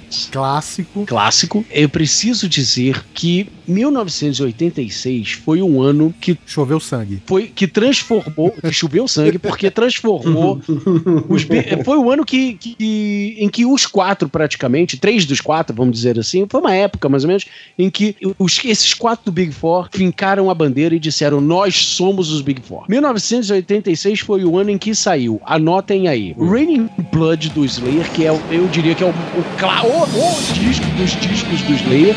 Puppets. Clássico. Clássico. Eu preciso dizer que mil novecentos e oitenta e seis foi um ano que Choveu sangue. foi que transformou, que choveu sangue, porque transformou os, foi o ano que, que em que os quatro praticamente, três dos quatro, vamos dizer assim, foi uma época mais ou menos em que os, esses quatro do Big Four fincaram a bandeira e disseram: nós somos os Big Four. mil novecentos e oitenta e seis foi o ano em que saiu, anotem aí, Raining Blood do Slayer, que é, eu diria que é o, o, o, o disco dos discos do Slayer.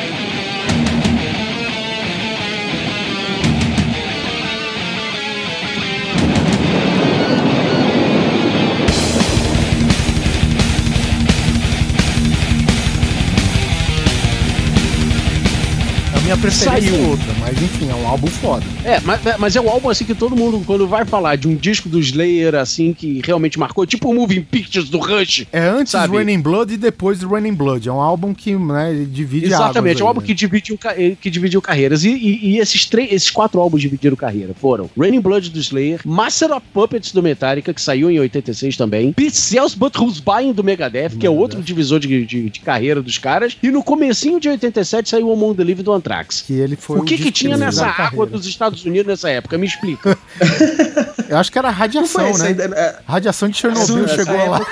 Minha preferência Saiu. é outra, mas enfim, é um álbum foda. É, mas, mas é o álbum assim que todo mundo, quando vai falar de um disco do Slayer assim que realmente marcou, tipo o Moving Pictures do Rush. É antes sabe? do Raining Blood e depois do Raining Blood. É um álbum que, né, ele divide Exatamente, é um águas álbum aí, que dividiu, ca- que dividiu carreiras. E, e- e esses, três, esses quatro álbuns dividiram carreira foram Raining Blood do Slayer, Master of Puppets do Metallica, que saiu em oitenta e seis também, Pete Cells But Who's Buying do Megadeth, que é outro divisor de, de, de carreira dos caras, e no comecinho de oitenta e sete saiu o Among the Living do Anthrax. Que ele foi O que que disco tinha da nessa carreira. água dos Estados Unidos nessa época? Me explica. Eu acho que era Não radiação, foi essa né? ainda, é, Radiação de Chernobyl Essa chegou lá.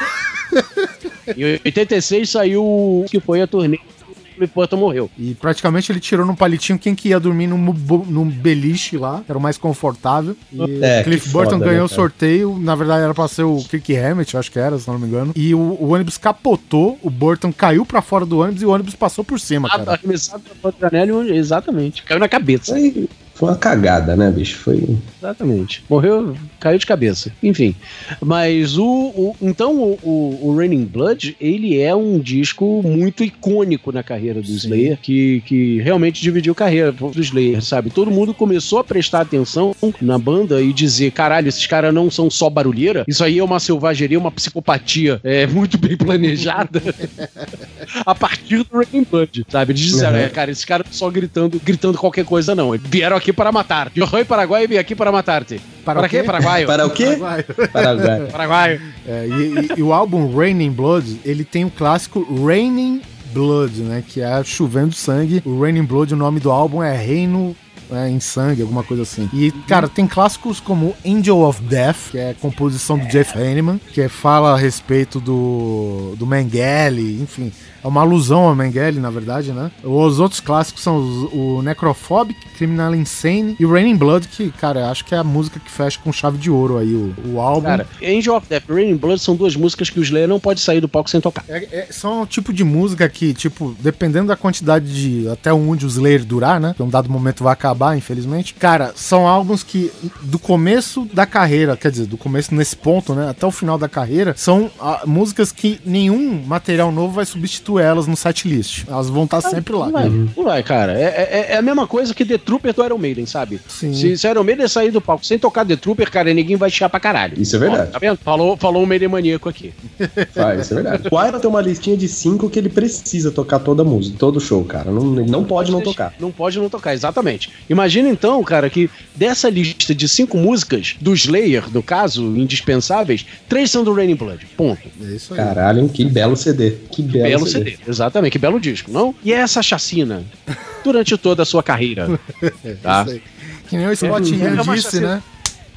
Em oitenta e seis saiu o que foi a turnê e Phantom morreu. E praticamente ele tirou num palitinho quem que ia dormir num, bu- num beliche lá, que era o mais confortável. E É, Cliff que Burton foda, ganhou né, o cara? sorteio. Na verdade era pra ser o Kirk Hammett, eu acho que era, se não me engano. E o, o ônibus capotou, o Burton caiu pra fora do ônibus e o ônibus passou por cima, cara. Arremessado pra Patranelli, exatamente. Caiu na cabeça. foi, foi uma cagada, né, bicho? Foi. Exatamente. Morreu, caiu de cabeça. Enfim. Mas o. o- então, o, o, o Raining Blood, ele é um disco muito icônico na carreira do Slayer, que, que realmente dividiu a carreira do Slayer, sabe? Todo mundo começou a prestar atenção na banda e dizer: caralho, esses caras não são só barulheira, isso aí é uma selvageria, uma psicopatia é, muito bem planejada. A partir do Raining Blood, sabe? Eles disseram: Uhum. é, cara, esses caras são só gritando, gritando qualquer coisa, não. Eles vieram aqui para matar. Eu rei Paraguai e vim aqui para matar-te. Para Para, o quê? quê? Paraguaio. Para o quê? Vai. Paraguai. Paraguaio. É, e, e- e o álbum Raining Blood, ele tem o clássico Raining Blood, né? Que é chovendo sangue. O Raining Blood, o nome do álbum é Reino é, em Sangue, alguma coisa assim. E, cara, tem clássicos como Angel of Death, que é composição do Jeff Hanneman, que é- fala a respeito do, do Mengele, enfim. É uma alusão ao Mengele, na verdade, né? Os outros clássicos são os- o Necrophobic, Criminal Insane e o Raining Blood, que, cara, acho que é a música que fecha com chave de ouro aí o, o álbum. Cara, Angel of Death e Raining Blood são duas músicas que o Slayer não pode sair do palco sem tocar. É, é, são um tipo de música que, tipo, dependendo da quantidade de até onde o Slayer durar, né? Que um dado momento vai acabar, infelizmente. Cara, são álbuns que, do começo da carreira, quer dizer, do começo nesse ponto, né? Até o final da carreira, são ah, músicas que nenhum material novo vai substituir elas no setlist. Elas vão estar sempre lá. Não vai, não vai, cara. É, é- é a mesma coisa que The Trooper do Iron Maiden, sabe? Sim. Se, se Iron Maiden sair do palco sem tocar The Trooper, cara, ninguém vai chiar pra caralho. Isso é verdade. Ó, tá vendo? Falou, falou um Maiden maníaco aqui. Faz, isso é verdade. O Iron tem uma listinha de cinco que ele precisa tocar toda a música, todo show, cara. Não, ele não pode não tocar. Não pode não tocar, exatamente. Imagina então, cara, que dessa lista de cinco músicas do Slayer, no caso, indispensáveis, três são do Raining Blood. Ponto. É isso aí. Caralho, que belo C D. Que belo, Belo C D. C D, exatamente, que belo disco, não? E essa chacina durante toda a sua carreira, tá? Isso aí. Que nem o Scott É Ian uma disse, chacina. né?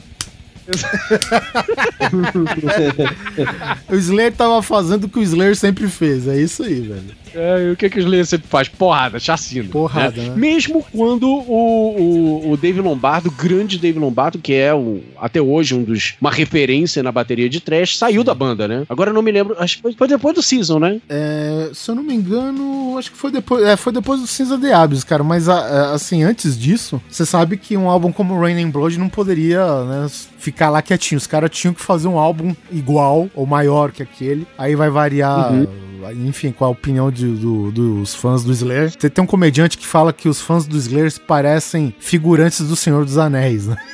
O Slayer tava fazendo o que o Slayer sempre fez. É isso aí, velho. É, e o que, que o Slayer sempre faz? Porrada, chacina. Porrada, né? Mesmo quando o, o, o Dave Lombardo, o grande Dave Lombardo, que é o, até hoje um dos, uma referência na bateria de thrash, saiu da banda, né? Agora eu não me lembro, acho que foi, foi depois do Season, né? É, se eu não me engano, acho que foi depois, é, foi depois do Cinza de Abyss, cara. Mas a- a- assim, antes disso, você sabe que um álbum como Raining Blood não poderia, né, ficar lá quietinho. Os caras tinham que fazer um álbum igual ou maior que aquele. Aí vai variar. Enfim, com a opinião de- do- dos fãs do Slayer. Tem, tem um comediante que fala que os fãs do Slayer parecem figurantes do Senhor dos Anéis, né?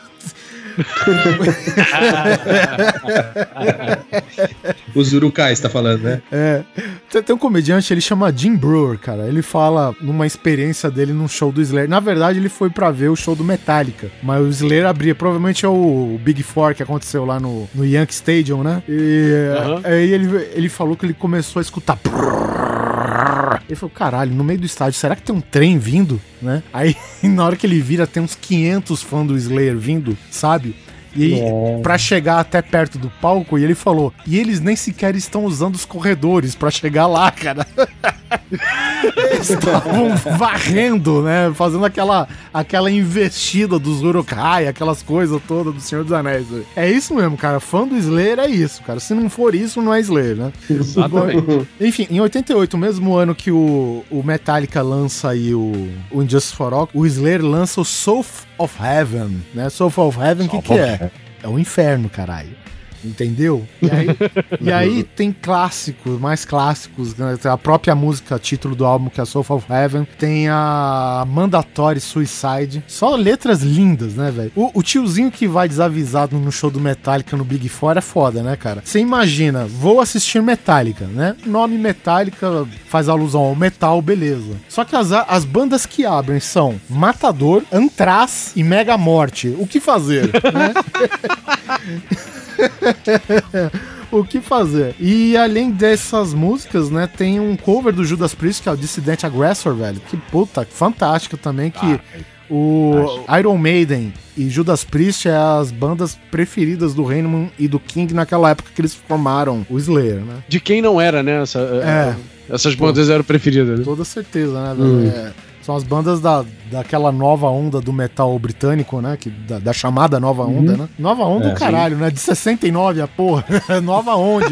Os Urukais, tá falando, né? É. Tem, tem um comediante, ele chama Jim Brewer, cara. Ele fala numa experiência dele num show do Slayer. Na verdade, ele foi pra ver o show do Metallica. Mas o Slayer abria. Provavelmente é o, o Big Four que aconteceu lá no, no Yankee Stadium, né? E Aham. aí ele, ele falou que ele começou a escutar. Ele falou, caralho, no meio do estádio, será que tem um trem vindo, né? Aí, na hora que ele vira, tem uns quinhentos fãs do Slayer vindo, sabe? E aí, pra chegar até perto do palco, e ele falou, e eles nem sequer estão usando os corredores pra chegar lá, cara. Eles estavam varrendo, né? Fazendo aquela, aquela investida dos Uruk-hai, aquelas coisas todas do Senhor dos Anéis. É isso mesmo, cara. Fã do Slayer é isso, cara. Se não for isso, não é Slayer, né? Exatamente. Enfim, em oitenta e oito, o mesmo ano que o, o Metallica lança aí o, o Injustice for All, o Slayer lança o Soul of Heaven, né? Soul of Heaven, o que que é? É o inferno, caralho. Entendeu? E aí, e aí tem clássicos, mais clássicos, né? A própria música, título do álbum, que é Soul of Heaven. Tem a Mandatory Suicide. Só letras lindas, né, velho? O, o tiozinho que vai desavisado no show do Metallica no Big Four é foda, né, cara? Você imagina, vou assistir Metallica, né? Nome Metallica faz alusão ao metal, beleza. Só que as, as bandas que abrem são Matador, Anthrax e Mega Morte. O que fazer, né? O que fazer? E além dessas músicas, né, tem um cover do Judas Priest, que é o Dissident Aggressor, velho. Que puta, fantástico também, que ah, o Iron Maiden e Judas Priest é as bandas preferidas do Heinemann e do King naquela época que eles formaram o Slayer, né? De quem não era, né? Essa, é. Essas bandas Pô, eram preferidas, né? Toda certeza, né, velho? Hum. É. São as bandas da, daquela nova onda do metal britânico, né? Que, da, da chamada nova onda, uhum. né? Nova onda é, do caralho, sim. né? De sessenta e nove, a porra. Nova onde?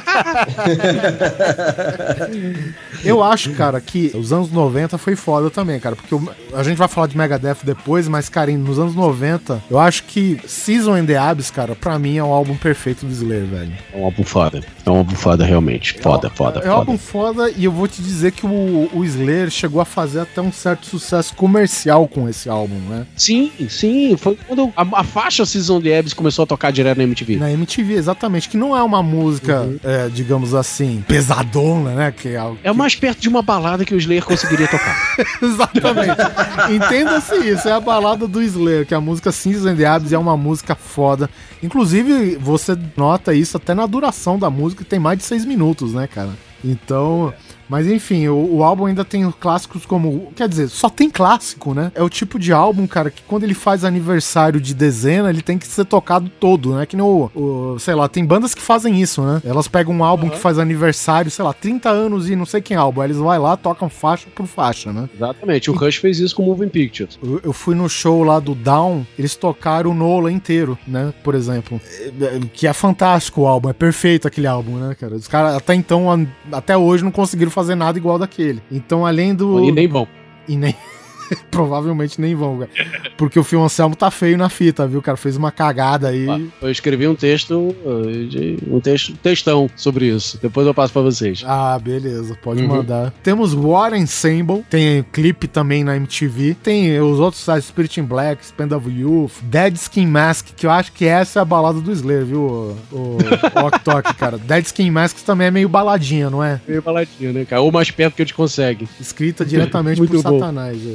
Eu acho, cara, que os anos noventa foi foda também, cara. Porque o, a gente vai falar de Megadeth depois, mas, cara, nos anos noventa, eu acho que Season in the Abyss, cara, pra mim é um álbum perfeito do Slayer, velho. É um álbum foda. É um álbum foda, realmente. Foda, é, foda, é foda. É um álbum foda e eu vou te dizer que o, o Slayer chegou a fazer até um certo sucesso comercial com esse álbum, né? Sim, sim. Foi quando a, a faixa Season of the Abyss começou a tocar direto na M T V. Na M T V, exatamente. Que não é uma música, uhum. é, digamos assim, pesadona, né? Que é, é o mais perto de uma balada que o Slayer conseguiria tocar. Exatamente. Entenda-se isso. É a balada do Slayer, que a música Season of the Abyss é uma música foda. Inclusive, você nota isso até na duração da música, que tem mais de seis minutos, né, cara? Então... Mas enfim, o, o álbum ainda tem clássicos como... Quer dizer, só tem clássico, né? É o tipo de álbum, cara, que quando ele faz aniversário de dezena, ele tem que ser tocado todo, né? Que nem o, o... Sei lá, tem bandas que fazem isso, né? Elas pegam um álbum uhum. que faz aniversário, sei lá, trinta anos e não sei quem álbum. Aí eles vão lá, tocam faixa por faixa, né? Exatamente. O Rush fez isso com Moving Pictures. Eu, eu fui no show lá do Down, eles tocaram o Nola inteiro, né? Por exemplo. Que é fantástico o álbum, é perfeito aquele álbum, né, cara? Os caras até então, até hoje, não conseguiram fazer fazer nada igual daquele. Então, além do... E nem vão. E nem... Provavelmente nem vão, velho. Porque o Phil Anselmo tá feio na fita, viu? O cara fez uma cagada aí. Eu escrevi um texto, um texto, textão sobre isso. Depois eu passo pra vocês. Ah, beleza. Pode uhum. mandar. Temos War Ensemble. Tem clipe também na M T V. Tem os outros sites, Spirit in Black, Spend of Youth, Dead Skin Mask, que eu acho que essa é a balada do Slayer, viu? O, o, o Ok-Tok, cara. Dead Skin Mask também é meio baladinha, não é? Meio baladinha, né, cara? Ou mais perto que a gente consegue. Escrita diretamente por Satanás, velho.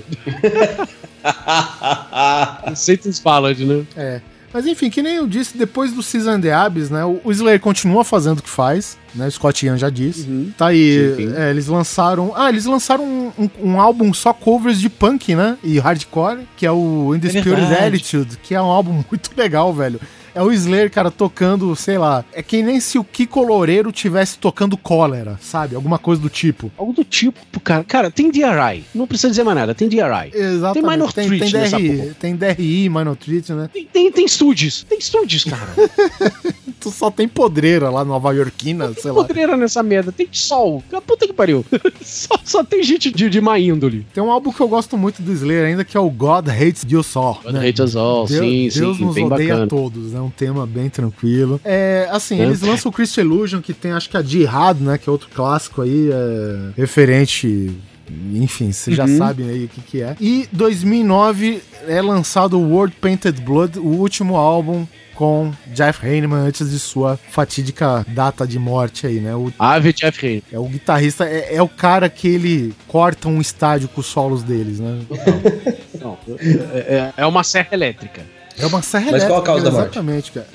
Satan's Ballad, né? É. Mas enfim, que nem eu disse, depois do Season in the Abyss, né? O Slayer continua fazendo o que faz, né? O Scott Ian já disse. Uhum. Tá aí, sim, sim. É, eles lançaram... Ah, eles lançaram um, um, um álbum só covers de punk, né? E hardcore, que é o In the é Spirit Attitude, que é um álbum muito legal, velho. É o Slayer, cara, tocando, sei lá, é que nem se o Kiko Loureiro tivesse tocando Cólera, sabe? Alguma coisa do tipo. Algo do tipo, cara. Cara, tem D R I. Não precisa dizer mais nada, tem D R I. Exatamente. Tem Minor tem, Threat tem nessa D R I, porra. Tem D R I, Minor Threat, né? Tem, tem, tem Studios. Tem Studios, cara. Tu só tem podreira lá, nova-iorquina, sei lá. Tem podreira nessa merda. Tem sol. Puta que pariu. Só, só tem gente de, de má índole. Tem um álbum que eu gosto muito do Slayer ainda, que é o God Hates Us All. God né? Hates Us All, Deus, sim, Deus sim. Deus nos bem odeia bacana. a todos, é né? Um tema bem tranquilo. É, assim, é. Eles lançam o Christian Illusion, que tem acho que a Jihad, né, que é outro clássico aí, é, referente, enfim, vocês uhum. já sabem aí o que que é. E dois mil e nove é lançado o World Painted Blood, o último álbum com Jeff Heinemann antes de sua fatídica data de morte aí, né? O, Ave Jeff Heinemann. É o guitarrista, é, é o cara que ele corta um estádio com os solos deles, né? Não, é, é uma serra elétrica. É uma serra Mas elétrica. qual a causa da morte? Exatamente, cara.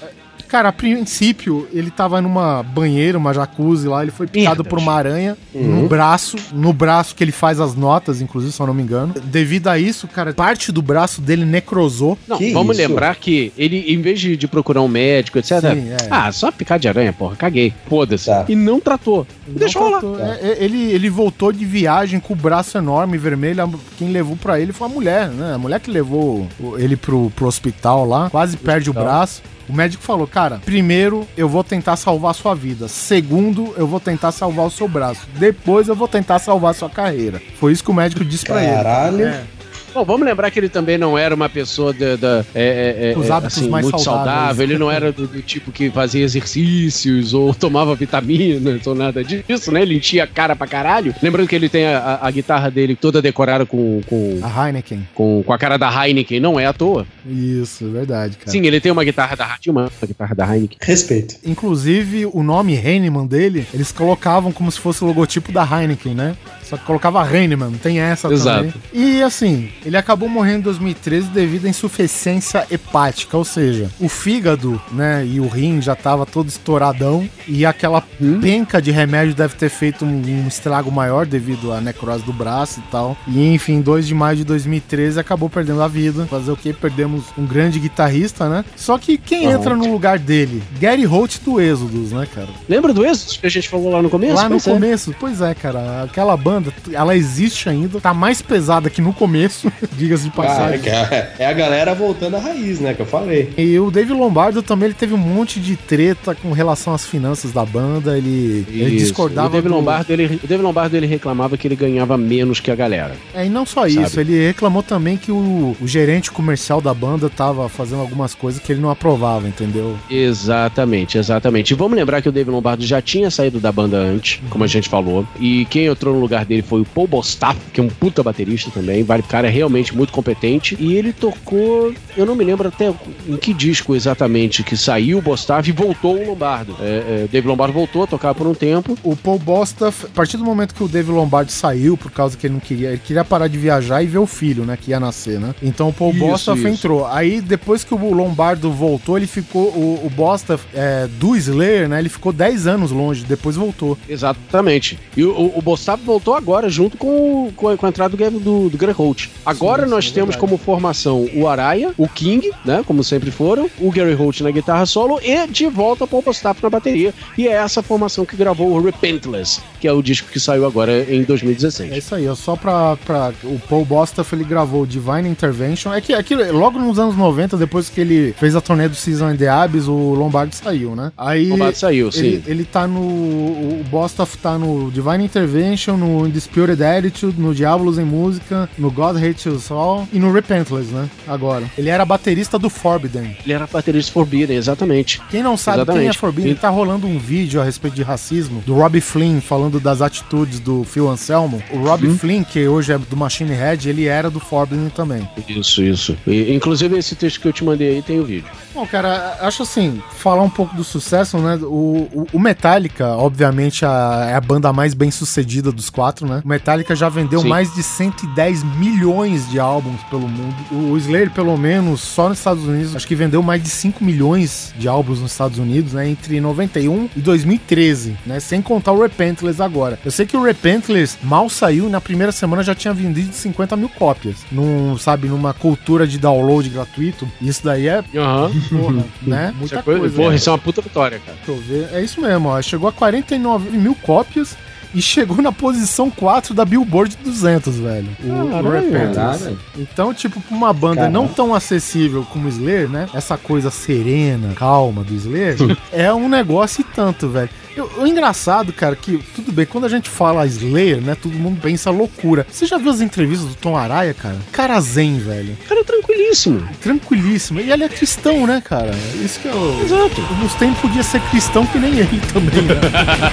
Cara, a princípio, ele tava numa banheira, uma jacuzzi lá, ele foi picado Merda. por uma aranha Uhum. no braço, no braço que ele faz as notas, inclusive, se eu não me engano. Devido a isso, cara, parte do braço dele necrosou. Não, Que vamos isso? lembrar que ele, em vez de, de procurar um médico, etcétera. Sim, é. Ah, só picar de aranha, porra, caguei. Foda-se. Tá. E não tratou. Não Deixou lá. tratou. É, é, ele, ele voltou de viagem com o braço enorme, vermelho. Quem levou pra ele foi a mulher, né? A mulher que levou o- ele pro, pro hospital lá, quase perde o braço. O médico falou, cara, primeiro eu vou tentar salvar a sua vida. Segundo, eu vou tentar salvar o seu braço. Depois eu vou tentar salvar a sua carreira. Foi isso que o médico disse pra ele. Caralho. É. Bom, vamos lembrar que ele também não era uma pessoa da, da- é, é, Os é, hábitos assim, mais muito saudáveis. saudável. Ele não era do, do tipo que fazia exercícios ou tomava vitaminas ou nada disso, né? Ele enchia a cara pra caralho. Lembrando que ele tem a, a- a guitarra dele toda decorada com, com, A Heineken. com, com a cara da Heineken, não é à toa. Isso, é verdade, cara. Sim, ele tem uma guitarra da Heineken, uma guitarra da Heineken. Respeito. Inclusive, o nome Heinemann dele, eles colocavam como se fosse o logotipo da Heineken, né? Só que colocava Heinemann, tem essa Exato. também. E assim, ele acabou morrendo em dois mil e treze devido à insuficiência hepática, ou seja, o fígado, né, e o rim já tava todo estouradão e aquela Hum? penca de remédio deve ter feito um, um estrago maior devido à necrose do braço e tal. E enfim, dois de maio de dois mil e treze acabou perdendo a vida. Fazer o quê? Perdemos um grande guitarrista, né? Só que quem Uhum. entra no lugar dele? Gary Holt do Êxodos, né, cara? Lembra do êxito que a gente falou lá no começo? Lá no Pois é. começo, pois é, cara, aquela banda, ela existe ainda, tá mais pesada que no começo, diga-se de Ah, é, passagem. que é é a galera voltando à raiz, né? Que eu falei. E o Dave Lombardo também, ele teve um monte de treta com relação às finanças da banda, ele, ele Isso. discordava O Dave do- Lombardo, ele, o Dave Lombardo, ele reclamava que ele ganhava menos que a galera. É, e não só Sabe? isso, ele reclamou também que o, o gerente comercial da banda tava fazendo algumas coisas que ele não aprovava, entendeu? Exatamente, exatamente. E vamos lembrar que o Dave Lombardo já tinha saído da banda antes, como a gente falou, e quem entrou no lugar dele foi o Paul Bostaff, que é um puta baterista também, vale, cara é realmente muito competente, e ele tocou, eu não me lembro até em que disco exatamente que saiu o Bostaff e voltou o Lombardo. É, é, Dave Lombardo voltou a tocar por um tempo. O Paul Bostaff, a partir do momento que o Dave Lombardo saiu, por causa que ele não queria, ele queria parar de viajar e ver o filho, né, que ia nascer, né? Então o Paul Isso, Bostaff isso. entrou. Aí depois que o Lombardo voltou, ele ficou, o, o Bostaff é, do Slayer, né, ele ficou dez anos longe, depois voltou. Exatamente. E o, o, o Bostaff voltou agora junto com, o- com, a, com a entrada do, do, do Greg Holt. Agora Sim, nós sim, é temos verdade. como formação o Araya, o King, né, como sempre foram, o Gary Holt na guitarra solo e de volta Paul Bostaff na bateria. E é essa formação que gravou o Repentless, que é o disco que saiu agora em dois mil e dezesseis. É isso aí, ó, só pra, pra... O Paul Bostaff, ele gravou Divine Intervention. É que, é que logo nos anos noventa, depois que ele fez a turnê do Season and the Abyss, o Lombardo saiu, né? Aí... O Lombardo saiu, sim. Ele, ele tá no... O Bostaff tá no Divine Intervention, no Undisputed Attitude, no Diabolos em Música, no God Hates Us All e no Repentless, né? Agora. Ele era baterista do Forbidden. Ele era baterista Forbidden, exatamente. Quem não sabe Exatamente. quem é Forbidden, E- tá rolando um vídeo a respeito de racismo do Robbie Flynn falando das atitudes do Phil Anselmo. O Robbie Uhum. Flynn, que hoje é do Machine Head, ele era do Forbidden também. Isso, isso. E, inclusive esse texto que eu te mandei aí tem o vídeo. Bom, cara, acho assim, falar um pouco do sucesso, né? O, o, o Metallica, obviamente, a- é a banda mais bem sucedida dos quatro, né? O Metallica já vendeu Sim. mais de cento e dez milhões de álbuns pelo mundo. O Slayer, pelo menos, só nos Estados Unidos, acho que vendeu mais de cinco milhões de álbuns nos Estados Unidos, né? Entre noventa e um e dois mil e treze, né? Sem contar o Repentless agora. Eu sei que o Repentless mal saiu e na primeira semana já tinha vendido cinquenta mil cópias. Num, sabe, numa cultura de download gratuito. Isso daí é Aham. porra, né? Isso Muita é coisa- coisa. Porra, né? isso é uma puta vitória, cara. Deixa eu ver. É isso mesmo, ó. Chegou a quarenta e nove mil cópias e chegou na posição quatro da Billboard duzentos, velho. O, Caralho, o Repentless. caralho. Então, tipo, pra uma banda Caralho. não tão acessível como o Slayer, né? Essa coisa serena, calma do Slayer, é um negócio e tanto, velho. Eu- O engraçado, cara, que tudo bem, quando a gente fala Slayer, né, todo mundo pensa loucura. Você já viu as entrevistas do Tom Araya, cara? Cara zen, velho. Cara, é tranquilíssimo. Tranquilíssimo. E ele é cristão, né, cara? Isso que eu... Exato. O Mustaine podia ser cristão que nem ele também, né?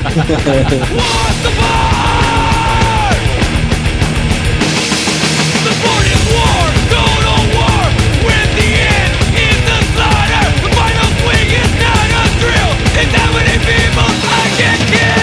The born is war, total war. When the end is the slaughter, the final swing is not a drill. It's how many people I can kill.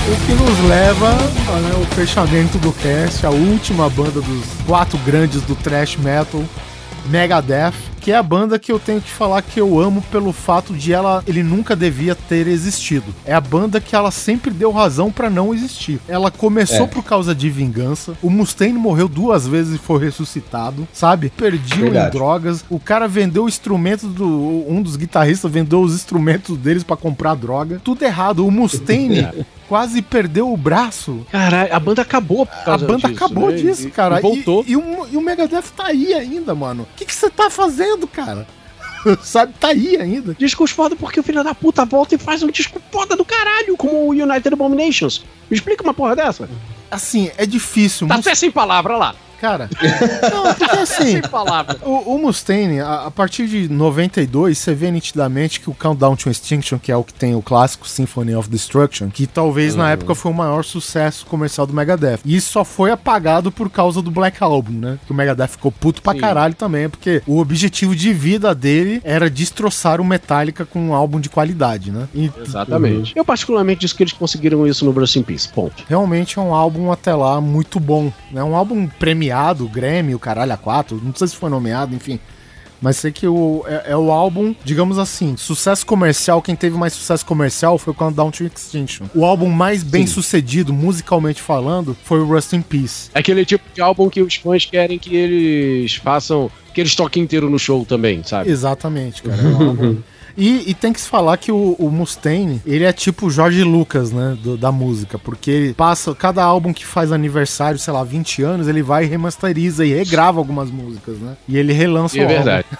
O que nos leva ao fechamento do cast, a última banda dos quatro grandes do thrash metal, Megadeth, que é a banda que eu tenho que falar que eu amo pelo fato de ela, ele nunca devia ter existido. É a banda que ela sempre deu razão pra não existir. Ela começou é. por causa de vingança. O Mustaine morreu duas vezes e foi ressuscitado, sabe? Perdiu Verdade. em drogas. O cara vendeu o instrumento do... Um dos guitarristas vendeu os instrumentos deles pra comprar droga. Tudo errado. O Mustaine... quase perdeu o braço. Caralho, a banda acabou por causa A banda disso, acabou né? disso, cara. E, e voltou. E, e, o, e o Megadeth tá aí ainda, mano. O que você tá fazendo, cara? Sabe, tá aí ainda. Discos foda porque o filho da puta volta e faz um disco foda do caralho, como o United Abominations. Me explica uma porra dessa. Assim, é difícil. Tá Must... até sem palavra lá. Cara, não, porque assim, o, o Mustaine, a, a partir de noventa e dois, você vê nitidamente que o Countdown to Extinction, que é o que tem o clássico Symphony of Destruction, que talvez uhum. na época foi o maior sucesso comercial do Megadeth. E isso só foi apagado por causa do Black Album, né? Que o Megadeth ficou puto pra Sim. caralho também, porque o objetivo de vida dele era destroçar o Metallica com um álbum de qualidade, né? E, Exatamente. Uhum. Eu particularmente disse que eles conseguiram isso no Rust in Peace, ponto. Realmente é um álbum até lá muito bom, né? Um álbum premiado, Grammy, o caralho a quatro, não sei se foi nomeado, enfim. Mas sei que o, é, é o álbum, digamos assim, sucesso comercial, quem teve mais sucesso comercial foi o Countdown to Extinction. O álbum mais bem Sim. sucedido, musicalmente falando, foi o Rust in Peace. É aquele tipo de álbum que os fãs querem que eles façam, que eles toquem inteiro no show também, sabe? Exatamente, cara. É um álbum... E, e tem que se falar que o, o Mustaine, ele é tipo o Jorge Lucas, né, do, da música, porque ele passa, cada álbum que faz aniversário, sei lá, vinte anos, ele vai e remasteriza e regrava algumas músicas, né, e ele relança e o é álbum. Verdade.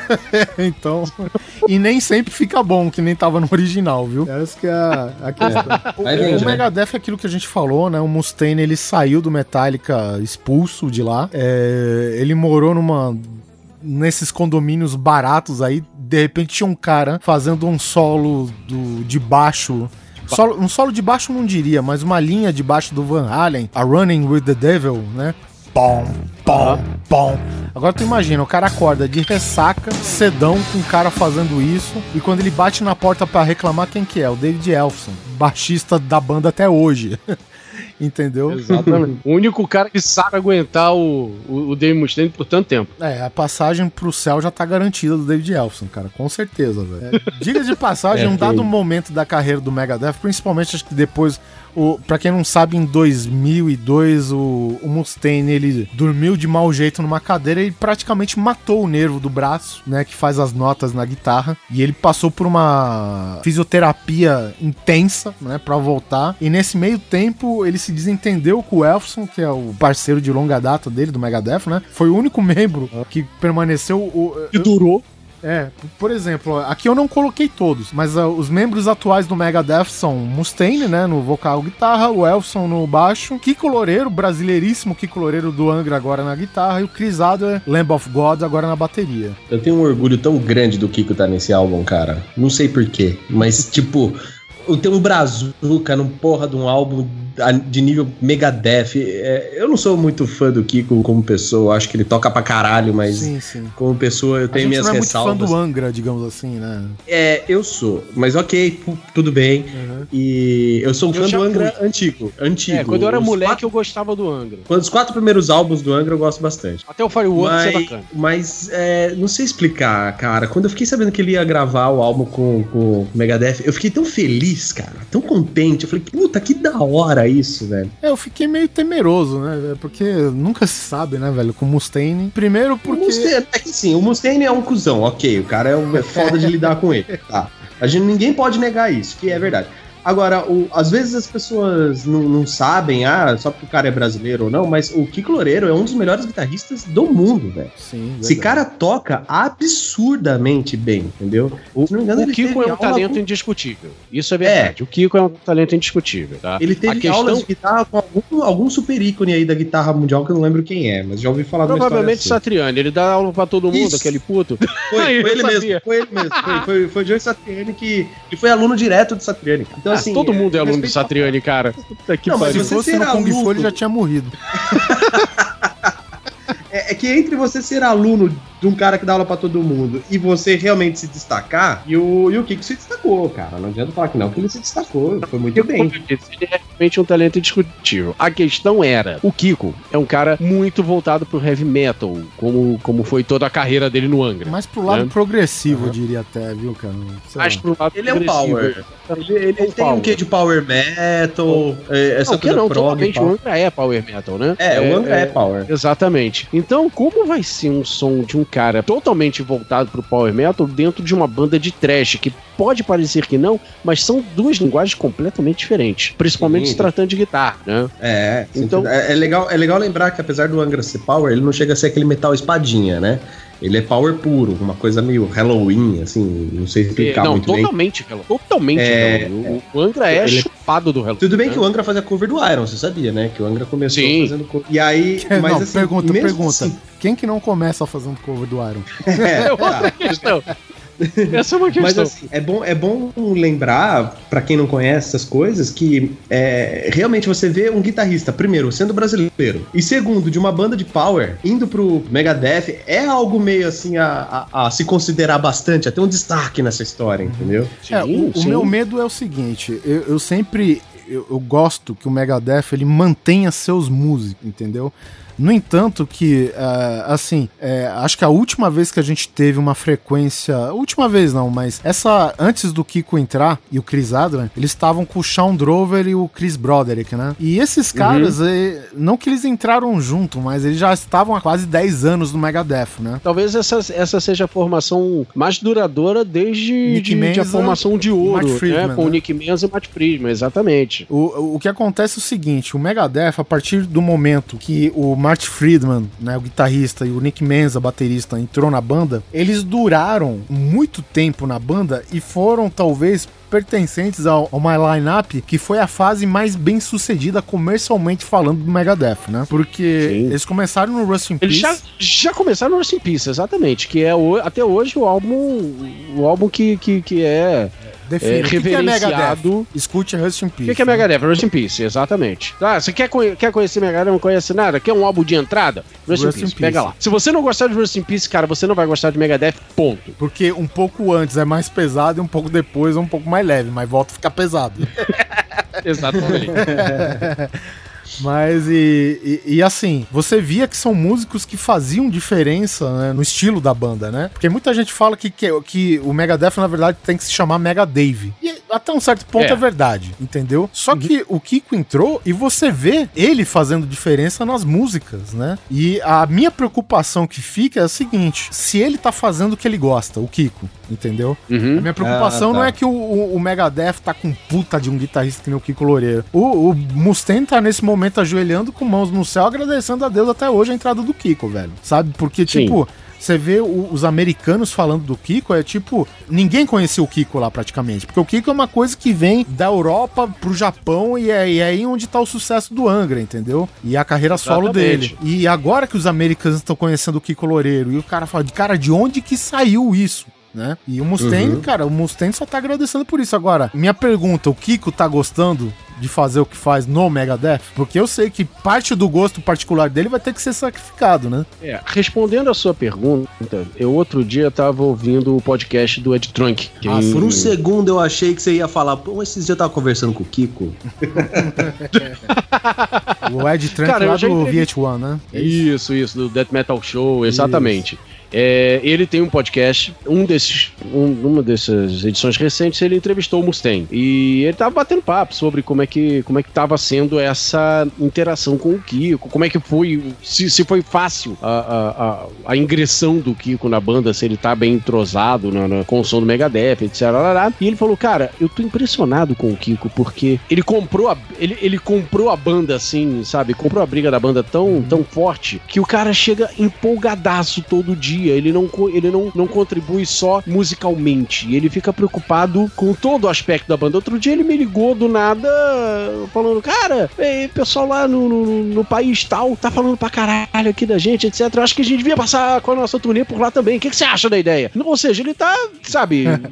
Então, e nem sempre fica bom, que nem tava no original, viu? Essa que é a, a questão. O, o, o Megadeth é aquilo que a gente falou, né? O Mustaine, ele saiu do Metallica expulso de lá, é, ele morou numa... nesses condomínios baratos aí, de repente tinha um cara fazendo um solo do, de baixo, solo, um solo de baixo não diria, mas uma linha de baixo do Van Halen, a Running with the Devil, né? Pom, pom, pom. Agora tu imagina, o cara acorda de ressaca, cedão, com o cara fazendo isso, e quando ele bate na porta pra reclamar, quem que é? O David Ellefson, baixista da banda até hoje. Entendeu? Exatamente. O único cara que sabe aguentar o, o, o Dave Mustaine por tanto tempo. É, a passagem pro céu já tá garantida do David Ellefson, cara, com certeza, velho. É, diga de passagem, é, um dado momento da carreira do Megadeth, principalmente acho que depois, o, pra quem não sabe, em dois mil e dois, o, o Mustaine, ele dormiu de mau jeito numa cadeira e praticamente matou o nervo do braço, né, que faz as notas na guitarra, e ele passou por uma fisioterapia intensa, né, pra voltar, e nesse meio tempo ele se desentendeu com o Ellefson, que é o parceiro de longa data dele, do Megadeth, né? Foi o único membro que permaneceu... O, que durou. É, por exemplo, aqui eu não coloquei todos, mas uh, os membros atuais do Megadeth são Mustaine, né, no vocal e guitarra, o Ellefson no baixo, Kiko Loureiro, brasileiríssimo Kiko Loureiro do Angra agora na guitarra, e o Chris Adler, Lamb of God, agora na bateria. Eu tenho um orgulho tão grande do Kiko estar nesse álbum, cara. Não sei porquê, mas tipo... Eu tenho um brazuca num porra de um álbum de nível Megadeth. É, eu não sou muito fã do Kiko como pessoa, acho que ele toca pra caralho, mas sim, sim. como pessoa eu tenho minhas ressalvas. A gente não é muito fã do Angra, digamos assim, né? É, eu sou, mas ok, tudo bem. Uhum. E eu sou um eu fã do Angra fui. antigo, antigo. É, quando eu era os moleque quatro... eu gostava do Angra. Quando os quatro primeiros álbuns do Angra eu gosto bastante. Até o Fireworks é bacana. Mas, é, não sei explicar, cara. Quando eu fiquei sabendo que ele ia gravar o álbum com, com o Megadeth, eu fiquei tão feliz, cara, tão contente. Eu falei, puta, que da hora isso, velho. É, eu fiquei meio temeroso, né, porque nunca se sabe, né, velho, com o Mustaine. Primeiro porque... O Mustaine, é que sim, o Mustaine é um cuzão, ok, o cara é, um, é foda de lidar com ele, tá. A gente, ninguém pode negar isso, que é verdade. Agora, o, às vezes as pessoas não, não sabem, ah, só porque o cara é brasileiro ou não, mas o Kiko Loureiro é um dos melhores guitarristas do mundo, velho. Sim, esse cara toca absurdamente bem, entendeu? O, se não me engano, o Kiko é um talento com... indiscutível. Isso é verdade. É. O Kiko é um talento indiscutível, tá? Ele teve questão... aulas de guitarra com algum, algum super ícone aí da guitarra mundial que eu não lembro quem é, mas já ouvi falar Provavelmente de uma história assim. Satriani, ele dá aula pra todo mundo, Isso. aquele puto. Foi, foi ele mesmo, foi ele mesmo. Foi, foi, foi o Joe Satriani que, que foi aluno direto do Satriani. Então, ah, assim, todo mundo é aluno do Satriani, cara. Puta que não, mas se fosse no Kung Fu, ele já tinha morrido. é, é que entre você ser aluno de um cara que dá aula pra todo mundo e você realmente se destacar, e o, e o Kiko se destacou, cara. Não adianta falar que não, que ele se destacou, foi muito Kiko, bem. Como eu disse, ele é realmente um talento indiscutível. A questão era, o Kiko é um cara muito voltado pro heavy metal, como, como foi toda a carreira dele no Angra. Mais pro lado né? progressivo, Uhum. eu diria até, viu, cara? Sei Mais lá. pro lado Ele é um progressivo. power. Ele, ele É um tem power. um quê de power metal, é, essa Não, que coisa não, prog, totalmente. power. O Angra é power metal, né? É, o Angra é power. Exatamente. Então, como vai ser um som de um cara totalmente voltado pro power metal dentro de uma banda de thrash, que pode parecer que não, mas são duas linguagens completamente diferentes, principalmente Sim. se tratando de guitarra, né? É, Então- então é, é legal, é legal lembrar que apesar do Angra ser power, ele não chega a ser aquele metal espadinha, né? Ele é power puro, uma coisa meio Halloween, assim, não sei explicar não, muito bem. totalmente, Halo. Totalmente. É, Halo. O, o Angra é Ele- chupado do Halo. Tudo bem que o Angra fazia cover do Iron, você sabia, né? Que o Angra começou Sim. fazendo cover. E aí, mas não, assim, pergunta, mesmo pergunta. assim- Quem que não começa fazendo cover do Iron? É outra questão. Essa é uma questão. Mas assim, é bom, é bom lembrar, pra quem não conhece essas coisas, que é, realmente você vê um guitarrista, primeiro, sendo brasileiro, e segundo, de uma banda de power, indo pro Megadeth, é algo meio assim a, a, a se considerar bastante, até um destaque nessa história, entendeu? É, o, o sim. meu medo é o seguinte, eu, eu sempre eu, eu gosto que o Megadeth ele mantenha seus músicos, entendeu? No entanto que, uh, assim, é, acho que a última vez que a gente teve uma frequência, última vez não, mas essa, antes do Kiko entrar e o Chris Adler, eles estavam com o Sean Drover e o Chris Broderick, né? E esses caras, Uhum. é, não que eles entraram junto, mas eles já estavam há quase dez anos no Megadeth, né? Talvez essa, essa seja a formação mais duradoura desde Nick de, de a Menza formação de e ouro, Matt Friedman, né? Com né? o Nick Menza e o Matt Friedman, exatamente. O, o que acontece é o seguinte, o Megadeth, a partir do momento que o Matt Friedman, né, o guitarrista, e o Nick Menza, baterista, entrou na banda, eles duraram muito tempo na banda e foram, talvez, pertencentes ao, ao My Line-Up, que foi a fase mais bem sucedida comercialmente falando do Megadeth, né? Porque Sim. eles começaram no Rust in Eles Peace. já, já começaram no Rust in Peace, exatamente, que é o, até hoje o álbum o álbum que, que, que é, Define. é O que, que é Megadeth? reverenciado. Escute Rust in O Peace. que, que é Megadeth? Rust in Peace, exatamente. Ah, você quer, conhe- quer conhecer Megadeth, não conhece nada? Quer um álbum de entrada? Rust, Rust in in Peace, pega Peace. lá. Se você não gostar de Rust in Peace, cara, você não vai gostar de Megadeth, ponto. Porque um pouco antes é mais pesado e um pouco depois é um pouco mais leve, mas volta a ficar pesado. Exatamente. Mas e, e, e assim, você via que são músicos que faziam diferença, né, no estilo da banda, né? Porque muita gente fala que, que, que o Megadeth, na verdade, tem que se chamar Mega Dave. E até um certo ponto é, É. verdade, entendeu? Só Uhum. que o Kiko entrou e você vê ele fazendo diferença nas músicas, né? E a minha preocupação que fica é a seguinte: se ele tá fazendo o que ele gosta, o Kiko, entendeu? Uhum. A minha preocupação Ah, tá. não é que o, o, o Megadeth tá com puta de um guitarrista que nem o Kiko Loureiro. O, o Mustaine tá nesse momento ajoelhando com mãos no céu, agradecendo a Deus até hoje a entrada do Kiko, velho. Sabe? Porque, Sim. tipo, você vê o- os americanos falando do Kiko, é tipo, ninguém conhecia o Kiko lá praticamente. Porque o Kiko é uma coisa que vem da Europa pro Japão e é, e é aí onde tá o sucesso do Angra, entendeu? E a carreira solo Exatamente. dele. E agora que os americanos estão conhecendo o Kiko Loureiro, e o cara fala, cara, de onde que saiu isso? Né? E o Mustaine, Uhum. cara, o Mustaine só tá agradecendo por isso. Agora, minha pergunta, o Kiko tá gostando de fazer o que faz no Megadeth? Porque eu sei que parte do gosto particular dele vai ter que ser sacrificado, né? É, respondendo a sua pergunta, eu outro dia tava ouvindo o podcast do Ed Trunk. Que Ah, por um segundo eu achei que você ia falar, pô, esses dias eu tava conversando com o Kiko. O Ed Trunk Cara, eu lá já do entrevi- V H um, né? Isso, isso, do Death Metal Show, exatamente. É, ele tem um podcast, um desses, um, uma dessas edições recentes, ele entrevistou o Mustaine. E ele tava batendo papo sobre como é que, como é que tava sendo essa interação com o Kiko, como é que foi, se, se foi fácil a, a, a, a ingressão do Kiko na banda, se ele tá bem entrosado na, na, com o som do Megadeth, etcétera. E ele falou, cara, eu tô impressionado com o Kiko, porque ele comprou a, ele, ele comprou a banda assim, sabe? Comprou a briga da banda tão, tão forte, que o cara chega empolgadaço todo dia. Ele não, co- ele não, não contribui só musicalmente. Ele fica preocupado com todo o aspecto da banda. Outro dia ele me ligou do nada, falando, cara, o pessoal lá no, no, no país tal tá falando pra caralho aqui da gente, etcétera. Eu acho que a gente devia passar com a nossa turnê por lá também. O que, que você acha da ideia? Ou seja, ele tá, sabe...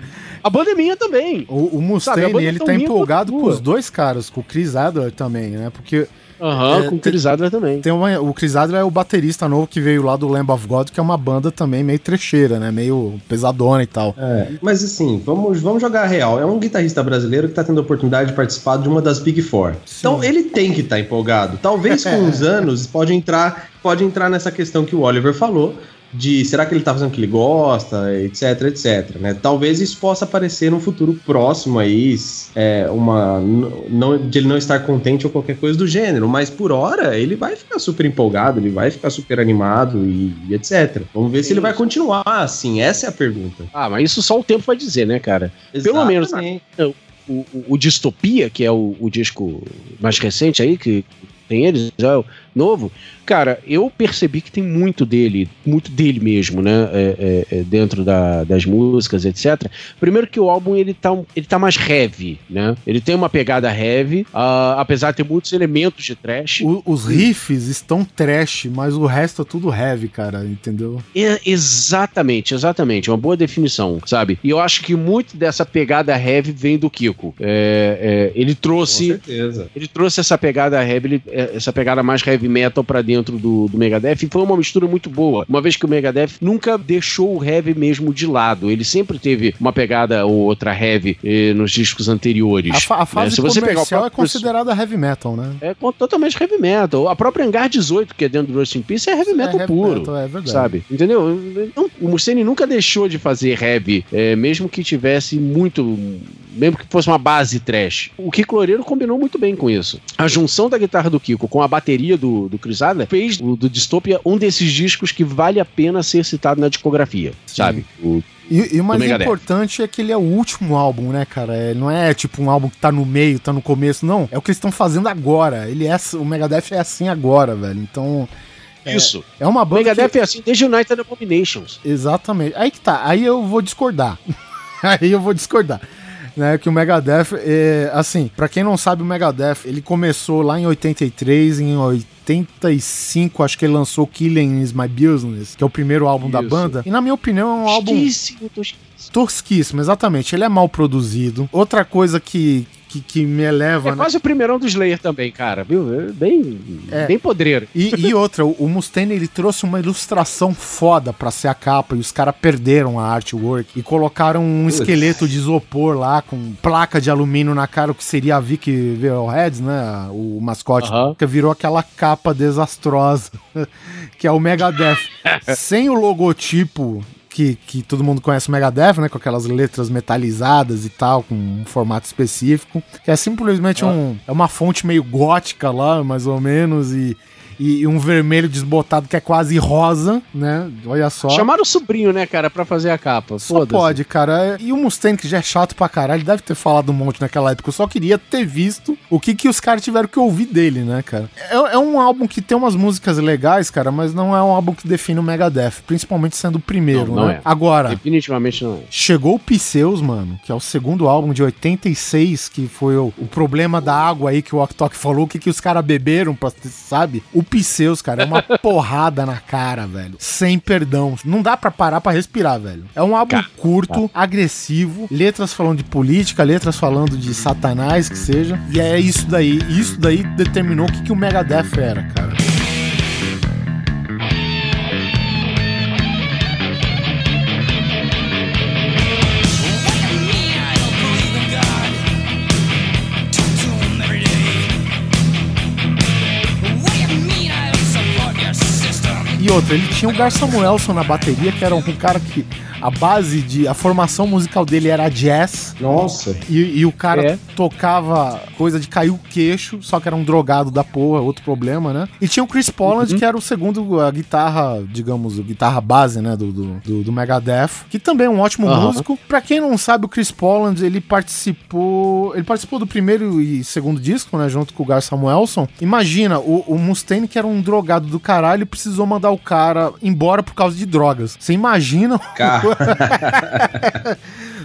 A banda é minha também. O, o Mustaine, ele tá empolgado com os dois caras, com o Chris Adler também, né? Porque... Aham, uhum, é, com o Chris Adler também. Tem uma, o Chris Adler é o baterista novo que veio lá do Lamb of God, que é uma banda também meio trecheira, né? Meio pesadona e tal. É, mas assim, vamos, vamos jogar a real. É um guitarrista brasileiro que tá tendo a oportunidade de participar de uma das Big Four. Sim. Então ele tem que estar tá empolgado. Talvez com os anos pode entrar, pode entrar nessa questão que o Oliver falou, de será que ele tá fazendo o que ele gosta, etc, etc, né? Talvez isso possa aparecer num futuro próximo aí, é, uma, não, de ele não estar contente ou qualquer coisa do gênero, mas por hora ele vai ficar super empolgado, ele vai ficar super animado e, e etcétera. Vamos ver Sim. se ele vai continuar assim, essa é a pergunta. Ah, mas isso só o tempo vai dizer, né, cara? Exatamente. Pelo menos né, o, o, o Dystopia, que é o, o disco mais recente aí, que tem eles, já é o novo, cara, eu percebi que tem muito dele, muito dele mesmo, né, é, é, dentro da, das músicas, etcétera. Primeiro que o álbum, ele tá, ele tá mais heavy, né, ele tem uma pegada heavy, uh, apesar de ter muitos elementos de thrash. O, os riffs estão thrash, mas o resto é tudo heavy, cara, entendeu? É, exatamente, exatamente, uma boa definição, sabe? E eu acho que muito dessa pegada heavy vem do Kiko. É, é, ele trouxe... Com certeza. Ele trouxe essa pegada heavy, ele, essa pegada mais heavy metal pra dentro do, do Megadeth, e foi uma mistura muito boa, uma vez que o Megadeth nunca deixou o heavy mesmo de lado, ele sempre teve uma pegada ou outra heavy eh, nos discos anteriores. A, fa a fase né? Se você pegar o próprio... é considerada heavy metal, né? É totalmente heavy metal. A própria Hangar dezoito, que é dentro do Rust in Peace, é heavy metal é heavy puro, metal, é verdade. Sabe? Entendeu? Então, o Mustaine nunca deixou de fazer heavy, eh, mesmo que tivesse muito... mesmo que fosse uma base trash. O Kiko Loureiro combinou muito bem com isso. A junção da guitarra do Kiko com a bateria do, do Chris Adler fez o, do Dystopia um desses discos que vale a pena ser citado na discografia, Sim. sabe? O, e, e o mais importante é que ele é o último álbum, né, cara? É, não é tipo um álbum que tá no meio, tá no começo, não. É o que eles estão fazendo agora. Ele é, o Megadeth é assim agora, velho. Então... Isso. É, é uma banda o Megadeth que... é assim desde United Abominations. Exatamente. Aí que tá. Aí eu vou discordar. Aí eu vou discordar. Né, que o Megadeth, é, assim, pra quem não sabe, o Megadeth, ele começou lá em oitenta e três, em oitenta e cinco, acho que ele lançou Killing Is My Business, que é o primeiro álbum Isso. da banda, e na minha opinião é um álbum... Tosquíssimo, tosquíssimo. Tosquíssimo, exatamente, ele é mal produzido. Outra coisa que... Que, que me eleva... É né? quase o primeirão do Slayer também, cara, viu? Bem, é. bem podreiro. E, e outra, o Mustaine, ele trouxe uma ilustração foda pra ser a capa, e os caras perderam a artwork e colocaram um Ui. esqueleto de isopor lá, com placa de alumínio na cara, o que seria a Vic Vallheads, né? O mascote, uh-huh. que virou aquela capa desastrosa, que é o Megadeth. Sem o logotipo... Que, que todo mundo conhece o Megadeth, né? Com aquelas letras metalizadas e tal, com um formato específico. Que é simplesmente ah. um, é uma fonte meio gótica lá, mais ou menos, e... E um vermelho desbotado que é quase rosa, né? Olha só. Chamaram o sobrinho, né, cara, pra fazer a capa. Só pode, cara. E o Mustaine, que já é chato pra caralho, ele deve ter falado um monte naquela época. Eu só queria ter visto o que, que os caras tiveram que ouvir dele, né, cara? É, é um álbum que tem umas músicas legais, cara, mas não é um álbum que define o Megadeth, principalmente sendo o primeiro, não, não né? É. Agora, definitivamente não é. Chegou o Pseus, mano, que é o segundo álbum de oitenta e seis, que foi o, o problema da água aí que o Ok Tok falou, o que, que os caras beberam, pra, sabe? O Pseus, cara, é uma porrada na cara, velho. Sem perdão. Não dá pra parar pra respirar, velho. É um álbum cara, curto, cara. agressivo, letras falando de política, letras falando de satanás, que seja. E é isso daí. Isso daí determinou o que, que o Megadeth era, cara. E outra, ele tinha o Gar Samuelson na bateria, que era um cara que a base de... a formação musical dele era jazz. Nossa. E, e o cara é. tocava coisa de cair o queixo, só que era um drogado da porra, outro problema, né? E tinha o Chris Poland, uhum. que era o segundo, a guitarra, digamos, a guitarra base, né, do, do, do, do Megadeth, que também é um ótimo uhum. músico. Pra quem não sabe, o Chris Poland, ele participou... ele participou do primeiro e segundo disco, né, junto com o Gar Samuelson. Imagina, o, o Mustaine, que era um drogado do caralho, precisou mandar o cara embora por causa de drogas. Você imagina...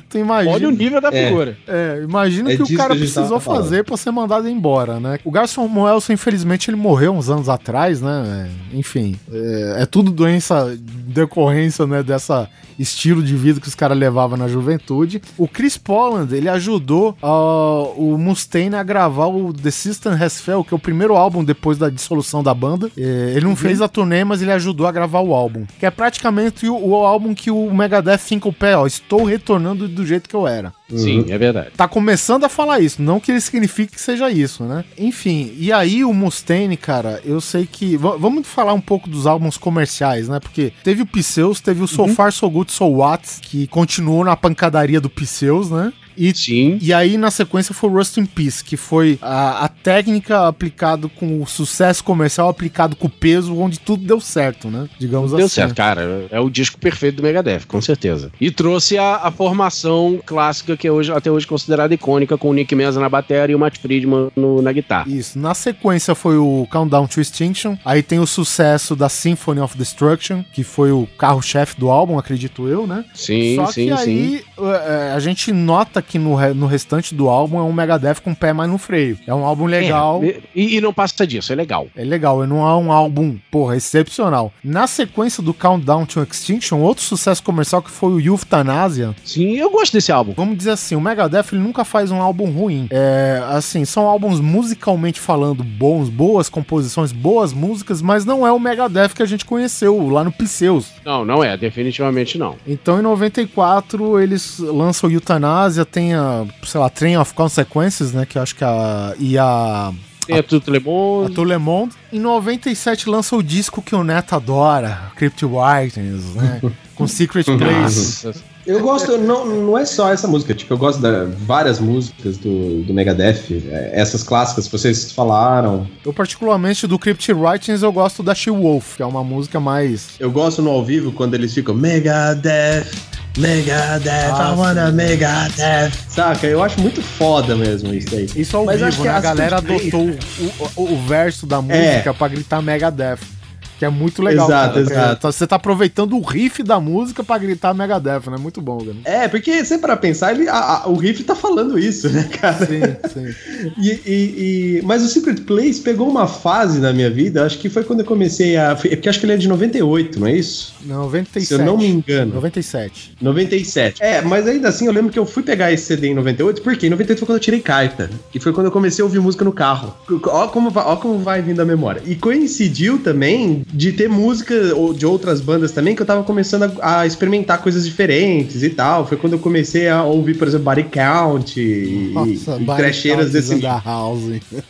Tu imagina... Olha o nível da É. figura. É, imagina É que o disso cara que a gente precisou tava falando. fazer pra ser mandado embora, né? O Garson Moelson, infelizmente, ele morreu uns anos atrás, né? É, Enfim, é, é tudo doença decorrência, né, dessa estilo de vida que os caras levavam na juventude. O Chris Poland, ele ajudou uh, o Mustaine a gravar o The System Has Failed, que é o primeiro álbum depois da dissolução da banda. É, ele não uhum. fez a turnê, mas ele ajudou a gravar o álbum. Que é praticamente o, o álbum que o Megadeth finca o pé, ó, estou retornando do jeito que eu era. Sim, uhum. é verdade. Tá começando a falar isso, não que ele signifique que seja isso, né? Enfim, e aí o Mustaine, cara, eu sei que... V- vamos falar um pouco dos álbuns comerciais, né? Porque teve o Pseus, teve o So uhum. Far So Good So What, que continuou na pancadaria do Pseus, né? E, Sim. e aí, na sequência, foi o Rust in Peace, que foi a, a técnica aplicada com o sucesso comercial, aplicado com o peso, onde tudo deu certo, né? Digamos deu assim. Deu certo, cara. É o disco perfeito do Megadeth, com certeza. E trouxe a, a formação clássica, que é hoje, até hoje considerada icônica, com o Nick Menza na bateria e o Matt Friedman no, na guitarra. Isso. Na sequência foi o Countdown to Extinction. Aí tem o sucesso da Symphony of Destruction, que foi o carro-chefe do álbum, acredito eu, né? Sim, Só sim, que aí sim. É, a gente nota que no, no restante do álbum é um Megadeth com o pé mais no freio. É um álbum legal. É, e, e não passa disso, é legal. É legal, não é um álbum, porra, excepcional. Na sequência do Countdown to Extinction, outro sucesso comercial que foi o Euthanasia. Sim, eu gosto desse álbum. Vamos dizer assim, o Megadeth ele nunca faz um álbum ruim. É, assim, são álbuns musicalmente falando bons, boas composições, boas músicas, mas não é o Megadeth que a gente conheceu lá no Pseus. Não, não é, definitivamente não. Então em noventa e quatro eles lançam o Euthanasia, tem a, sei lá, Train of Consequences, né, que eu acho que a... e a... Tem a Tout Le Monde. A Tout Le Monde. Em noventa e sete lança o disco que o Neto adora, Crypt Writings, né? Com Secret Place. Eu gosto, não, não é só essa música, tipo, eu gosto de várias músicas do, do Megadeth, essas clássicas que vocês falaram. Eu particularmente do Crypt Writings eu gosto da She-Wolf, que é uma música mais... Eu gosto no ao vivo quando eles ficam Megadeth, Megadeth, ah, I wanna Megadeth. Saca? Eu acho muito foda mesmo isso aí. Isso ao Mas vivo, né? A galera adotou o, o, o verso da música é. pra gritar Megadeth. Que é muito legal. Exato, cara, exato. Você tá aproveitando o riff da música pra gritar Megadeth, né? Muito bom, cara. É, porque sempre pra pensar, ele, a, a, o riff tá falando isso, né, cara? Sim, sim. e, e, e, mas o Secret Place pegou uma fase na minha vida, acho que foi quando eu comecei a... Porque acho que ele é de noventa e oito, não é isso? noventa e sete. Se eu não me engano. noventa e sete. noventa e sete. É, mas ainda assim eu lembro que eu fui pegar esse C D em noventa e oito, porque em noventa e oito foi quando eu tirei carta. Que foi quando eu comecei a ouvir música no carro. Ó como, ó como vai vindo a memória. E coincidiu também de ter música de outras bandas também, que eu tava começando a, a experimentar coisas diferentes e tal. Foi quando eu comecei a ouvir, por exemplo, Body Count e, Nossa, e trecheiras desse... da House.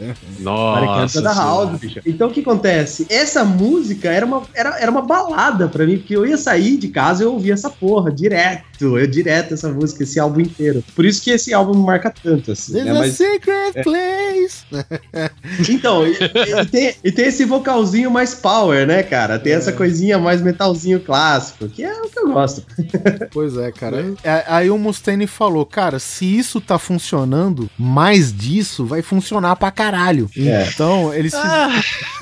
Nossa, Body Count da House, bicho. Então o que acontece? Essa música era uma, era, era uma balada pra mim, porque eu ia sair de casa e eu ouvia essa porra direto, eu direto essa música, esse álbum inteiro. Por isso que esse álbum me marca tanto, assim. There's né? a Mas, secret é. place. Então, e, e, tem, e tem esse vocalzinho mais power, né, cara? Tem é. essa coisinha mais metalzinho clássico, que é o que eu gosto. Pois é, cara. É. Aí o Mustaine falou, cara, se isso tá funcionando, mais disso vai funcionar pra caralho. É. Então, eles... Ah.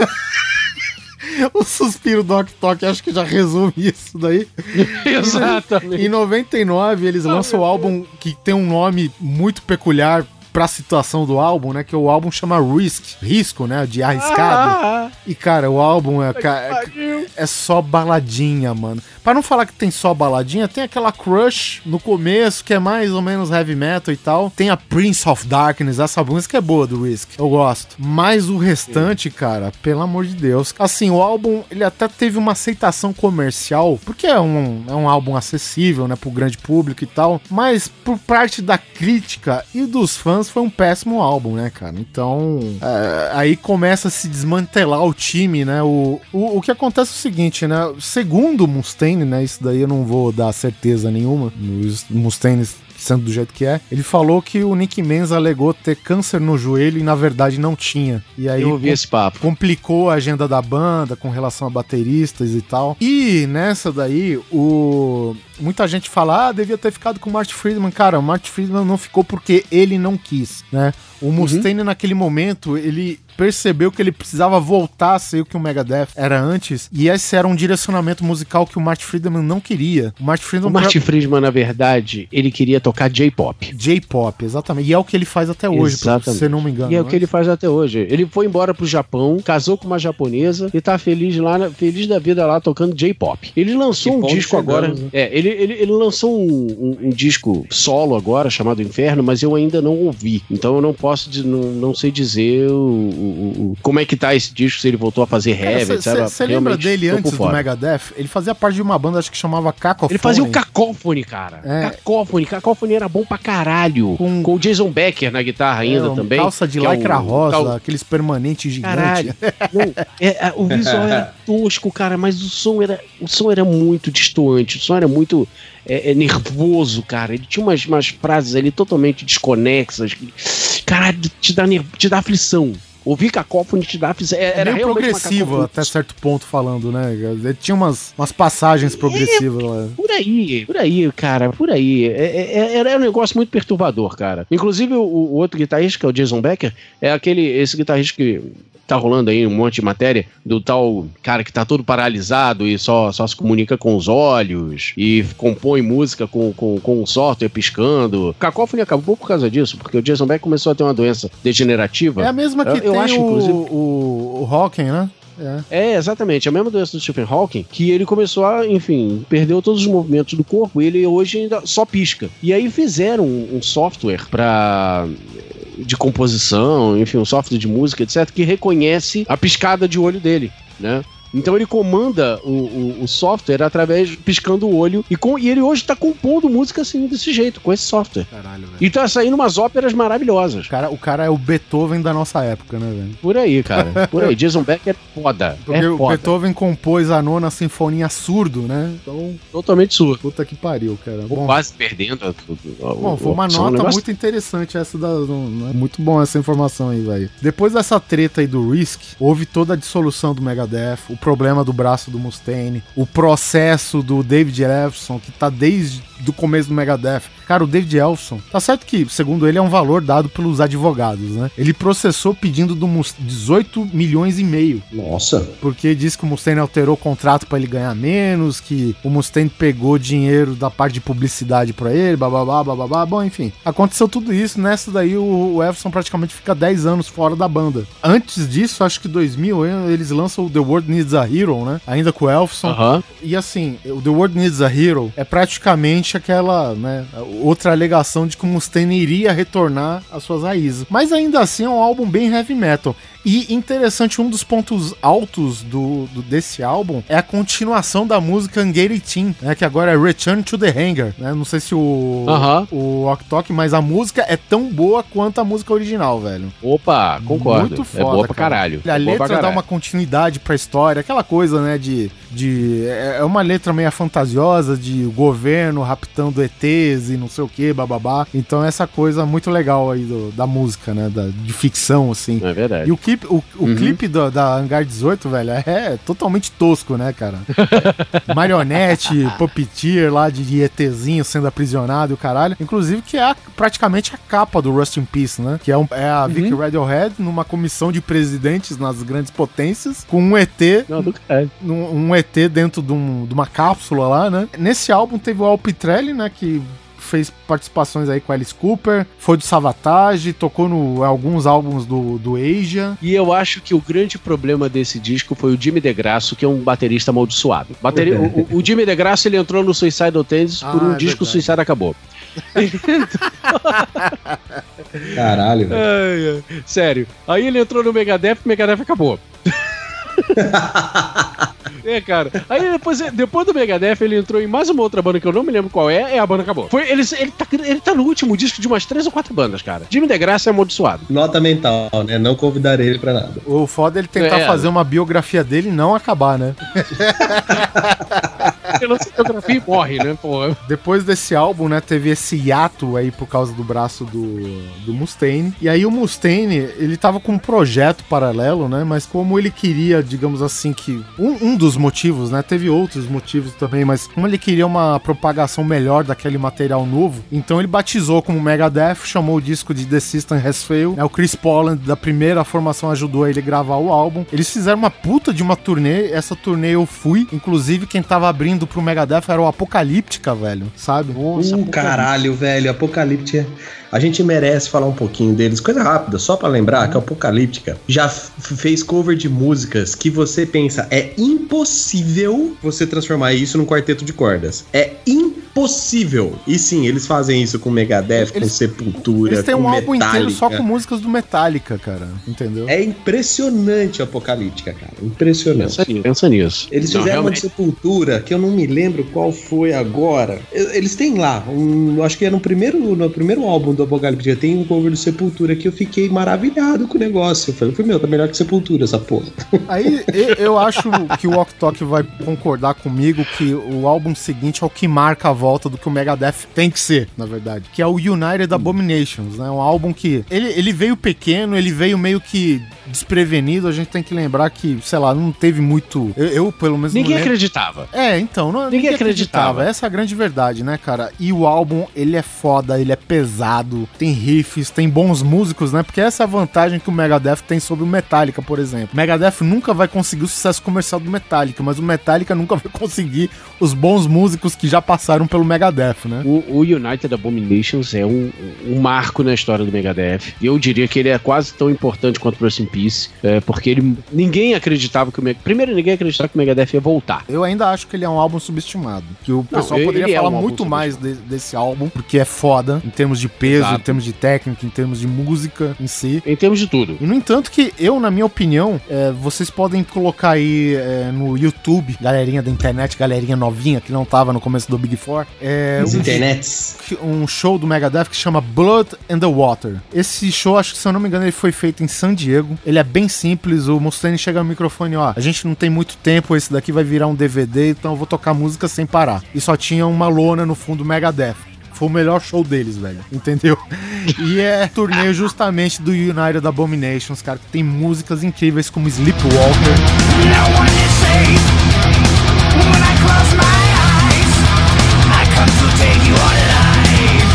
O suspiro do Ok Tok, acho que já resume isso daí. Exatamente. Em noventa e nove, eles lançam o álbum que tem um nome muito peculiar pra situação do álbum, né? Que o álbum chama Risk, risco, né? De arriscado. Ah, e, cara, o álbum é, é, é só baladinha, mano. Pra não falar que tem só baladinha, tem aquela Crush no começo, que é mais ou menos heavy metal e tal. Tem a Prince of Darkness, essa música é boa do Risk, eu gosto. Mas o restante, cara, pelo amor de Deus. Assim, o álbum, ele até teve uma aceitação comercial, porque é um, é um álbum acessível, né? Pro grande público e tal. Mas por parte da crítica e dos fãs, foi um péssimo álbum, né, cara? Então, é, aí começa a se desmantelar o time, né? O, o, o que acontece é o seguinte, né? Segundo o Mustaine, né? Isso daí eu não vou dar certeza nenhuma. Os Mustaine sendo do jeito que é. Ele falou que o Nick Menza alegou ter câncer no joelho e na verdade não tinha. E aí eu ouvi esse papo. Complicou a agenda da banda com relação a bateristas e tal. E nessa daí, o... muita gente fala, ah, devia ter ficado com o Marty Friedman. Cara, o Marty Friedman não ficou porque ele não quis, né? O Mustaine, uhum. naquele momento, ele percebeu que ele precisava voltar a ser o que o Megadeth era antes, e esse era um direcionamento musical que o Marty Friedman não queria. O Marty Friedman, o Marty pra... Friedman, na verdade, ele queria tocar J-pop. J-pop, exatamente. E é o que ele faz até hoje, se você não me engano. E é né? o que ele faz até hoje. Ele foi embora pro Japão, casou com uma japonesa e tá feliz lá, feliz da vida lá, tocando J-pop. Ele lançou que um disco agora... Né? É, ele, ele, ele lançou um, um, um disco solo agora, chamado Inferno, mas eu ainda não ouvi. Então eu não posso, não, não sei dizer o, o, o, como é que tá esse disco, se ele voltou a fazer heavy, etcétera. Você lembra dele antes do Megadeth? Ele fazia parte de uma banda, acho que chamava Cacophony. Ele fazia o Cacophony, cara. É. Cacophony. Cacophony era bom pra caralho. Com, com o Jason Becker na guitarra ainda é, um também. Calça de lycra é rosa, cal... aqueles permanentes gigantes. Caralho. Não, é, é, o visual era tosco, cara, mas o som era, o som era muito distoante, o som era muito... É, é nervoso, cara. Ele tinha umas, umas frases ali totalmente desconexas. Que, caralho, te dá, te dá aflição. Ouvir Cacophony te dá aflição. É, era meio progressivo até certo ponto falando, né? Ele tinha umas, umas passagens progressivas é, lá. Por aí, por aí, cara, por aí. É, é, era um negócio muito perturbador, cara. Inclusive, o, o outro guitarrista, que é o Jason Becker, é aquele, esse guitarrista que... tá rolando aí um monte de matéria do tal cara que tá todo paralisado e só, só se comunica com os olhos e compõe música com, com, com um software piscando. Cacophony acabou por causa disso, porque o Jason Beck começou a ter uma doença degenerativa. É a mesma que eu, tem eu acho, o, inclusive... o, o Hawking, né? É. é, exatamente, a mesma doença do Stephen Hawking, que ele começou a, enfim, perdeu todos os movimentos do corpo e ele hoje ainda só pisca. E aí fizeram um, um software pra... de composição, enfim, um software de música, etcétera, que reconhece a piscada de olho dele, né? Então ele comanda o, o, o software através, piscando o olho, e, com, e ele hoje tá compondo música assim, desse jeito, com esse software. Caralho, velho. E tá saindo umas óperas maravilhosas. Cara, o cara é o Beethoven da nossa época, né, velho? Por aí, cara. Por aí. Jason Becker é foda. Porque é o foda. Beethoven compôs a nona sinfonia surdo, né? Então, totalmente surdo. Puta que pariu, cara. Bom, quase perdendo a, a, bom, foi uma nota negócio... muito interessante essa da... Muito bom essa informação aí, velho. Depois dessa treta aí do Risk, houve toda a dissolução do Megadeth, o problema do braço do Mustaine, o processo do David Ellefson, que tá desde do começo do Megadeth. Cara, o David Ellefson, tá certo que, segundo ele, é um valor dado pelos advogados, né? Ele processou pedindo do dezoito milhões e meio. Nossa. Porque disse que o Mustaine alterou o contrato pra ele ganhar menos, que o Mustaine pegou dinheiro da parte de publicidade pra ele, bababá, bababá. Bom, enfim. Aconteceu tudo isso. Nessa daí, o, o Ellefson praticamente fica dez anos fora da banda. Antes disso, acho que em dois mil, eles lançam o The World Needs a Hero, né? Ainda com o Ellefson. Uh-huh. E assim, o The World Needs a Hero é praticamente aquela, né, outra alegação de que o Mustaine iria retornar às suas raízes. Mas ainda assim é um álbum bem heavy metal. E interessante, um dos pontos altos do, do, desse álbum é a continuação da música Ungated Teen, né, que agora é Return to the Hangar, né? Não sei se o, uh-huh. o Ok Tok, mas a música é tão boa quanto a música original, velho. Opa, concordo. Muito foda, é boa pra cara. caralho. A é letra dá uma continuidade pra história, aquela coisa, né, de... de é uma letra meio fantasiosa, de governo raptando E Tês e não sei o que, bababá. Então essa coisa muito legal aí do, da música, né, da, de ficção, assim. É verdade. E o clipe, o, o uhum. clipe do, da Hangar dezoito, velho, é totalmente tosco, né, cara? Marionete, puppeteer lá de, de ETzinho sendo aprisionado e o caralho. Inclusive que é a, praticamente a capa do Rust in Peace, né? Que é, um, é a uhum. Vicky Radiohead numa comissão de presidentes nas grandes potências, com um E T, Não, do caralho. um, um E T dentro de, um, de uma cápsula lá, né? Nesse álbum teve o Al Pitrelli, né, que fez participações aí com Alice Cooper, foi do Savatage, tocou no alguns álbuns do, do Asia. E eu acho que o grande problema desse disco foi o Jimmy DeGrasso, que é um baterista amaldiçoado. Bateri- o, o Jimmy DeGrasso, ele entrou no Suicidal Tendencies ah, por um é disco, o Suicide acabou. Caralho, velho. Sério. Aí ele entrou no Megadeth, o Megadeth acabou. É, cara. Aí depois, depois do Megadeth, ele entrou em mais uma outra banda que eu não me lembro qual é, e a banda acabou. Foi, ele, ele, tá, ele tá no último disco de umas três ou quatro bandas, cara. Jimmy DeGrasso é amaldiçoado. Nota mental, né? Não convidarei ele pra nada. O foda é ele tentar é. fazer uma biografia dele e não acabar, né? Ele lança biografia e morre, né, porra? Depois desse álbum, né, teve esse hiato aí por causa do braço do, do Mustaine. E aí o Mustaine, ele tava com um projeto paralelo, né, mas como ele queria, digamos assim, que... Um, um dos motivos, né, teve outros motivos também, mas como ele queria uma propagação melhor daquele material novo, então ele batizou como Megadeth, chamou o disco de The System Has Failed, né, o Chris Poland, da primeira formação, ajudou ele a gravar o álbum. Eles fizeram uma puta de uma turnê, essa turnê eu fui, inclusive quem tava abrindo pro Megadeth era o Apocalíptica, velho, sabe? Nossa, uh, caralho, velho, Apocalíptica. A gente merece falar um pouquinho deles. Coisa rápida, só pra lembrar que a Apocalíptica já f- fez cover de músicas que você pensa, é impossível você transformar isso num quarteto de cordas. É impossível. E sim, eles fazem isso com Megadeth, eles, com Sepultura, eles têm com um Metallica. álbum inteiro só com músicas do Metallica, cara. Entendeu? É impressionante a Apocalíptica, cara. Impressionante. Pensa, pensa nisso. Eles não, fizeram realmente. uma de Sepultura, que eu não me lembro qual foi agora. Eles têm lá, um, acho que é no primeiro, no primeiro álbum do Apocalíptica, tem um cover do Sepultura que eu fiquei maravilhado com o negócio. Eu falei, meu, tá melhor que Sepultura essa porra. Aí eu acho que o Ok Tok vai concordar comigo que o álbum seguinte é o que marca a volta do que o Megadeth tem que ser, na verdade. Que é o United Abominations, né? Um álbum que... Ele, ele veio pequeno, ele veio meio que desprevenido. A gente tem que lembrar que, sei lá, não teve muito... Eu, eu pelo menos Ninguém não lembro. acreditava. É, então... Não, ninguém, ninguém acreditava. acreditava. Essa é a grande verdade, né, cara? E o álbum, ele é foda, ele é pesado, tem riffs, tem bons músicos, né? Porque essa é a vantagem que o Megadeth tem sobre o Metallica, por exemplo. O Megadeth nunca vai conseguir o sucesso comercial do Metallica, mas o Metallica nunca vai conseguir os bons músicos que já passaram pelo Megadeth, né? O, o United Abominations é um, um marco na história do Megadeth. E eu diria que ele é quase tão importante quanto o Rest in Peace, é, porque ele, ninguém acreditava que o Megadeth... Primeiro, ninguém acreditava que o Megadeth ia voltar. Eu ainda acho que ele é um álbum subestimado. Que o Não, pessoal poderia falar é um muito mais de, desse álbum, porque é foda em termos de peso, Exato. Em termos de técnica, em termos de música em si. Em termos de tudo. E no entanto que eu, na minha opinião, é, vocês podem colocar aí é, no YouTube, galerinha da internet, galerinha novinha que não tava no começo do Big Four, é, As um, internets. um show do Megadeth que chama Blood and the Water. Esse show, acho que se eu não me engano, ele foi feito em San Diego. Ele é bem simples, o Mustaine chega no microfone, ó, a gente não tem muito tempo, esse daqui vai virar um D V D, então eu vou tocar música sem parar. E só tinha uma lona no fundo do Megadeth. Foi o melhor show deles, velho. Entendeu? E é turnê justamente do United Abominations, cara, que tem músicas incríveis como Sleepwalker. No one is safe when I close my eyes. I come to take you alive.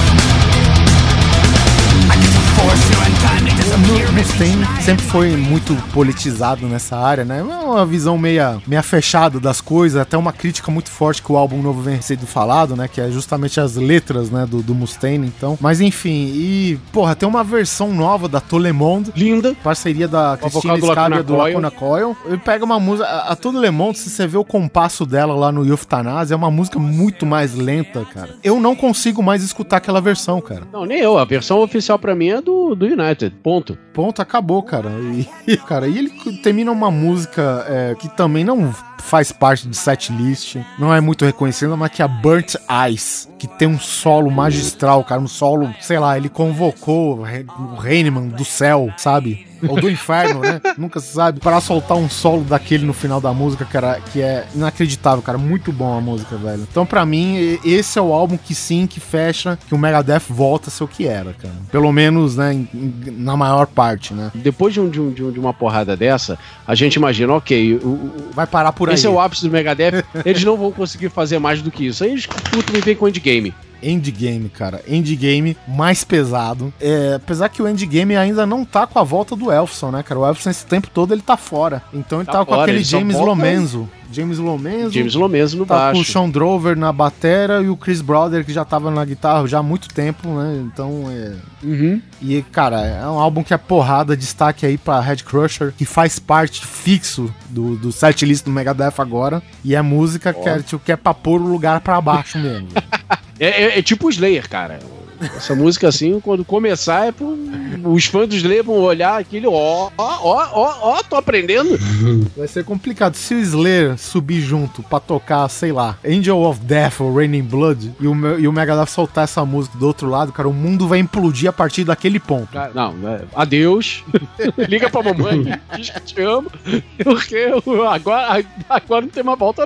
I get to force you in time to disappear. O Mustaine sempre foi muito politizado nessa área, né? Uma visão meia, meia fechada das coisas, até uma crítica muito forte que o álbum novo vem sendo falado, né? Que é justamente as letras, né? Do, do Mustaine, então. Mas enfim, e, porra, tem uma versão nova da Tolemonde. Linda. Parceria da Cristina Scabia do Lacuna Coil. Ele pega uma música... A, a Tolemonde, se você vê o compasso dela lá no Euthanasia, é uma música muito mais lenta, cara. Eu não consigo mais escutar aquela versão, cara. Não, nem eu. A versão oficial pra mim é do, do United. Ponto. Ponto, acabou, cara. E, cara, e ele termina uma música é, que também não faz parte de setlist, não é muito reconhecida, mas que é a Burnt Eyes, que tem um solo magistral, cara, um solo, sei lá, ele convocou o Heinemann do céu, sabe? Ou do inferno, né? Nunca se sabe. Para soltar um solo daquele no final da música, cara, que é inacreditável, cara. Muito bom a música, velho. Então, pra mim, esse é o álbum que sim, que fecha, que o Megadeth volta a ser o que era, cara. Pelo menos, né, em, em, na maior parte, né? Depois de, um, de, um, de uma porrada dessa, a gente imagina, ok, o, o, vai parar por aí. Esse é o ápice do Megadeth, eles não vão conseguir fazer mais do que isso. Aí eles puto me vem com o Endgame. Endgame, cara. Endgame mais pesado. É, apesar que o Endgame ainda não tá com a volta do Elfson, né, cara? O Elfson esse tempo todo ele tá fora. Então ele tá, tá com fora, aquele James Lomenzo. James Lomenzo. James Lomenzo no tá baixo. Com o Sean Drover na batera e o Chris Brother que já tava na guitarra já há muito tempo, né? Então é... Uhum. E, cara, é um álbum que é porrada. Destaque aí pra Head Crusher, que faz parte fixo do, do setlist do Megadeth agora. E é música oh. que, é, tipo, que é pra pôr o lugar pra baixo mesmo. É, é, é tipo o Slayer, cara. Essa música, assim, quando começar, é pro... os fãs do Slayer vão olhar aquele, ó, ó, ó, ó, ó, tô aprendendo. Vai ser complicado. Se o Slayer subir junto pra tocar, sei lá, Angel of Death ou Raining Blood, e o, e o Megadeth soltar essa música do outro lado, cara, o mundo vai implodir a partir daquele ponto. Não, é, adeus. Liga pra mamãe, diz que te amo, porque agora, agora não tem mais volta, não.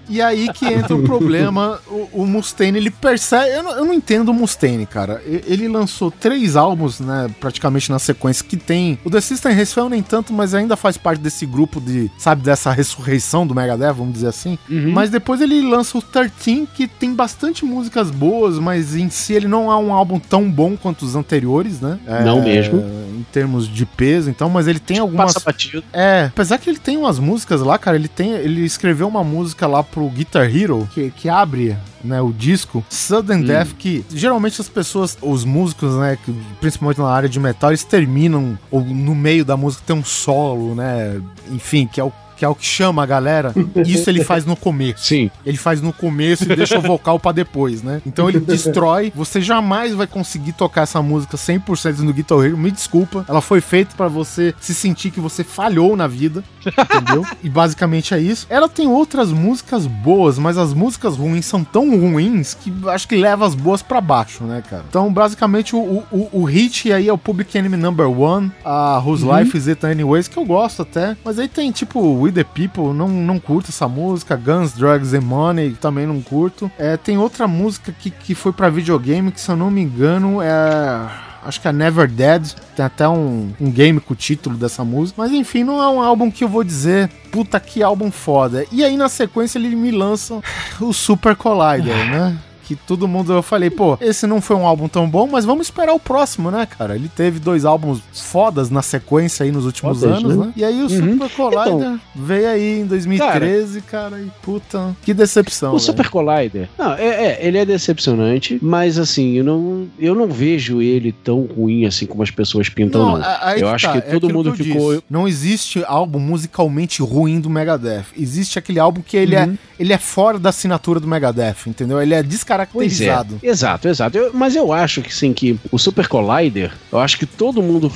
E aí que entra o problema, o, o Mustaine, ele percebe... Eu não, eu não entendo o Mustaine, cara. Ele lançou três álbuns, né, praticamente na sequência, que tem... O The System Resfell nem tanto, mas ainda faz parte desse grupo de, sabe, dessa ressurreição do Megadeth, vamos dizer assim. Uhum. Mas depois ele lança o treze, que tem bastante músicas boas, mas em si ele não é um álbum tão bom quanto os anteriores, né? Não é, mesmo. Em termos de peso, então, mas ele tem tipo, algumas... Passa batido. É, apesar que ele tem umas músicas lá, cara, ele tem... Ele escreveu uma música lá pro Guitar Hero, que, que abre, né, o disco, Sudden hum. Death, que geralmente as pessoas, os músicos, né, que, principalmente na área de metal, eles terminam, ou no meio da música tem um solo, né, enfim, que é o que é o que chama a galera, isso ele faz no começo. Sim. Ele faz no começo e deixa o vocal pra depois, né? Então ele destrói, você jamais vai conseguir tocar essa música cem por cento no Guitar Hero, me desculpa, ela foi feita pra você se sentir que você falhou na vida, entendeu? E basicamente é isso. Ela tem outras músicas boas, mas as músicas ruins são tão ruins que acho que leva as boas pra baixo, né, cara? Então, basicamente, o, o, o hit aí é o Public Enemy Number One, a Whose uhum. Life Is It Anyways, que eu gosto até, mas aí tem, tipo, We The People, não, não curto essa música, Guns, Drugs and Money, também não curto. É, tem outra música que, que foi pra videogame, que se eu não me engano é... Acho que é Never Dead, tem até um, um game com o título dessa música, mas enfim, não é um álbum que eu vou dizer, puta que álbum foda. E aí na sequência ele me lança o Super Collider, né? Que todo mundo, eu falei, pô, esse não foi um álbum tão bom, mas vamos esperar o próximo, né, cara? Ele teve dois álbuns fodas na sequência aí nos últimos fodas, anos, né? né? E aí o uhum. Super Collider então, veio aí em dois mil e treze, cara, cara, e puta, que decepção. O Super Collider, não, é, é, ele é decepcionante, mas assim, eu não, eu não vejo ele tão ruim assim como as pessoas pintam, não. não. Eu acho tá, que todo é mundo que ficou... Disse. Não existe álbum musicalmente ruim do Megadeth. Existe aquele álbum que ele, uhum. é, ele é fora da assinatura do Megadeth, entendeu? Ele é descaracterizado. caracterizado. É, exato, exato. Eu, mas eu acho que sim, que o Super Collider, eu acho que todo mundo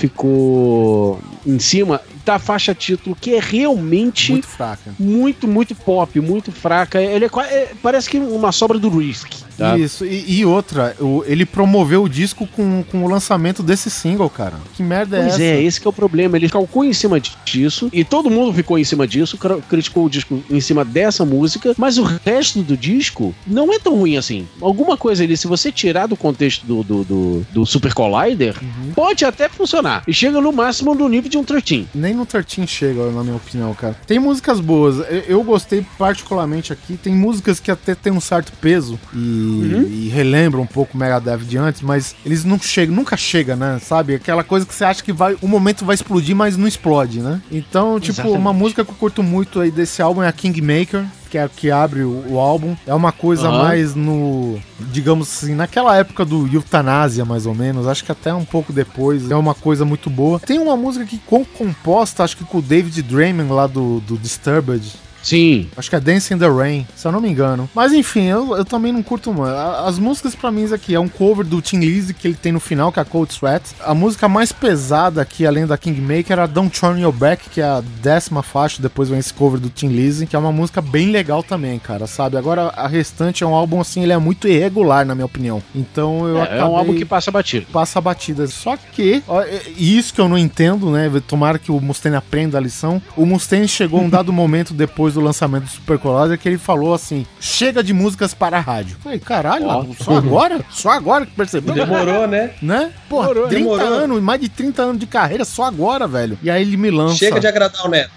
ficou em cima da faixa título, que é realmente muito fraca. Muito, muito pop, muito fraca. Ele é, é parece que uma sobra do Risk. Tá? Isso, e, e outra, o, ele promoveu o disco com, com o lançamento desse single, cara. Que merda é pois essa? Pois é, esse que é o problema. Ele calcou em cima disso, e todo mundo ficou em cima disso, criticou o disco em cima dessa música, mas o resto do disco não é tão ruim assim. Alguma coisa ali, se você tirar do contexto do, do, do, do Super Collider, uhum. pode até funcionar. E chega no máximo no nível de um treze. Nem no treze chega, na minha opinião, cara. Tem músicas boas. Eu, eu gostei particularmente aqui. Tem músicas que até tem um certo peso e, uhum. e relembram um pouco o Megadeth de antes, mas eles não chegam, nunca chegam, né? Sabe? Aquela coisa que você acha que vai, um momento vai explodir, mas não explode, né? Então, tipo, exatamente. Uma música que eu curto muito aí desse álbum é a Kingmaker, que é que abre o, o álbum. É uma coisa uhum. mais no... digamos assim, naquela época do Eutanásia, mais ou menos. Acho que até um pouco depois. É uma coisa muito boa. Tem uma música que composta, acho que com o David Draymond lá do, do Disturbed. Sim. Acho que é Dancing in the Rain, se eu não me engano. Mas enfim, eu, eu também não curto muito. As músicas pra mim aqui é um cover do Tin Lizzy que ele tem no final, que é a Cold Sweat. A música mais pesada aqui, além da Kingmaker, é a Don't Turn Your Back, que é a décima faixa, depois vem esse cover do Tin Lizzy, que é uma música bem legal também, cara, sabe? Agora, a restante é um álbum, assim, ele é muito irregular, na minha opinião. Então, eu é, acabei... É um álbum que passa batido. Passa batida. Só que, ó, isso que eu não entendo, né? Tomara que o Mustaine aprenda a lição. O Mustaine chegou um dado momento depois do lançamento do Super Collider que ele falou assim: chega de músicas para a rádio. Eu falei, caralho, oh. só agora? Só agora que percebeu? Demorou, né? Né? Pô, Demorou, trinta demorou. anos, mais de trinta anos de carreira, só agora, velho. E aí ele me lança. Chega de agradar o Neto.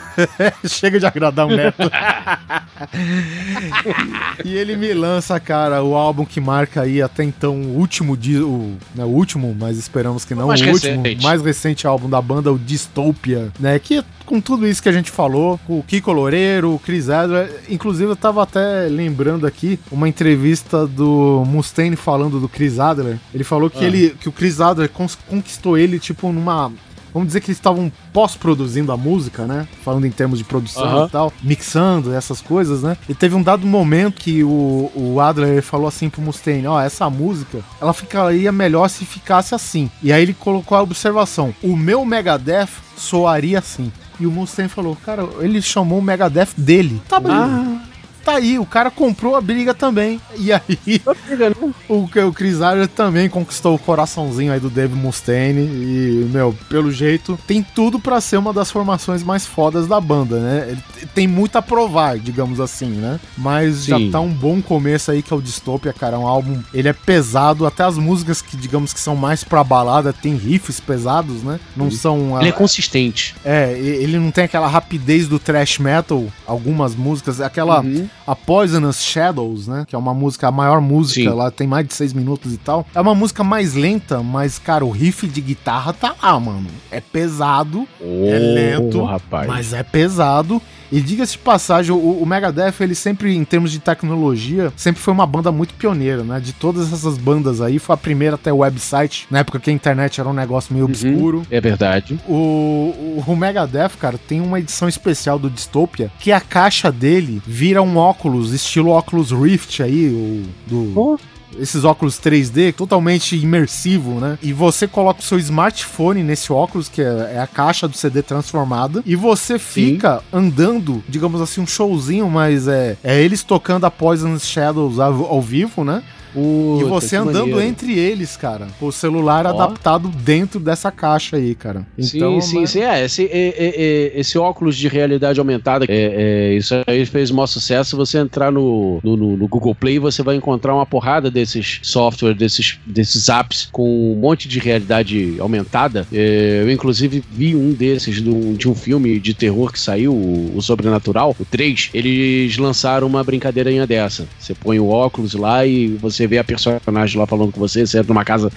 Chega de agradar o Neto. E ele me lança, cara, o álbum que marca aí até então o último dia, o, né, o último, mas esperamos que não, o, o último, mais recente álbum da banda, o Dystopia, né, que com tudo isso que a gente falou, com o Kiko Loureiro, o Chris Adler, inclusive eu tava até lembrando aqui uma entrevista do Mustaine falando do Chris Adler. Ele falou que, ah. ele, que o Chris Adler conquistou ele, tipo, numa... Vamos dizer que eles estavam pós-produzindo a música, né? Falando em termos de produção uhum. e tal, mixando essas coisas, né? E teve um dado momento que o, o Adler falou assim pro Mustaine: ó, oh, essa música, ela ficaria melhor se ficasse assim. E aí ele colocou a observação: o meu Megadeth soaria assim. E o Mustaine falou: cara, ele chamou o Megadeth dele. Tá bem. Ah. Tá aí, o cara comprou a briga também. E aí, o, o Chris Adler também conquistou o coraçãozinho aí do Dave Mustaine. E, meu, pelo jeito, tem tudo pra ser uma das formações mais fodas da banda, né? Ele tem muito a provar, digamos assim, né? Mas Sim. já tá um bom começo aí, que é o Dystopia, cara. É um álbum, ele é pesado, até as músicas que, digamos que são mais pra balada, tem riffs pesados, né? Não Sim. são... Ele a... é consistente. É, ele não tem aquela rapidez do thrash metal, algumas músicas, aquela uhum. a Poisonous Shadows, né? Que é uma música, a maior música, Sim. lá tem mais de seis minutos e tal. É uma música mais lenta, mas, cara, o riff de guitarra tá lá, mano. É pesado, oh, é lento, rapaz. Mas é pesado. E diga-se de passagem, o, o Megadeth, ele sempre, em termos de tecnologia, sempre foi uma banda muito pioneira, né? De todas essas bandas aí, foi a primeira até o website, na época que a internet era um negócio meio uhum, obscuro. É verdade. O, o, o Megadeth, cara, tem uma edição especial do Dystopia, que a caixa dele vira um óculos, estilo óculos Rift aí, o, do... Oh. Esses óculos três D, totalmente imersivo, né? E você coloca o seu smartphone nesse óculos, que é a caixa do C D transformada, e você fica Sim. andando, digamos assim, um showzinho, mas é, é eles tocando a Poisonous Shadows ao, ao vivo, né? Puta, e você andando maneiro. Entre eles, cara. O celular oh. adaptado dentro dessa caixa aí, cara. Então, sim, sim, mas... sim. É, esse, é, é, é, esse óculos de realidade aumentada, é, é, isso aí fez o maior sucesso. Se você entrar no, no, no Google Play, você vai encontrar uma porrada desses softwares, desses, desses apps com um monte de realidade aumentada. É, eu, inclusive, vi um desses de um, de um filme de terror que saiu, o, o Sobrenatural, o três. Eles lançaram uma brincadeirinha dessa. Você põe o óculos lá e você vê a personagem lá falando com você, você entra numa casa,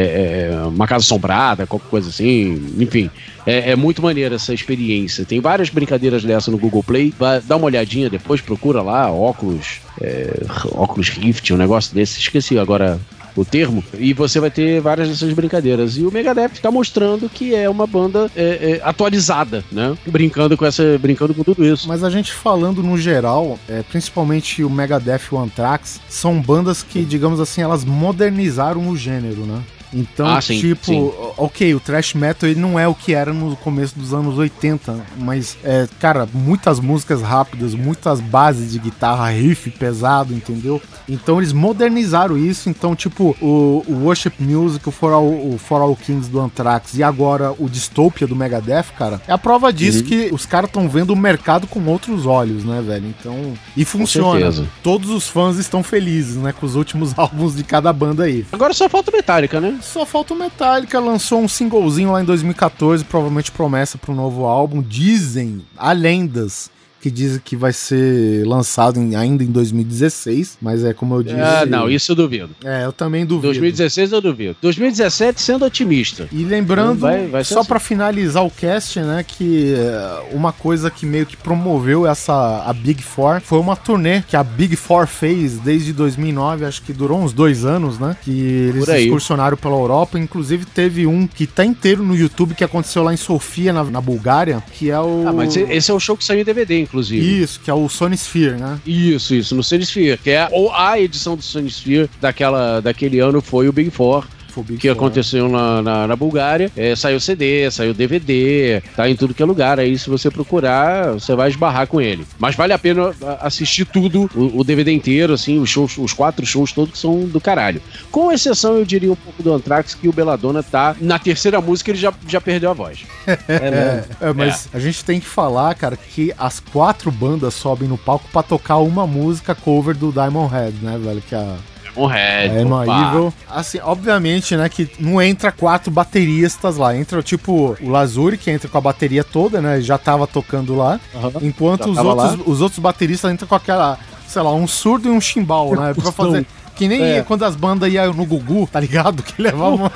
é, é, uma casa assombrada, qualquer coisa assim, enfim. É, é muito maneira essa experiência. Tem várias brincadeiras dessa no Google Play. Vai, dá uma olhadinha depois, procura lá, óculos, é, óculos Rift, um negócio desse. Esqueci agora o termo, e você vai ter várias dessas brincadeiras. E o Megadeth está mostrando que é uma banda é, é, atualizada, né? Brincando com essa, brincando com tudo isso. Mas a gente falando no geral, é, principalmente o Megadeth e o Anthrax, são bandas que, digamos assim, elas modernizaram o gênero, né? Então, ah, sim, tipo, sim. ok, o thrash metal ele não é o que era no começo dos anos oitenta, mas, é, cara, muitas músicas rápidas, muitas bases de guitarra, riff pesado, entendeu? Então eles modernizaram isso, então, tipo, o, o Worship Music, o For, All, o For All Kings do Anthrax e agora o Dystopia do Megadeth, cara, é a prova disso uhum. que os caras estão vendo o mercado com outros olhos, né, velho? Então, e funciona. Todos os fãs estão felizes, né, com os últimos álbuns de cada banda aí. Agora só falta Metallica, né? Só falta o Metallica, lançou um singlezinho lá em dois mil e catorze, provavelmente promessa para um novo álbum. Dizem, há lendas que dizem que vai ser lançado em, ainda em dois mil e dezesseis, mas é como eu disse... Ah, não, isso eu duvido. É, eu também duvido. dois mil e dezesseis eu duvido. dois mil e dezessete sendo otimista. E lembrando, vai, vai só assim. Para finalizar o cast, né, que uma coisa que meio que promoveu essa, a Big Four, foi uma turnê que a Big Four fez desde dois mil e nove, acho que durou uns dois anos, né, que eles excursionaram pela Europa, inclusive teve um que tá inteiro no YouTube, que aconteceu lá em Sofia, na, na Bulgária, que é o... Ah, mas esse é o show que saiu em D V D, inclusive. Isso, que é o Sony Sphere, né? Isso, isso, no Sony Sphere, que é ou a edição do Sony Sphere daquela, daquele ano foi o Big Four. Que aconteceu na, na, na Bulgária, é, saiu C D, saiu D V D, tá em tudo que é lugar, aí se você procurar, você vai esbarrar com ele. Mas vale a pena assistir tudo, o, o D V D inteiro, assim, os shows, os quatro shows todos que são do caralho. Com exceção, eu diria um pouco do Anthrax, que o Belladonna tá, na terceira música ele já, já perdeu a voz. É, né? é, mas é. A gente tem que falar, cara, que as quatro bandas sobem no palco pra tocar uma música cover do Diamond Head, né, velho, que é a... Um Red, é uma Evil. Assim, obviamente, né, que não entra quatro bateristas lá. Entra, tipo, o Lazuri, que entra com a bateria toda, né, já tava tocando lá. Uhum, enquanto os outros, os outros bateristas entram com aquela, sei lá, um surdo e um chimbal, né, pra fazer... Que nem é. Quando as bandas iam no Gugu, tá ligado? Que levavam uma,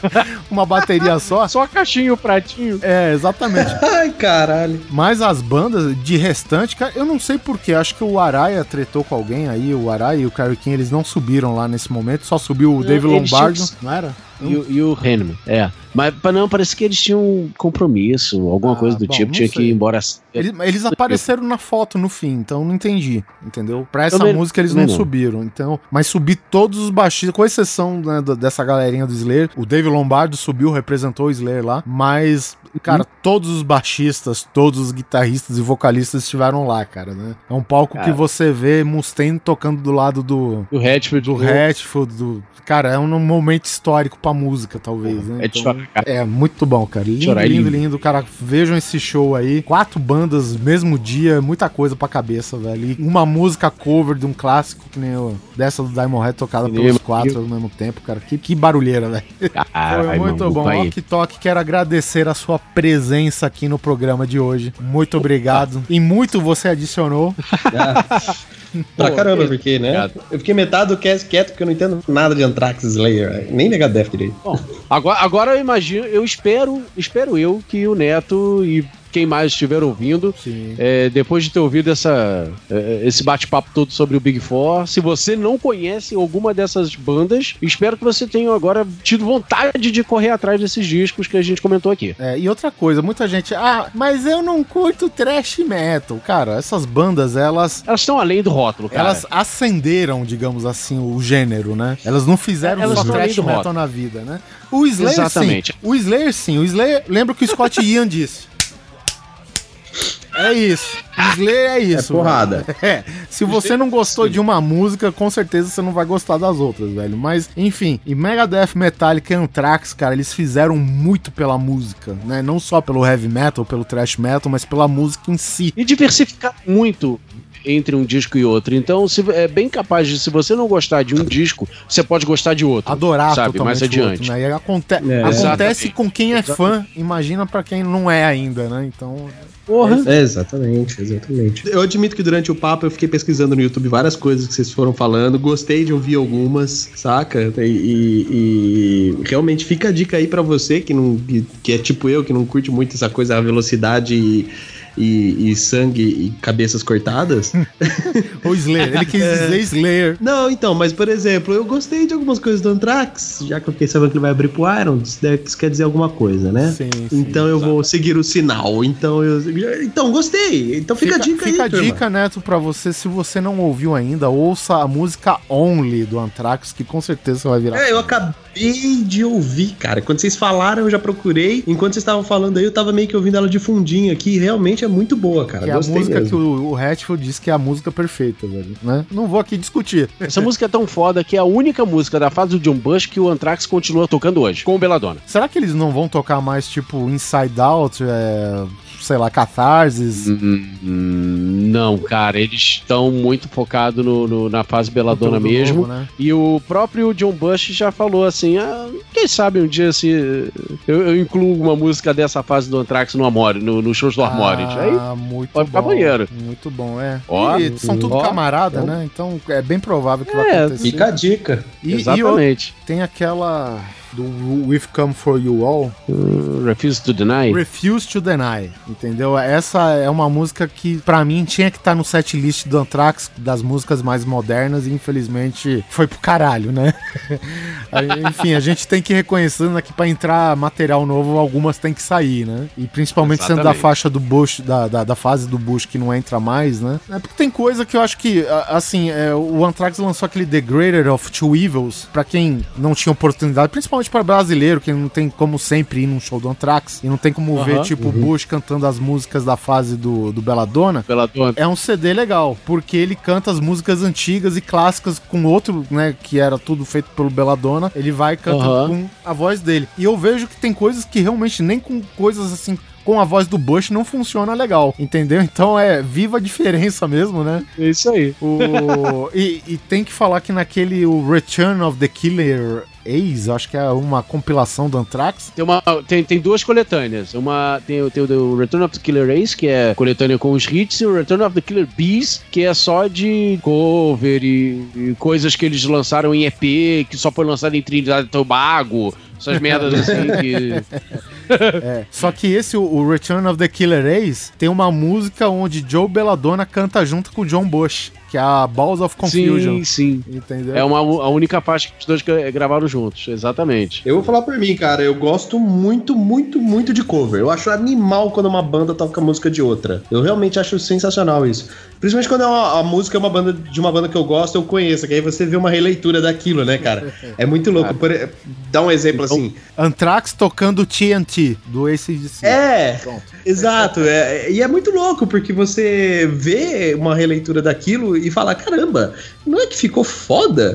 uma bateria só. Só a caixinha e o pratinho. É, exatamente. Ai, caralho. Mas as bandas de restante, cara, eu não sei porquê. Acho que o Araya tretou com alguém aí. O Araya e o Kerry King, eles não subiram lá nesse momento. Só subiu o Dave Lombardo, que... não era? E, hum. e o Henneman, é. Mas não, parece que eles tinham um compromisso, alguma ah, coisa do bom, tipo, tinha sei. que ir embora. Eles, eles apareceram na foto no fim, então não entendi, entendeu? Pra essa também, música eles não, não subiram, então. Mas subir todos os baixistas, com exceção, né, dessa galerinha do Slayer, o Dave Lombardo subiu, representou o Slayer lá, mas, cara, hum. todos os baixistas, todos os guitarristas e vocalistas estiveram lá, cara, né? É um palco cara. que você vê Mustaine tocando do lado do... Do Hatfield. Do Hatfield, do... Cara, é um momento histórico pra pra música, talvez, né? É de chorar, cara. É, muito bom, cara. Lindo, Chorar é lindo, lindo. lindo, cara. Vejam esse show aí. Quatro bandas, mesmo dia, muita coisa pra cabeça, velho. E uma música cover de um clássico, que nem o, dessa do Diamond Head, tocada Que pelos nem- quatro ao mesmo tempo, cara. Que, que barulheira, velho. Ah, Foi muito bom. Ok Tok, quero agradecer a sua presença aqui no programa de hoje. Muito obrigado. E muito você adicionou. Pra Pô, caramba, que- porque, né? obrigado. Eu fiquei metade do cast quieto porque eu não entendo nada de Anthrax, Slayer, véio. Nem Megadeth direito. Bom, agora, agora eu imagino, eu espero, espero eu que o Neto e quem mais estiver ouvindo, Sim. é, depois de ter ouvido essa, é, esse bate-papo todo sobre o Big Four, se você não conhece alguma dessas bandas, espero que você tenha agora tido vontade de correr atrás desses discos que a gente comentou aqui. É, e outra coisa, muita gente, ah, mas eu não curto thrash metal. Cara, essas bandas, elas Elas estão além do rótulo, cara. elas acenderam, digamos assim, o gênero, né? Elas não fizeram Elas só estão thrash além do metal rótulo. na vida, né? O Slayer Exatamente. sim. O Slayer sim. O Slayer, lembra o que o Scott Ian disse. É isso. O Slayer é isso. É porrada. velho. É. Se você não gostou de uma música, com certeza você não vai gostar das outras, velho. Mas, enfim, e Megadeth, Metallica e Anthrax, cara, eles fizeram muito pela música, né? Não só pelo heavy metal, pelo thrash metal, mas pela música em si. E diversificar muito entre um disco e outro. Então, se, é bem capaz de, se você não gostar de um disco, você pode gostar de outro. Adorar sabe, totalmente mais o adiante. outro, né? E aconte- É. acontece Exatamente. com quem é fã, imagina pra quem não é ainda, né? Então, Porra. É, exatamente, exatamente. Eu admito que durante o papo eu fiquei pesquisando no YouTube várias coisas que vocês foram falando, gostei de ouvir algumas, saca? E, e- e realmente fica a dica aí pra você que, não, que, que é tipo eu, que não curte muito essa coisa, a velocidade e, e, e sangue e cabeças cortadas. o Slayer, ele quis dizer Slayer. Não, então, mas por exemplo, eu gostei de algumas coisas do Anthrax, já que eu fiquei sabendo que ele vai abrir pro Iron, isso deve- isso quer dizer alguma coisa, né? Sim, sim, então eu vou seguir o sinal. Então eu. Então, gostei. Então fica, a dica Fica aí, a turma. dica, Neto, pra você, se você não ouviu ainda, ouça a música Only do Anthrax, que com certeza você vai virar. É, eu acabei de ouvir, cara. Quando vocês falaram, eu já procurei. Enquanto vocês estavam falando aí, eu tava meio que ouvindo ela de fundinho aqui. E realmente é muito boa, cara. Que é a Gostei música mesmo. que o, o Hatfield disse que é a música perfeita, velho, né? Não vou aqui discutir. Essa música é tão foda que é a única música da fase do John Bush que o Anthrax continua tocando hoje, com o Belladonna. Será que eles não vão tocar mais, tipo, Inside Out, é, sei lá, Catharsis? Hum, não, cara, eles estão muito focados no, no- na fase Belladonna Conteúdo mesmo. novo, né? E o próprio John Bush já falou assim: ah, quem sabe um dia se eu, eu incluo uma música dessa fase do Anthrax no Amore, no, no shows do Armored. Aí Ah, muito pode ficar bom. banheiro. Muito bom, é. Ó, e são tudo ó, camarada, ó. né? Então é bem provável que vai É, acontecer. Fica a dica. E, e o- Exatamente. tem aquela do We've Come For You All, Uh, Refuse to Deny. Refuse to Deny, entendeu? Essa é uma música que, pra mim, tinha que estar no setlist do Anthrax, das músicas mais modernas, e infelizmente foi pro caralho, né? Aí, enfim, a gente tem que ir reconhecendo aqui pra entrar material novo, algumas tem que sair, né? E principalmente sendo da Exatamente. faixa do Bush, da, da, da fase do Bush que não entra mais, né? É porque tem coisa que eu acho que, a- assim, é, o Anthrax lançou aquele The Greater of Two Evils, pra quem não tinha oportunidade, principalmente para brasileiro, que não tem como sempre ir num show do Anthrax, e não tem como ver, Aham. tipo, o Bush cantando as músicas da fase do, do Belladonna. Belladonna. É um C D legal, porque ele canta as músicas antigas e clássicas com outro, né, que era tudo feito pelo Belladonna, ele vai e canta Aham. com a voz dele. E eu vejo que tem coisas que realmente nem com coisas assim, com a voz do Bush não funciona legal, entendeu? Então é, viva a diferença mesmo, né? É isso aí. O, e, e tem que falar que naquele o Return of the Killer Ace, acho que é uma compilação do Anthrax. Tem, uma, tem, tem duas coletâneas. Uma, tem, o- tem o do Return of the Killer Ace, que é coletânea com os hits, e o Return of the Killer Bees, que é só de cover e, e coisas que eles lançaram em E P, que só foi lançado em Trinidad e Tobago, essas merdas assim que... É, só que esse, o, o Return of the Killer Ace, tem uma música onde Joe Belladonna canta junto com o John Bush, que é a Balls of Confusion. Sim, sim. Entendeu? É uma, a única faixa que os dois gra- gravaram juntos, exatamente. Eu vou falar por mim, cara, eu gosto muito, muito, muito de cover. Eu acho animal quando uma banda toca música de outra. Eu realmente acho sensacional isso. Principalmente quando é uma, a música é uma banda de uma banda que eu gosto, eu conheço, que aí você vê uma releitura daquilo, né, cara? É muito louco. Por, dá um exemplo assim. Anthrax tocando T N T, do A C D C. É, Pronto. exato. É, e é muito louco, porque você vê uma releitura daquilo e falar, caramba, não é que ficou foda?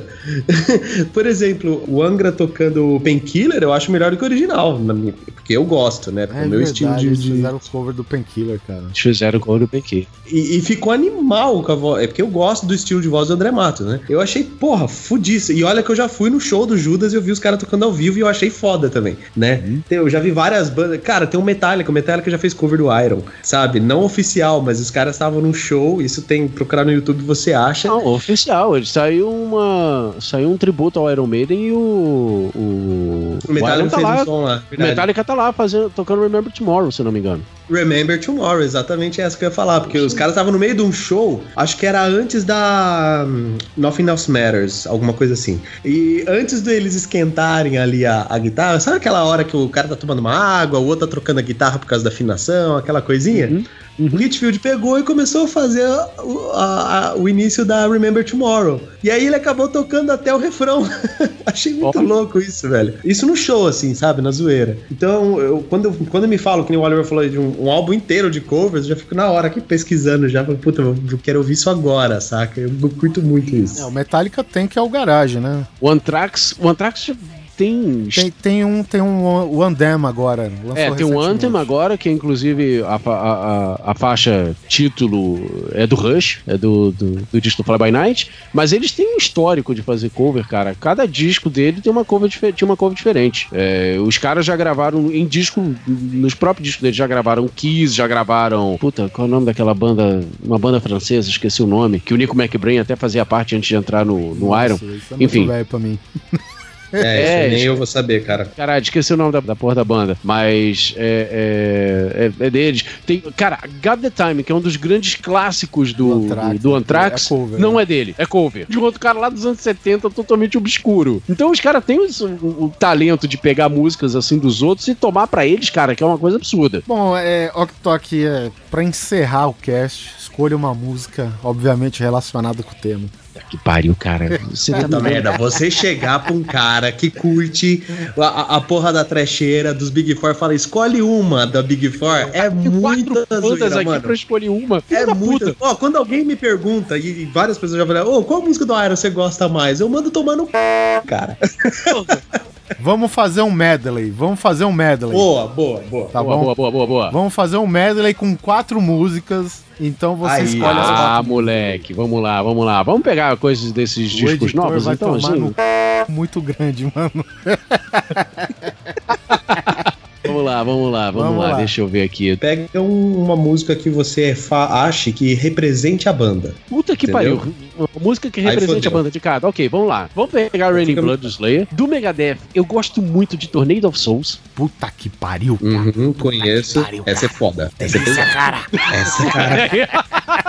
Por exemplo, o Angra tocando Painkiller, eu acho melhor do que o original, porque eu gosto, né? Porque é o meu verdade, estilo de... Eles fizeram o cover do Painkiller, cara. Eles fizeram o cover do Painkiller. E, e ficou animal com a voz, é porque eu gosto do estilo de voz do André Matos, né? Eu achei, porra, fudíssimo. E olha que eu já fui no show do Judas e eu vi os caras tocando ao vivo e eu achei foda também, né? Uhum. Eu já vi várias bandas, cara, tem um Metallica, o Metallica já fez cover do Iron, sabe? Não oficial, mas os caras estavam num show, isso tem, procurar no YouTube você acha. Não, oficial, ele saiu uma, saiu um tributo ao Iron Maiden e o o, o Metallica tá fez lá, um som lá. O Metallica tá lá fazendo, tocando Remember Tomorrow, se não me engano. Remember Tomorrow, exatamente essa que eu ia falar, porque os caras estavam no meio de um show, acho que era antes da um, Nothing Else Matters, alguma coisa assim. E antes deles esquentarem ali a, a guitarra, sabe aquela hora que o cara tá tomando uma água, o outro tá trocando a guitarra por causa da afinação, aquela coisinha? Uhum. Uhum. O Whitfield pegou e começou a fazer o, a, a, o início da Remember Tomorrow. E aí ele acabou tocando até o refrão. Achei muito oh. louco isso, velho. Isso no show, assim, sabe? Na zoeira. Então, eu, quando, quando me falam, que o Oliver falou de um, um álbum inteiro de covers, eu já fico na hora aqui pesquisando já. Puta, eu quero ouvir isso agora, saca? Eu curto muito isso. É, o Metallica tem que é o Garage, né? O Anthrax... O Anthrax... Tem... tem tem um tem um o Anthem agora, é, tem um Anthem agora que inclusive a, a, a, a faixa título é do Rush, é do, do, do disco do Fly By Night, mas eles têm um histórico de fazer cover, cara. Cada disco dele tem uma cover, tinha uma cover diferente. É, os caras já gravaram em disco, nos próprios discos deles já gravaram Kiss, já gravaram, puta, qual é o nome daquela banda, uma banda francesa, esqueci o nome, que o Nico McBrain até fazia parte antes de entrar no, no Nossa, Iron. Isso é enfim, muito velho pra mim. É, é, nem eu vou saber, cara. Caralho, esqueci o nome da, da porra da banda. Mas é, é, é, é deles. Tem, cara, Got the Time, que é um dos grandes clássicos do, do Anthrax, do Anthrax é cover, não né? é dele, é cover. De um outro cara lá dos anos setenta, totalmente obscuro. Então os caras têm o, o, o talento de pegar músicas assim dos outros e tomar pra eles, cara, que é uma coisa absurda. Bom, é, Oktok, é, pra encerrar o cast, escolha uma música, obviamente relacionada com o tema. Que pariu, cara. Você tá merda. Você chegar pra um cara que curte a, a porra da trecheira dos Big Four e fala, escolhe uma da Big Four, é muita zoeira, aqui mano. Pra escolher uma. É muita. Ó, quando alguém me pergunta, e várias pessoas já falaram, ô, oh, qual música do Iron você gosta mais? Eu mando tomar no c... cara. Vamos fazer um medley. Vamos fazer um medley. Boa, boa, boa. Tá boa, bom? boa, boa, boa, boa. Vamos fazer um medley com quatro músicas. Então você Aí, escolhe as Ah, quatro. moleque, vamos lá, vamos lá. Vamos pegar coisas desses O discos editor novos, vai então, tomar assim. no c... muito grande, mano. Vamos lá, vamos lá, vamos, Vamos lá. lá. Deixa eu ver aqui. Pega um- uma música que você fa- ache que represente a banda. Puta que Entendeu? pariu. Uma música que Aí represente fodeu. a banda de cada. Ok, vamos lá. Vamos pegar Raining Fica- Blood do Slayer. Do Megadeth, eu gosto muito de Tornado of Souls. Puta que pariu, cara. Uhum, conheço. pariu, Essa é foda. Essa é pesada. cara. Essa, cara.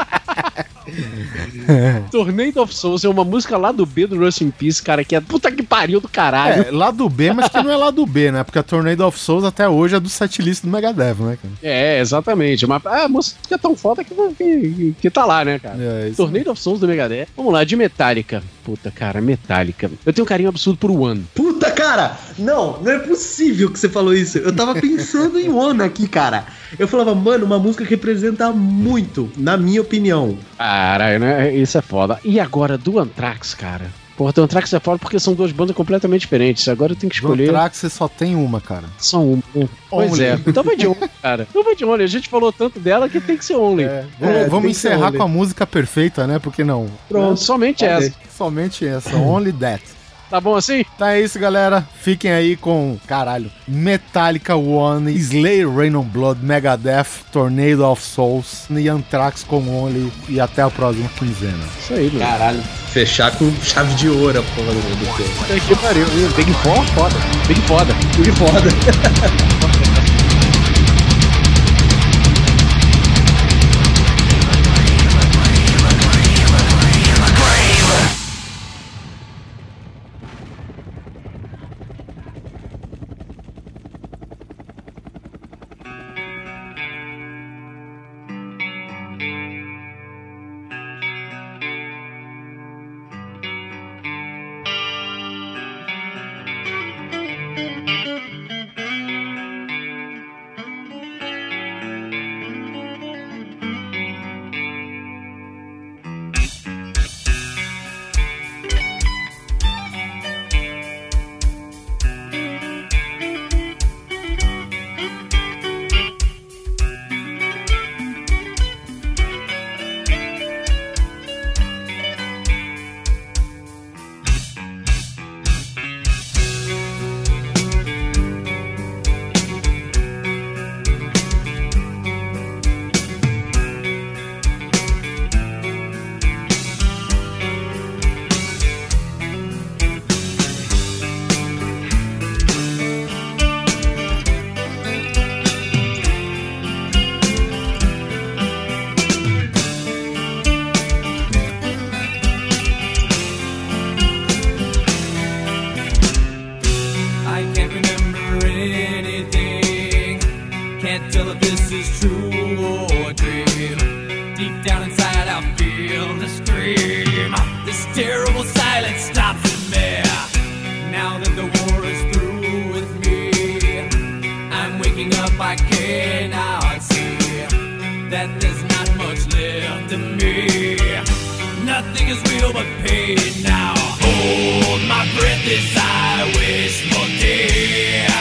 Tornado of Souls é uma música lá do B do Rust in Peace, cara, que é puta que pariu do caralho. É, lá do B, mas que não é lá do B, né? Porque a Tornado of Souls até hoje é do setlist do Megadeth, né, cara? É, exatamente. Mas a música é tão foda que, que, que tá lá, né, cara? É, isso. Tornado of Souls do Megadeth. Vamos lá, de Metallica. Puta, cara, Metallica. Eu tenho um carinho absurdo por One. Puta, cara! Não, não é possível que você falou isso. Eu tava pensando em One aqui, cara. Eu falava, mano, uma música que representa muito, na minha opinião. Caralho, né? Isso é foda. E agora, do Anthrax, cara. Porra, do Anthrax é foda porque são duas bandas completamente diferentes. Agora eu tenho que Do escolher Anthrax você só tem uma, cara. só uma. Pois Only. é. Então vai de Only, cara. Então vai de Only. A gente falou tanto dela que tem que ser Only. É, vamos É, vamos tem que ser encerrar Only. com a música perfeita, né? Porque não? Pronto. Somente Falei. essa. Somente essa, Only That. Tá bom assim? Então é isso, galera. Fiquem aí com, caralho, Metallica One, Slayer Rain on Blood, Megadeth, Tornado of Souls e Anthrax com Only. E até a próxima quinzena. Isso aí, mano. Caralho. Fechar com chave de ouro a porra do do filme. Puta que pariu. Big Four, foda. Big foda. Que foda. Deep down inside I feel the scream. This terrible silence stops in me. Now that the war is through with me, I'm waking up, I cannot see that there's not much left of me. Nothing is real but pain now. Hold my breath as I wish for death.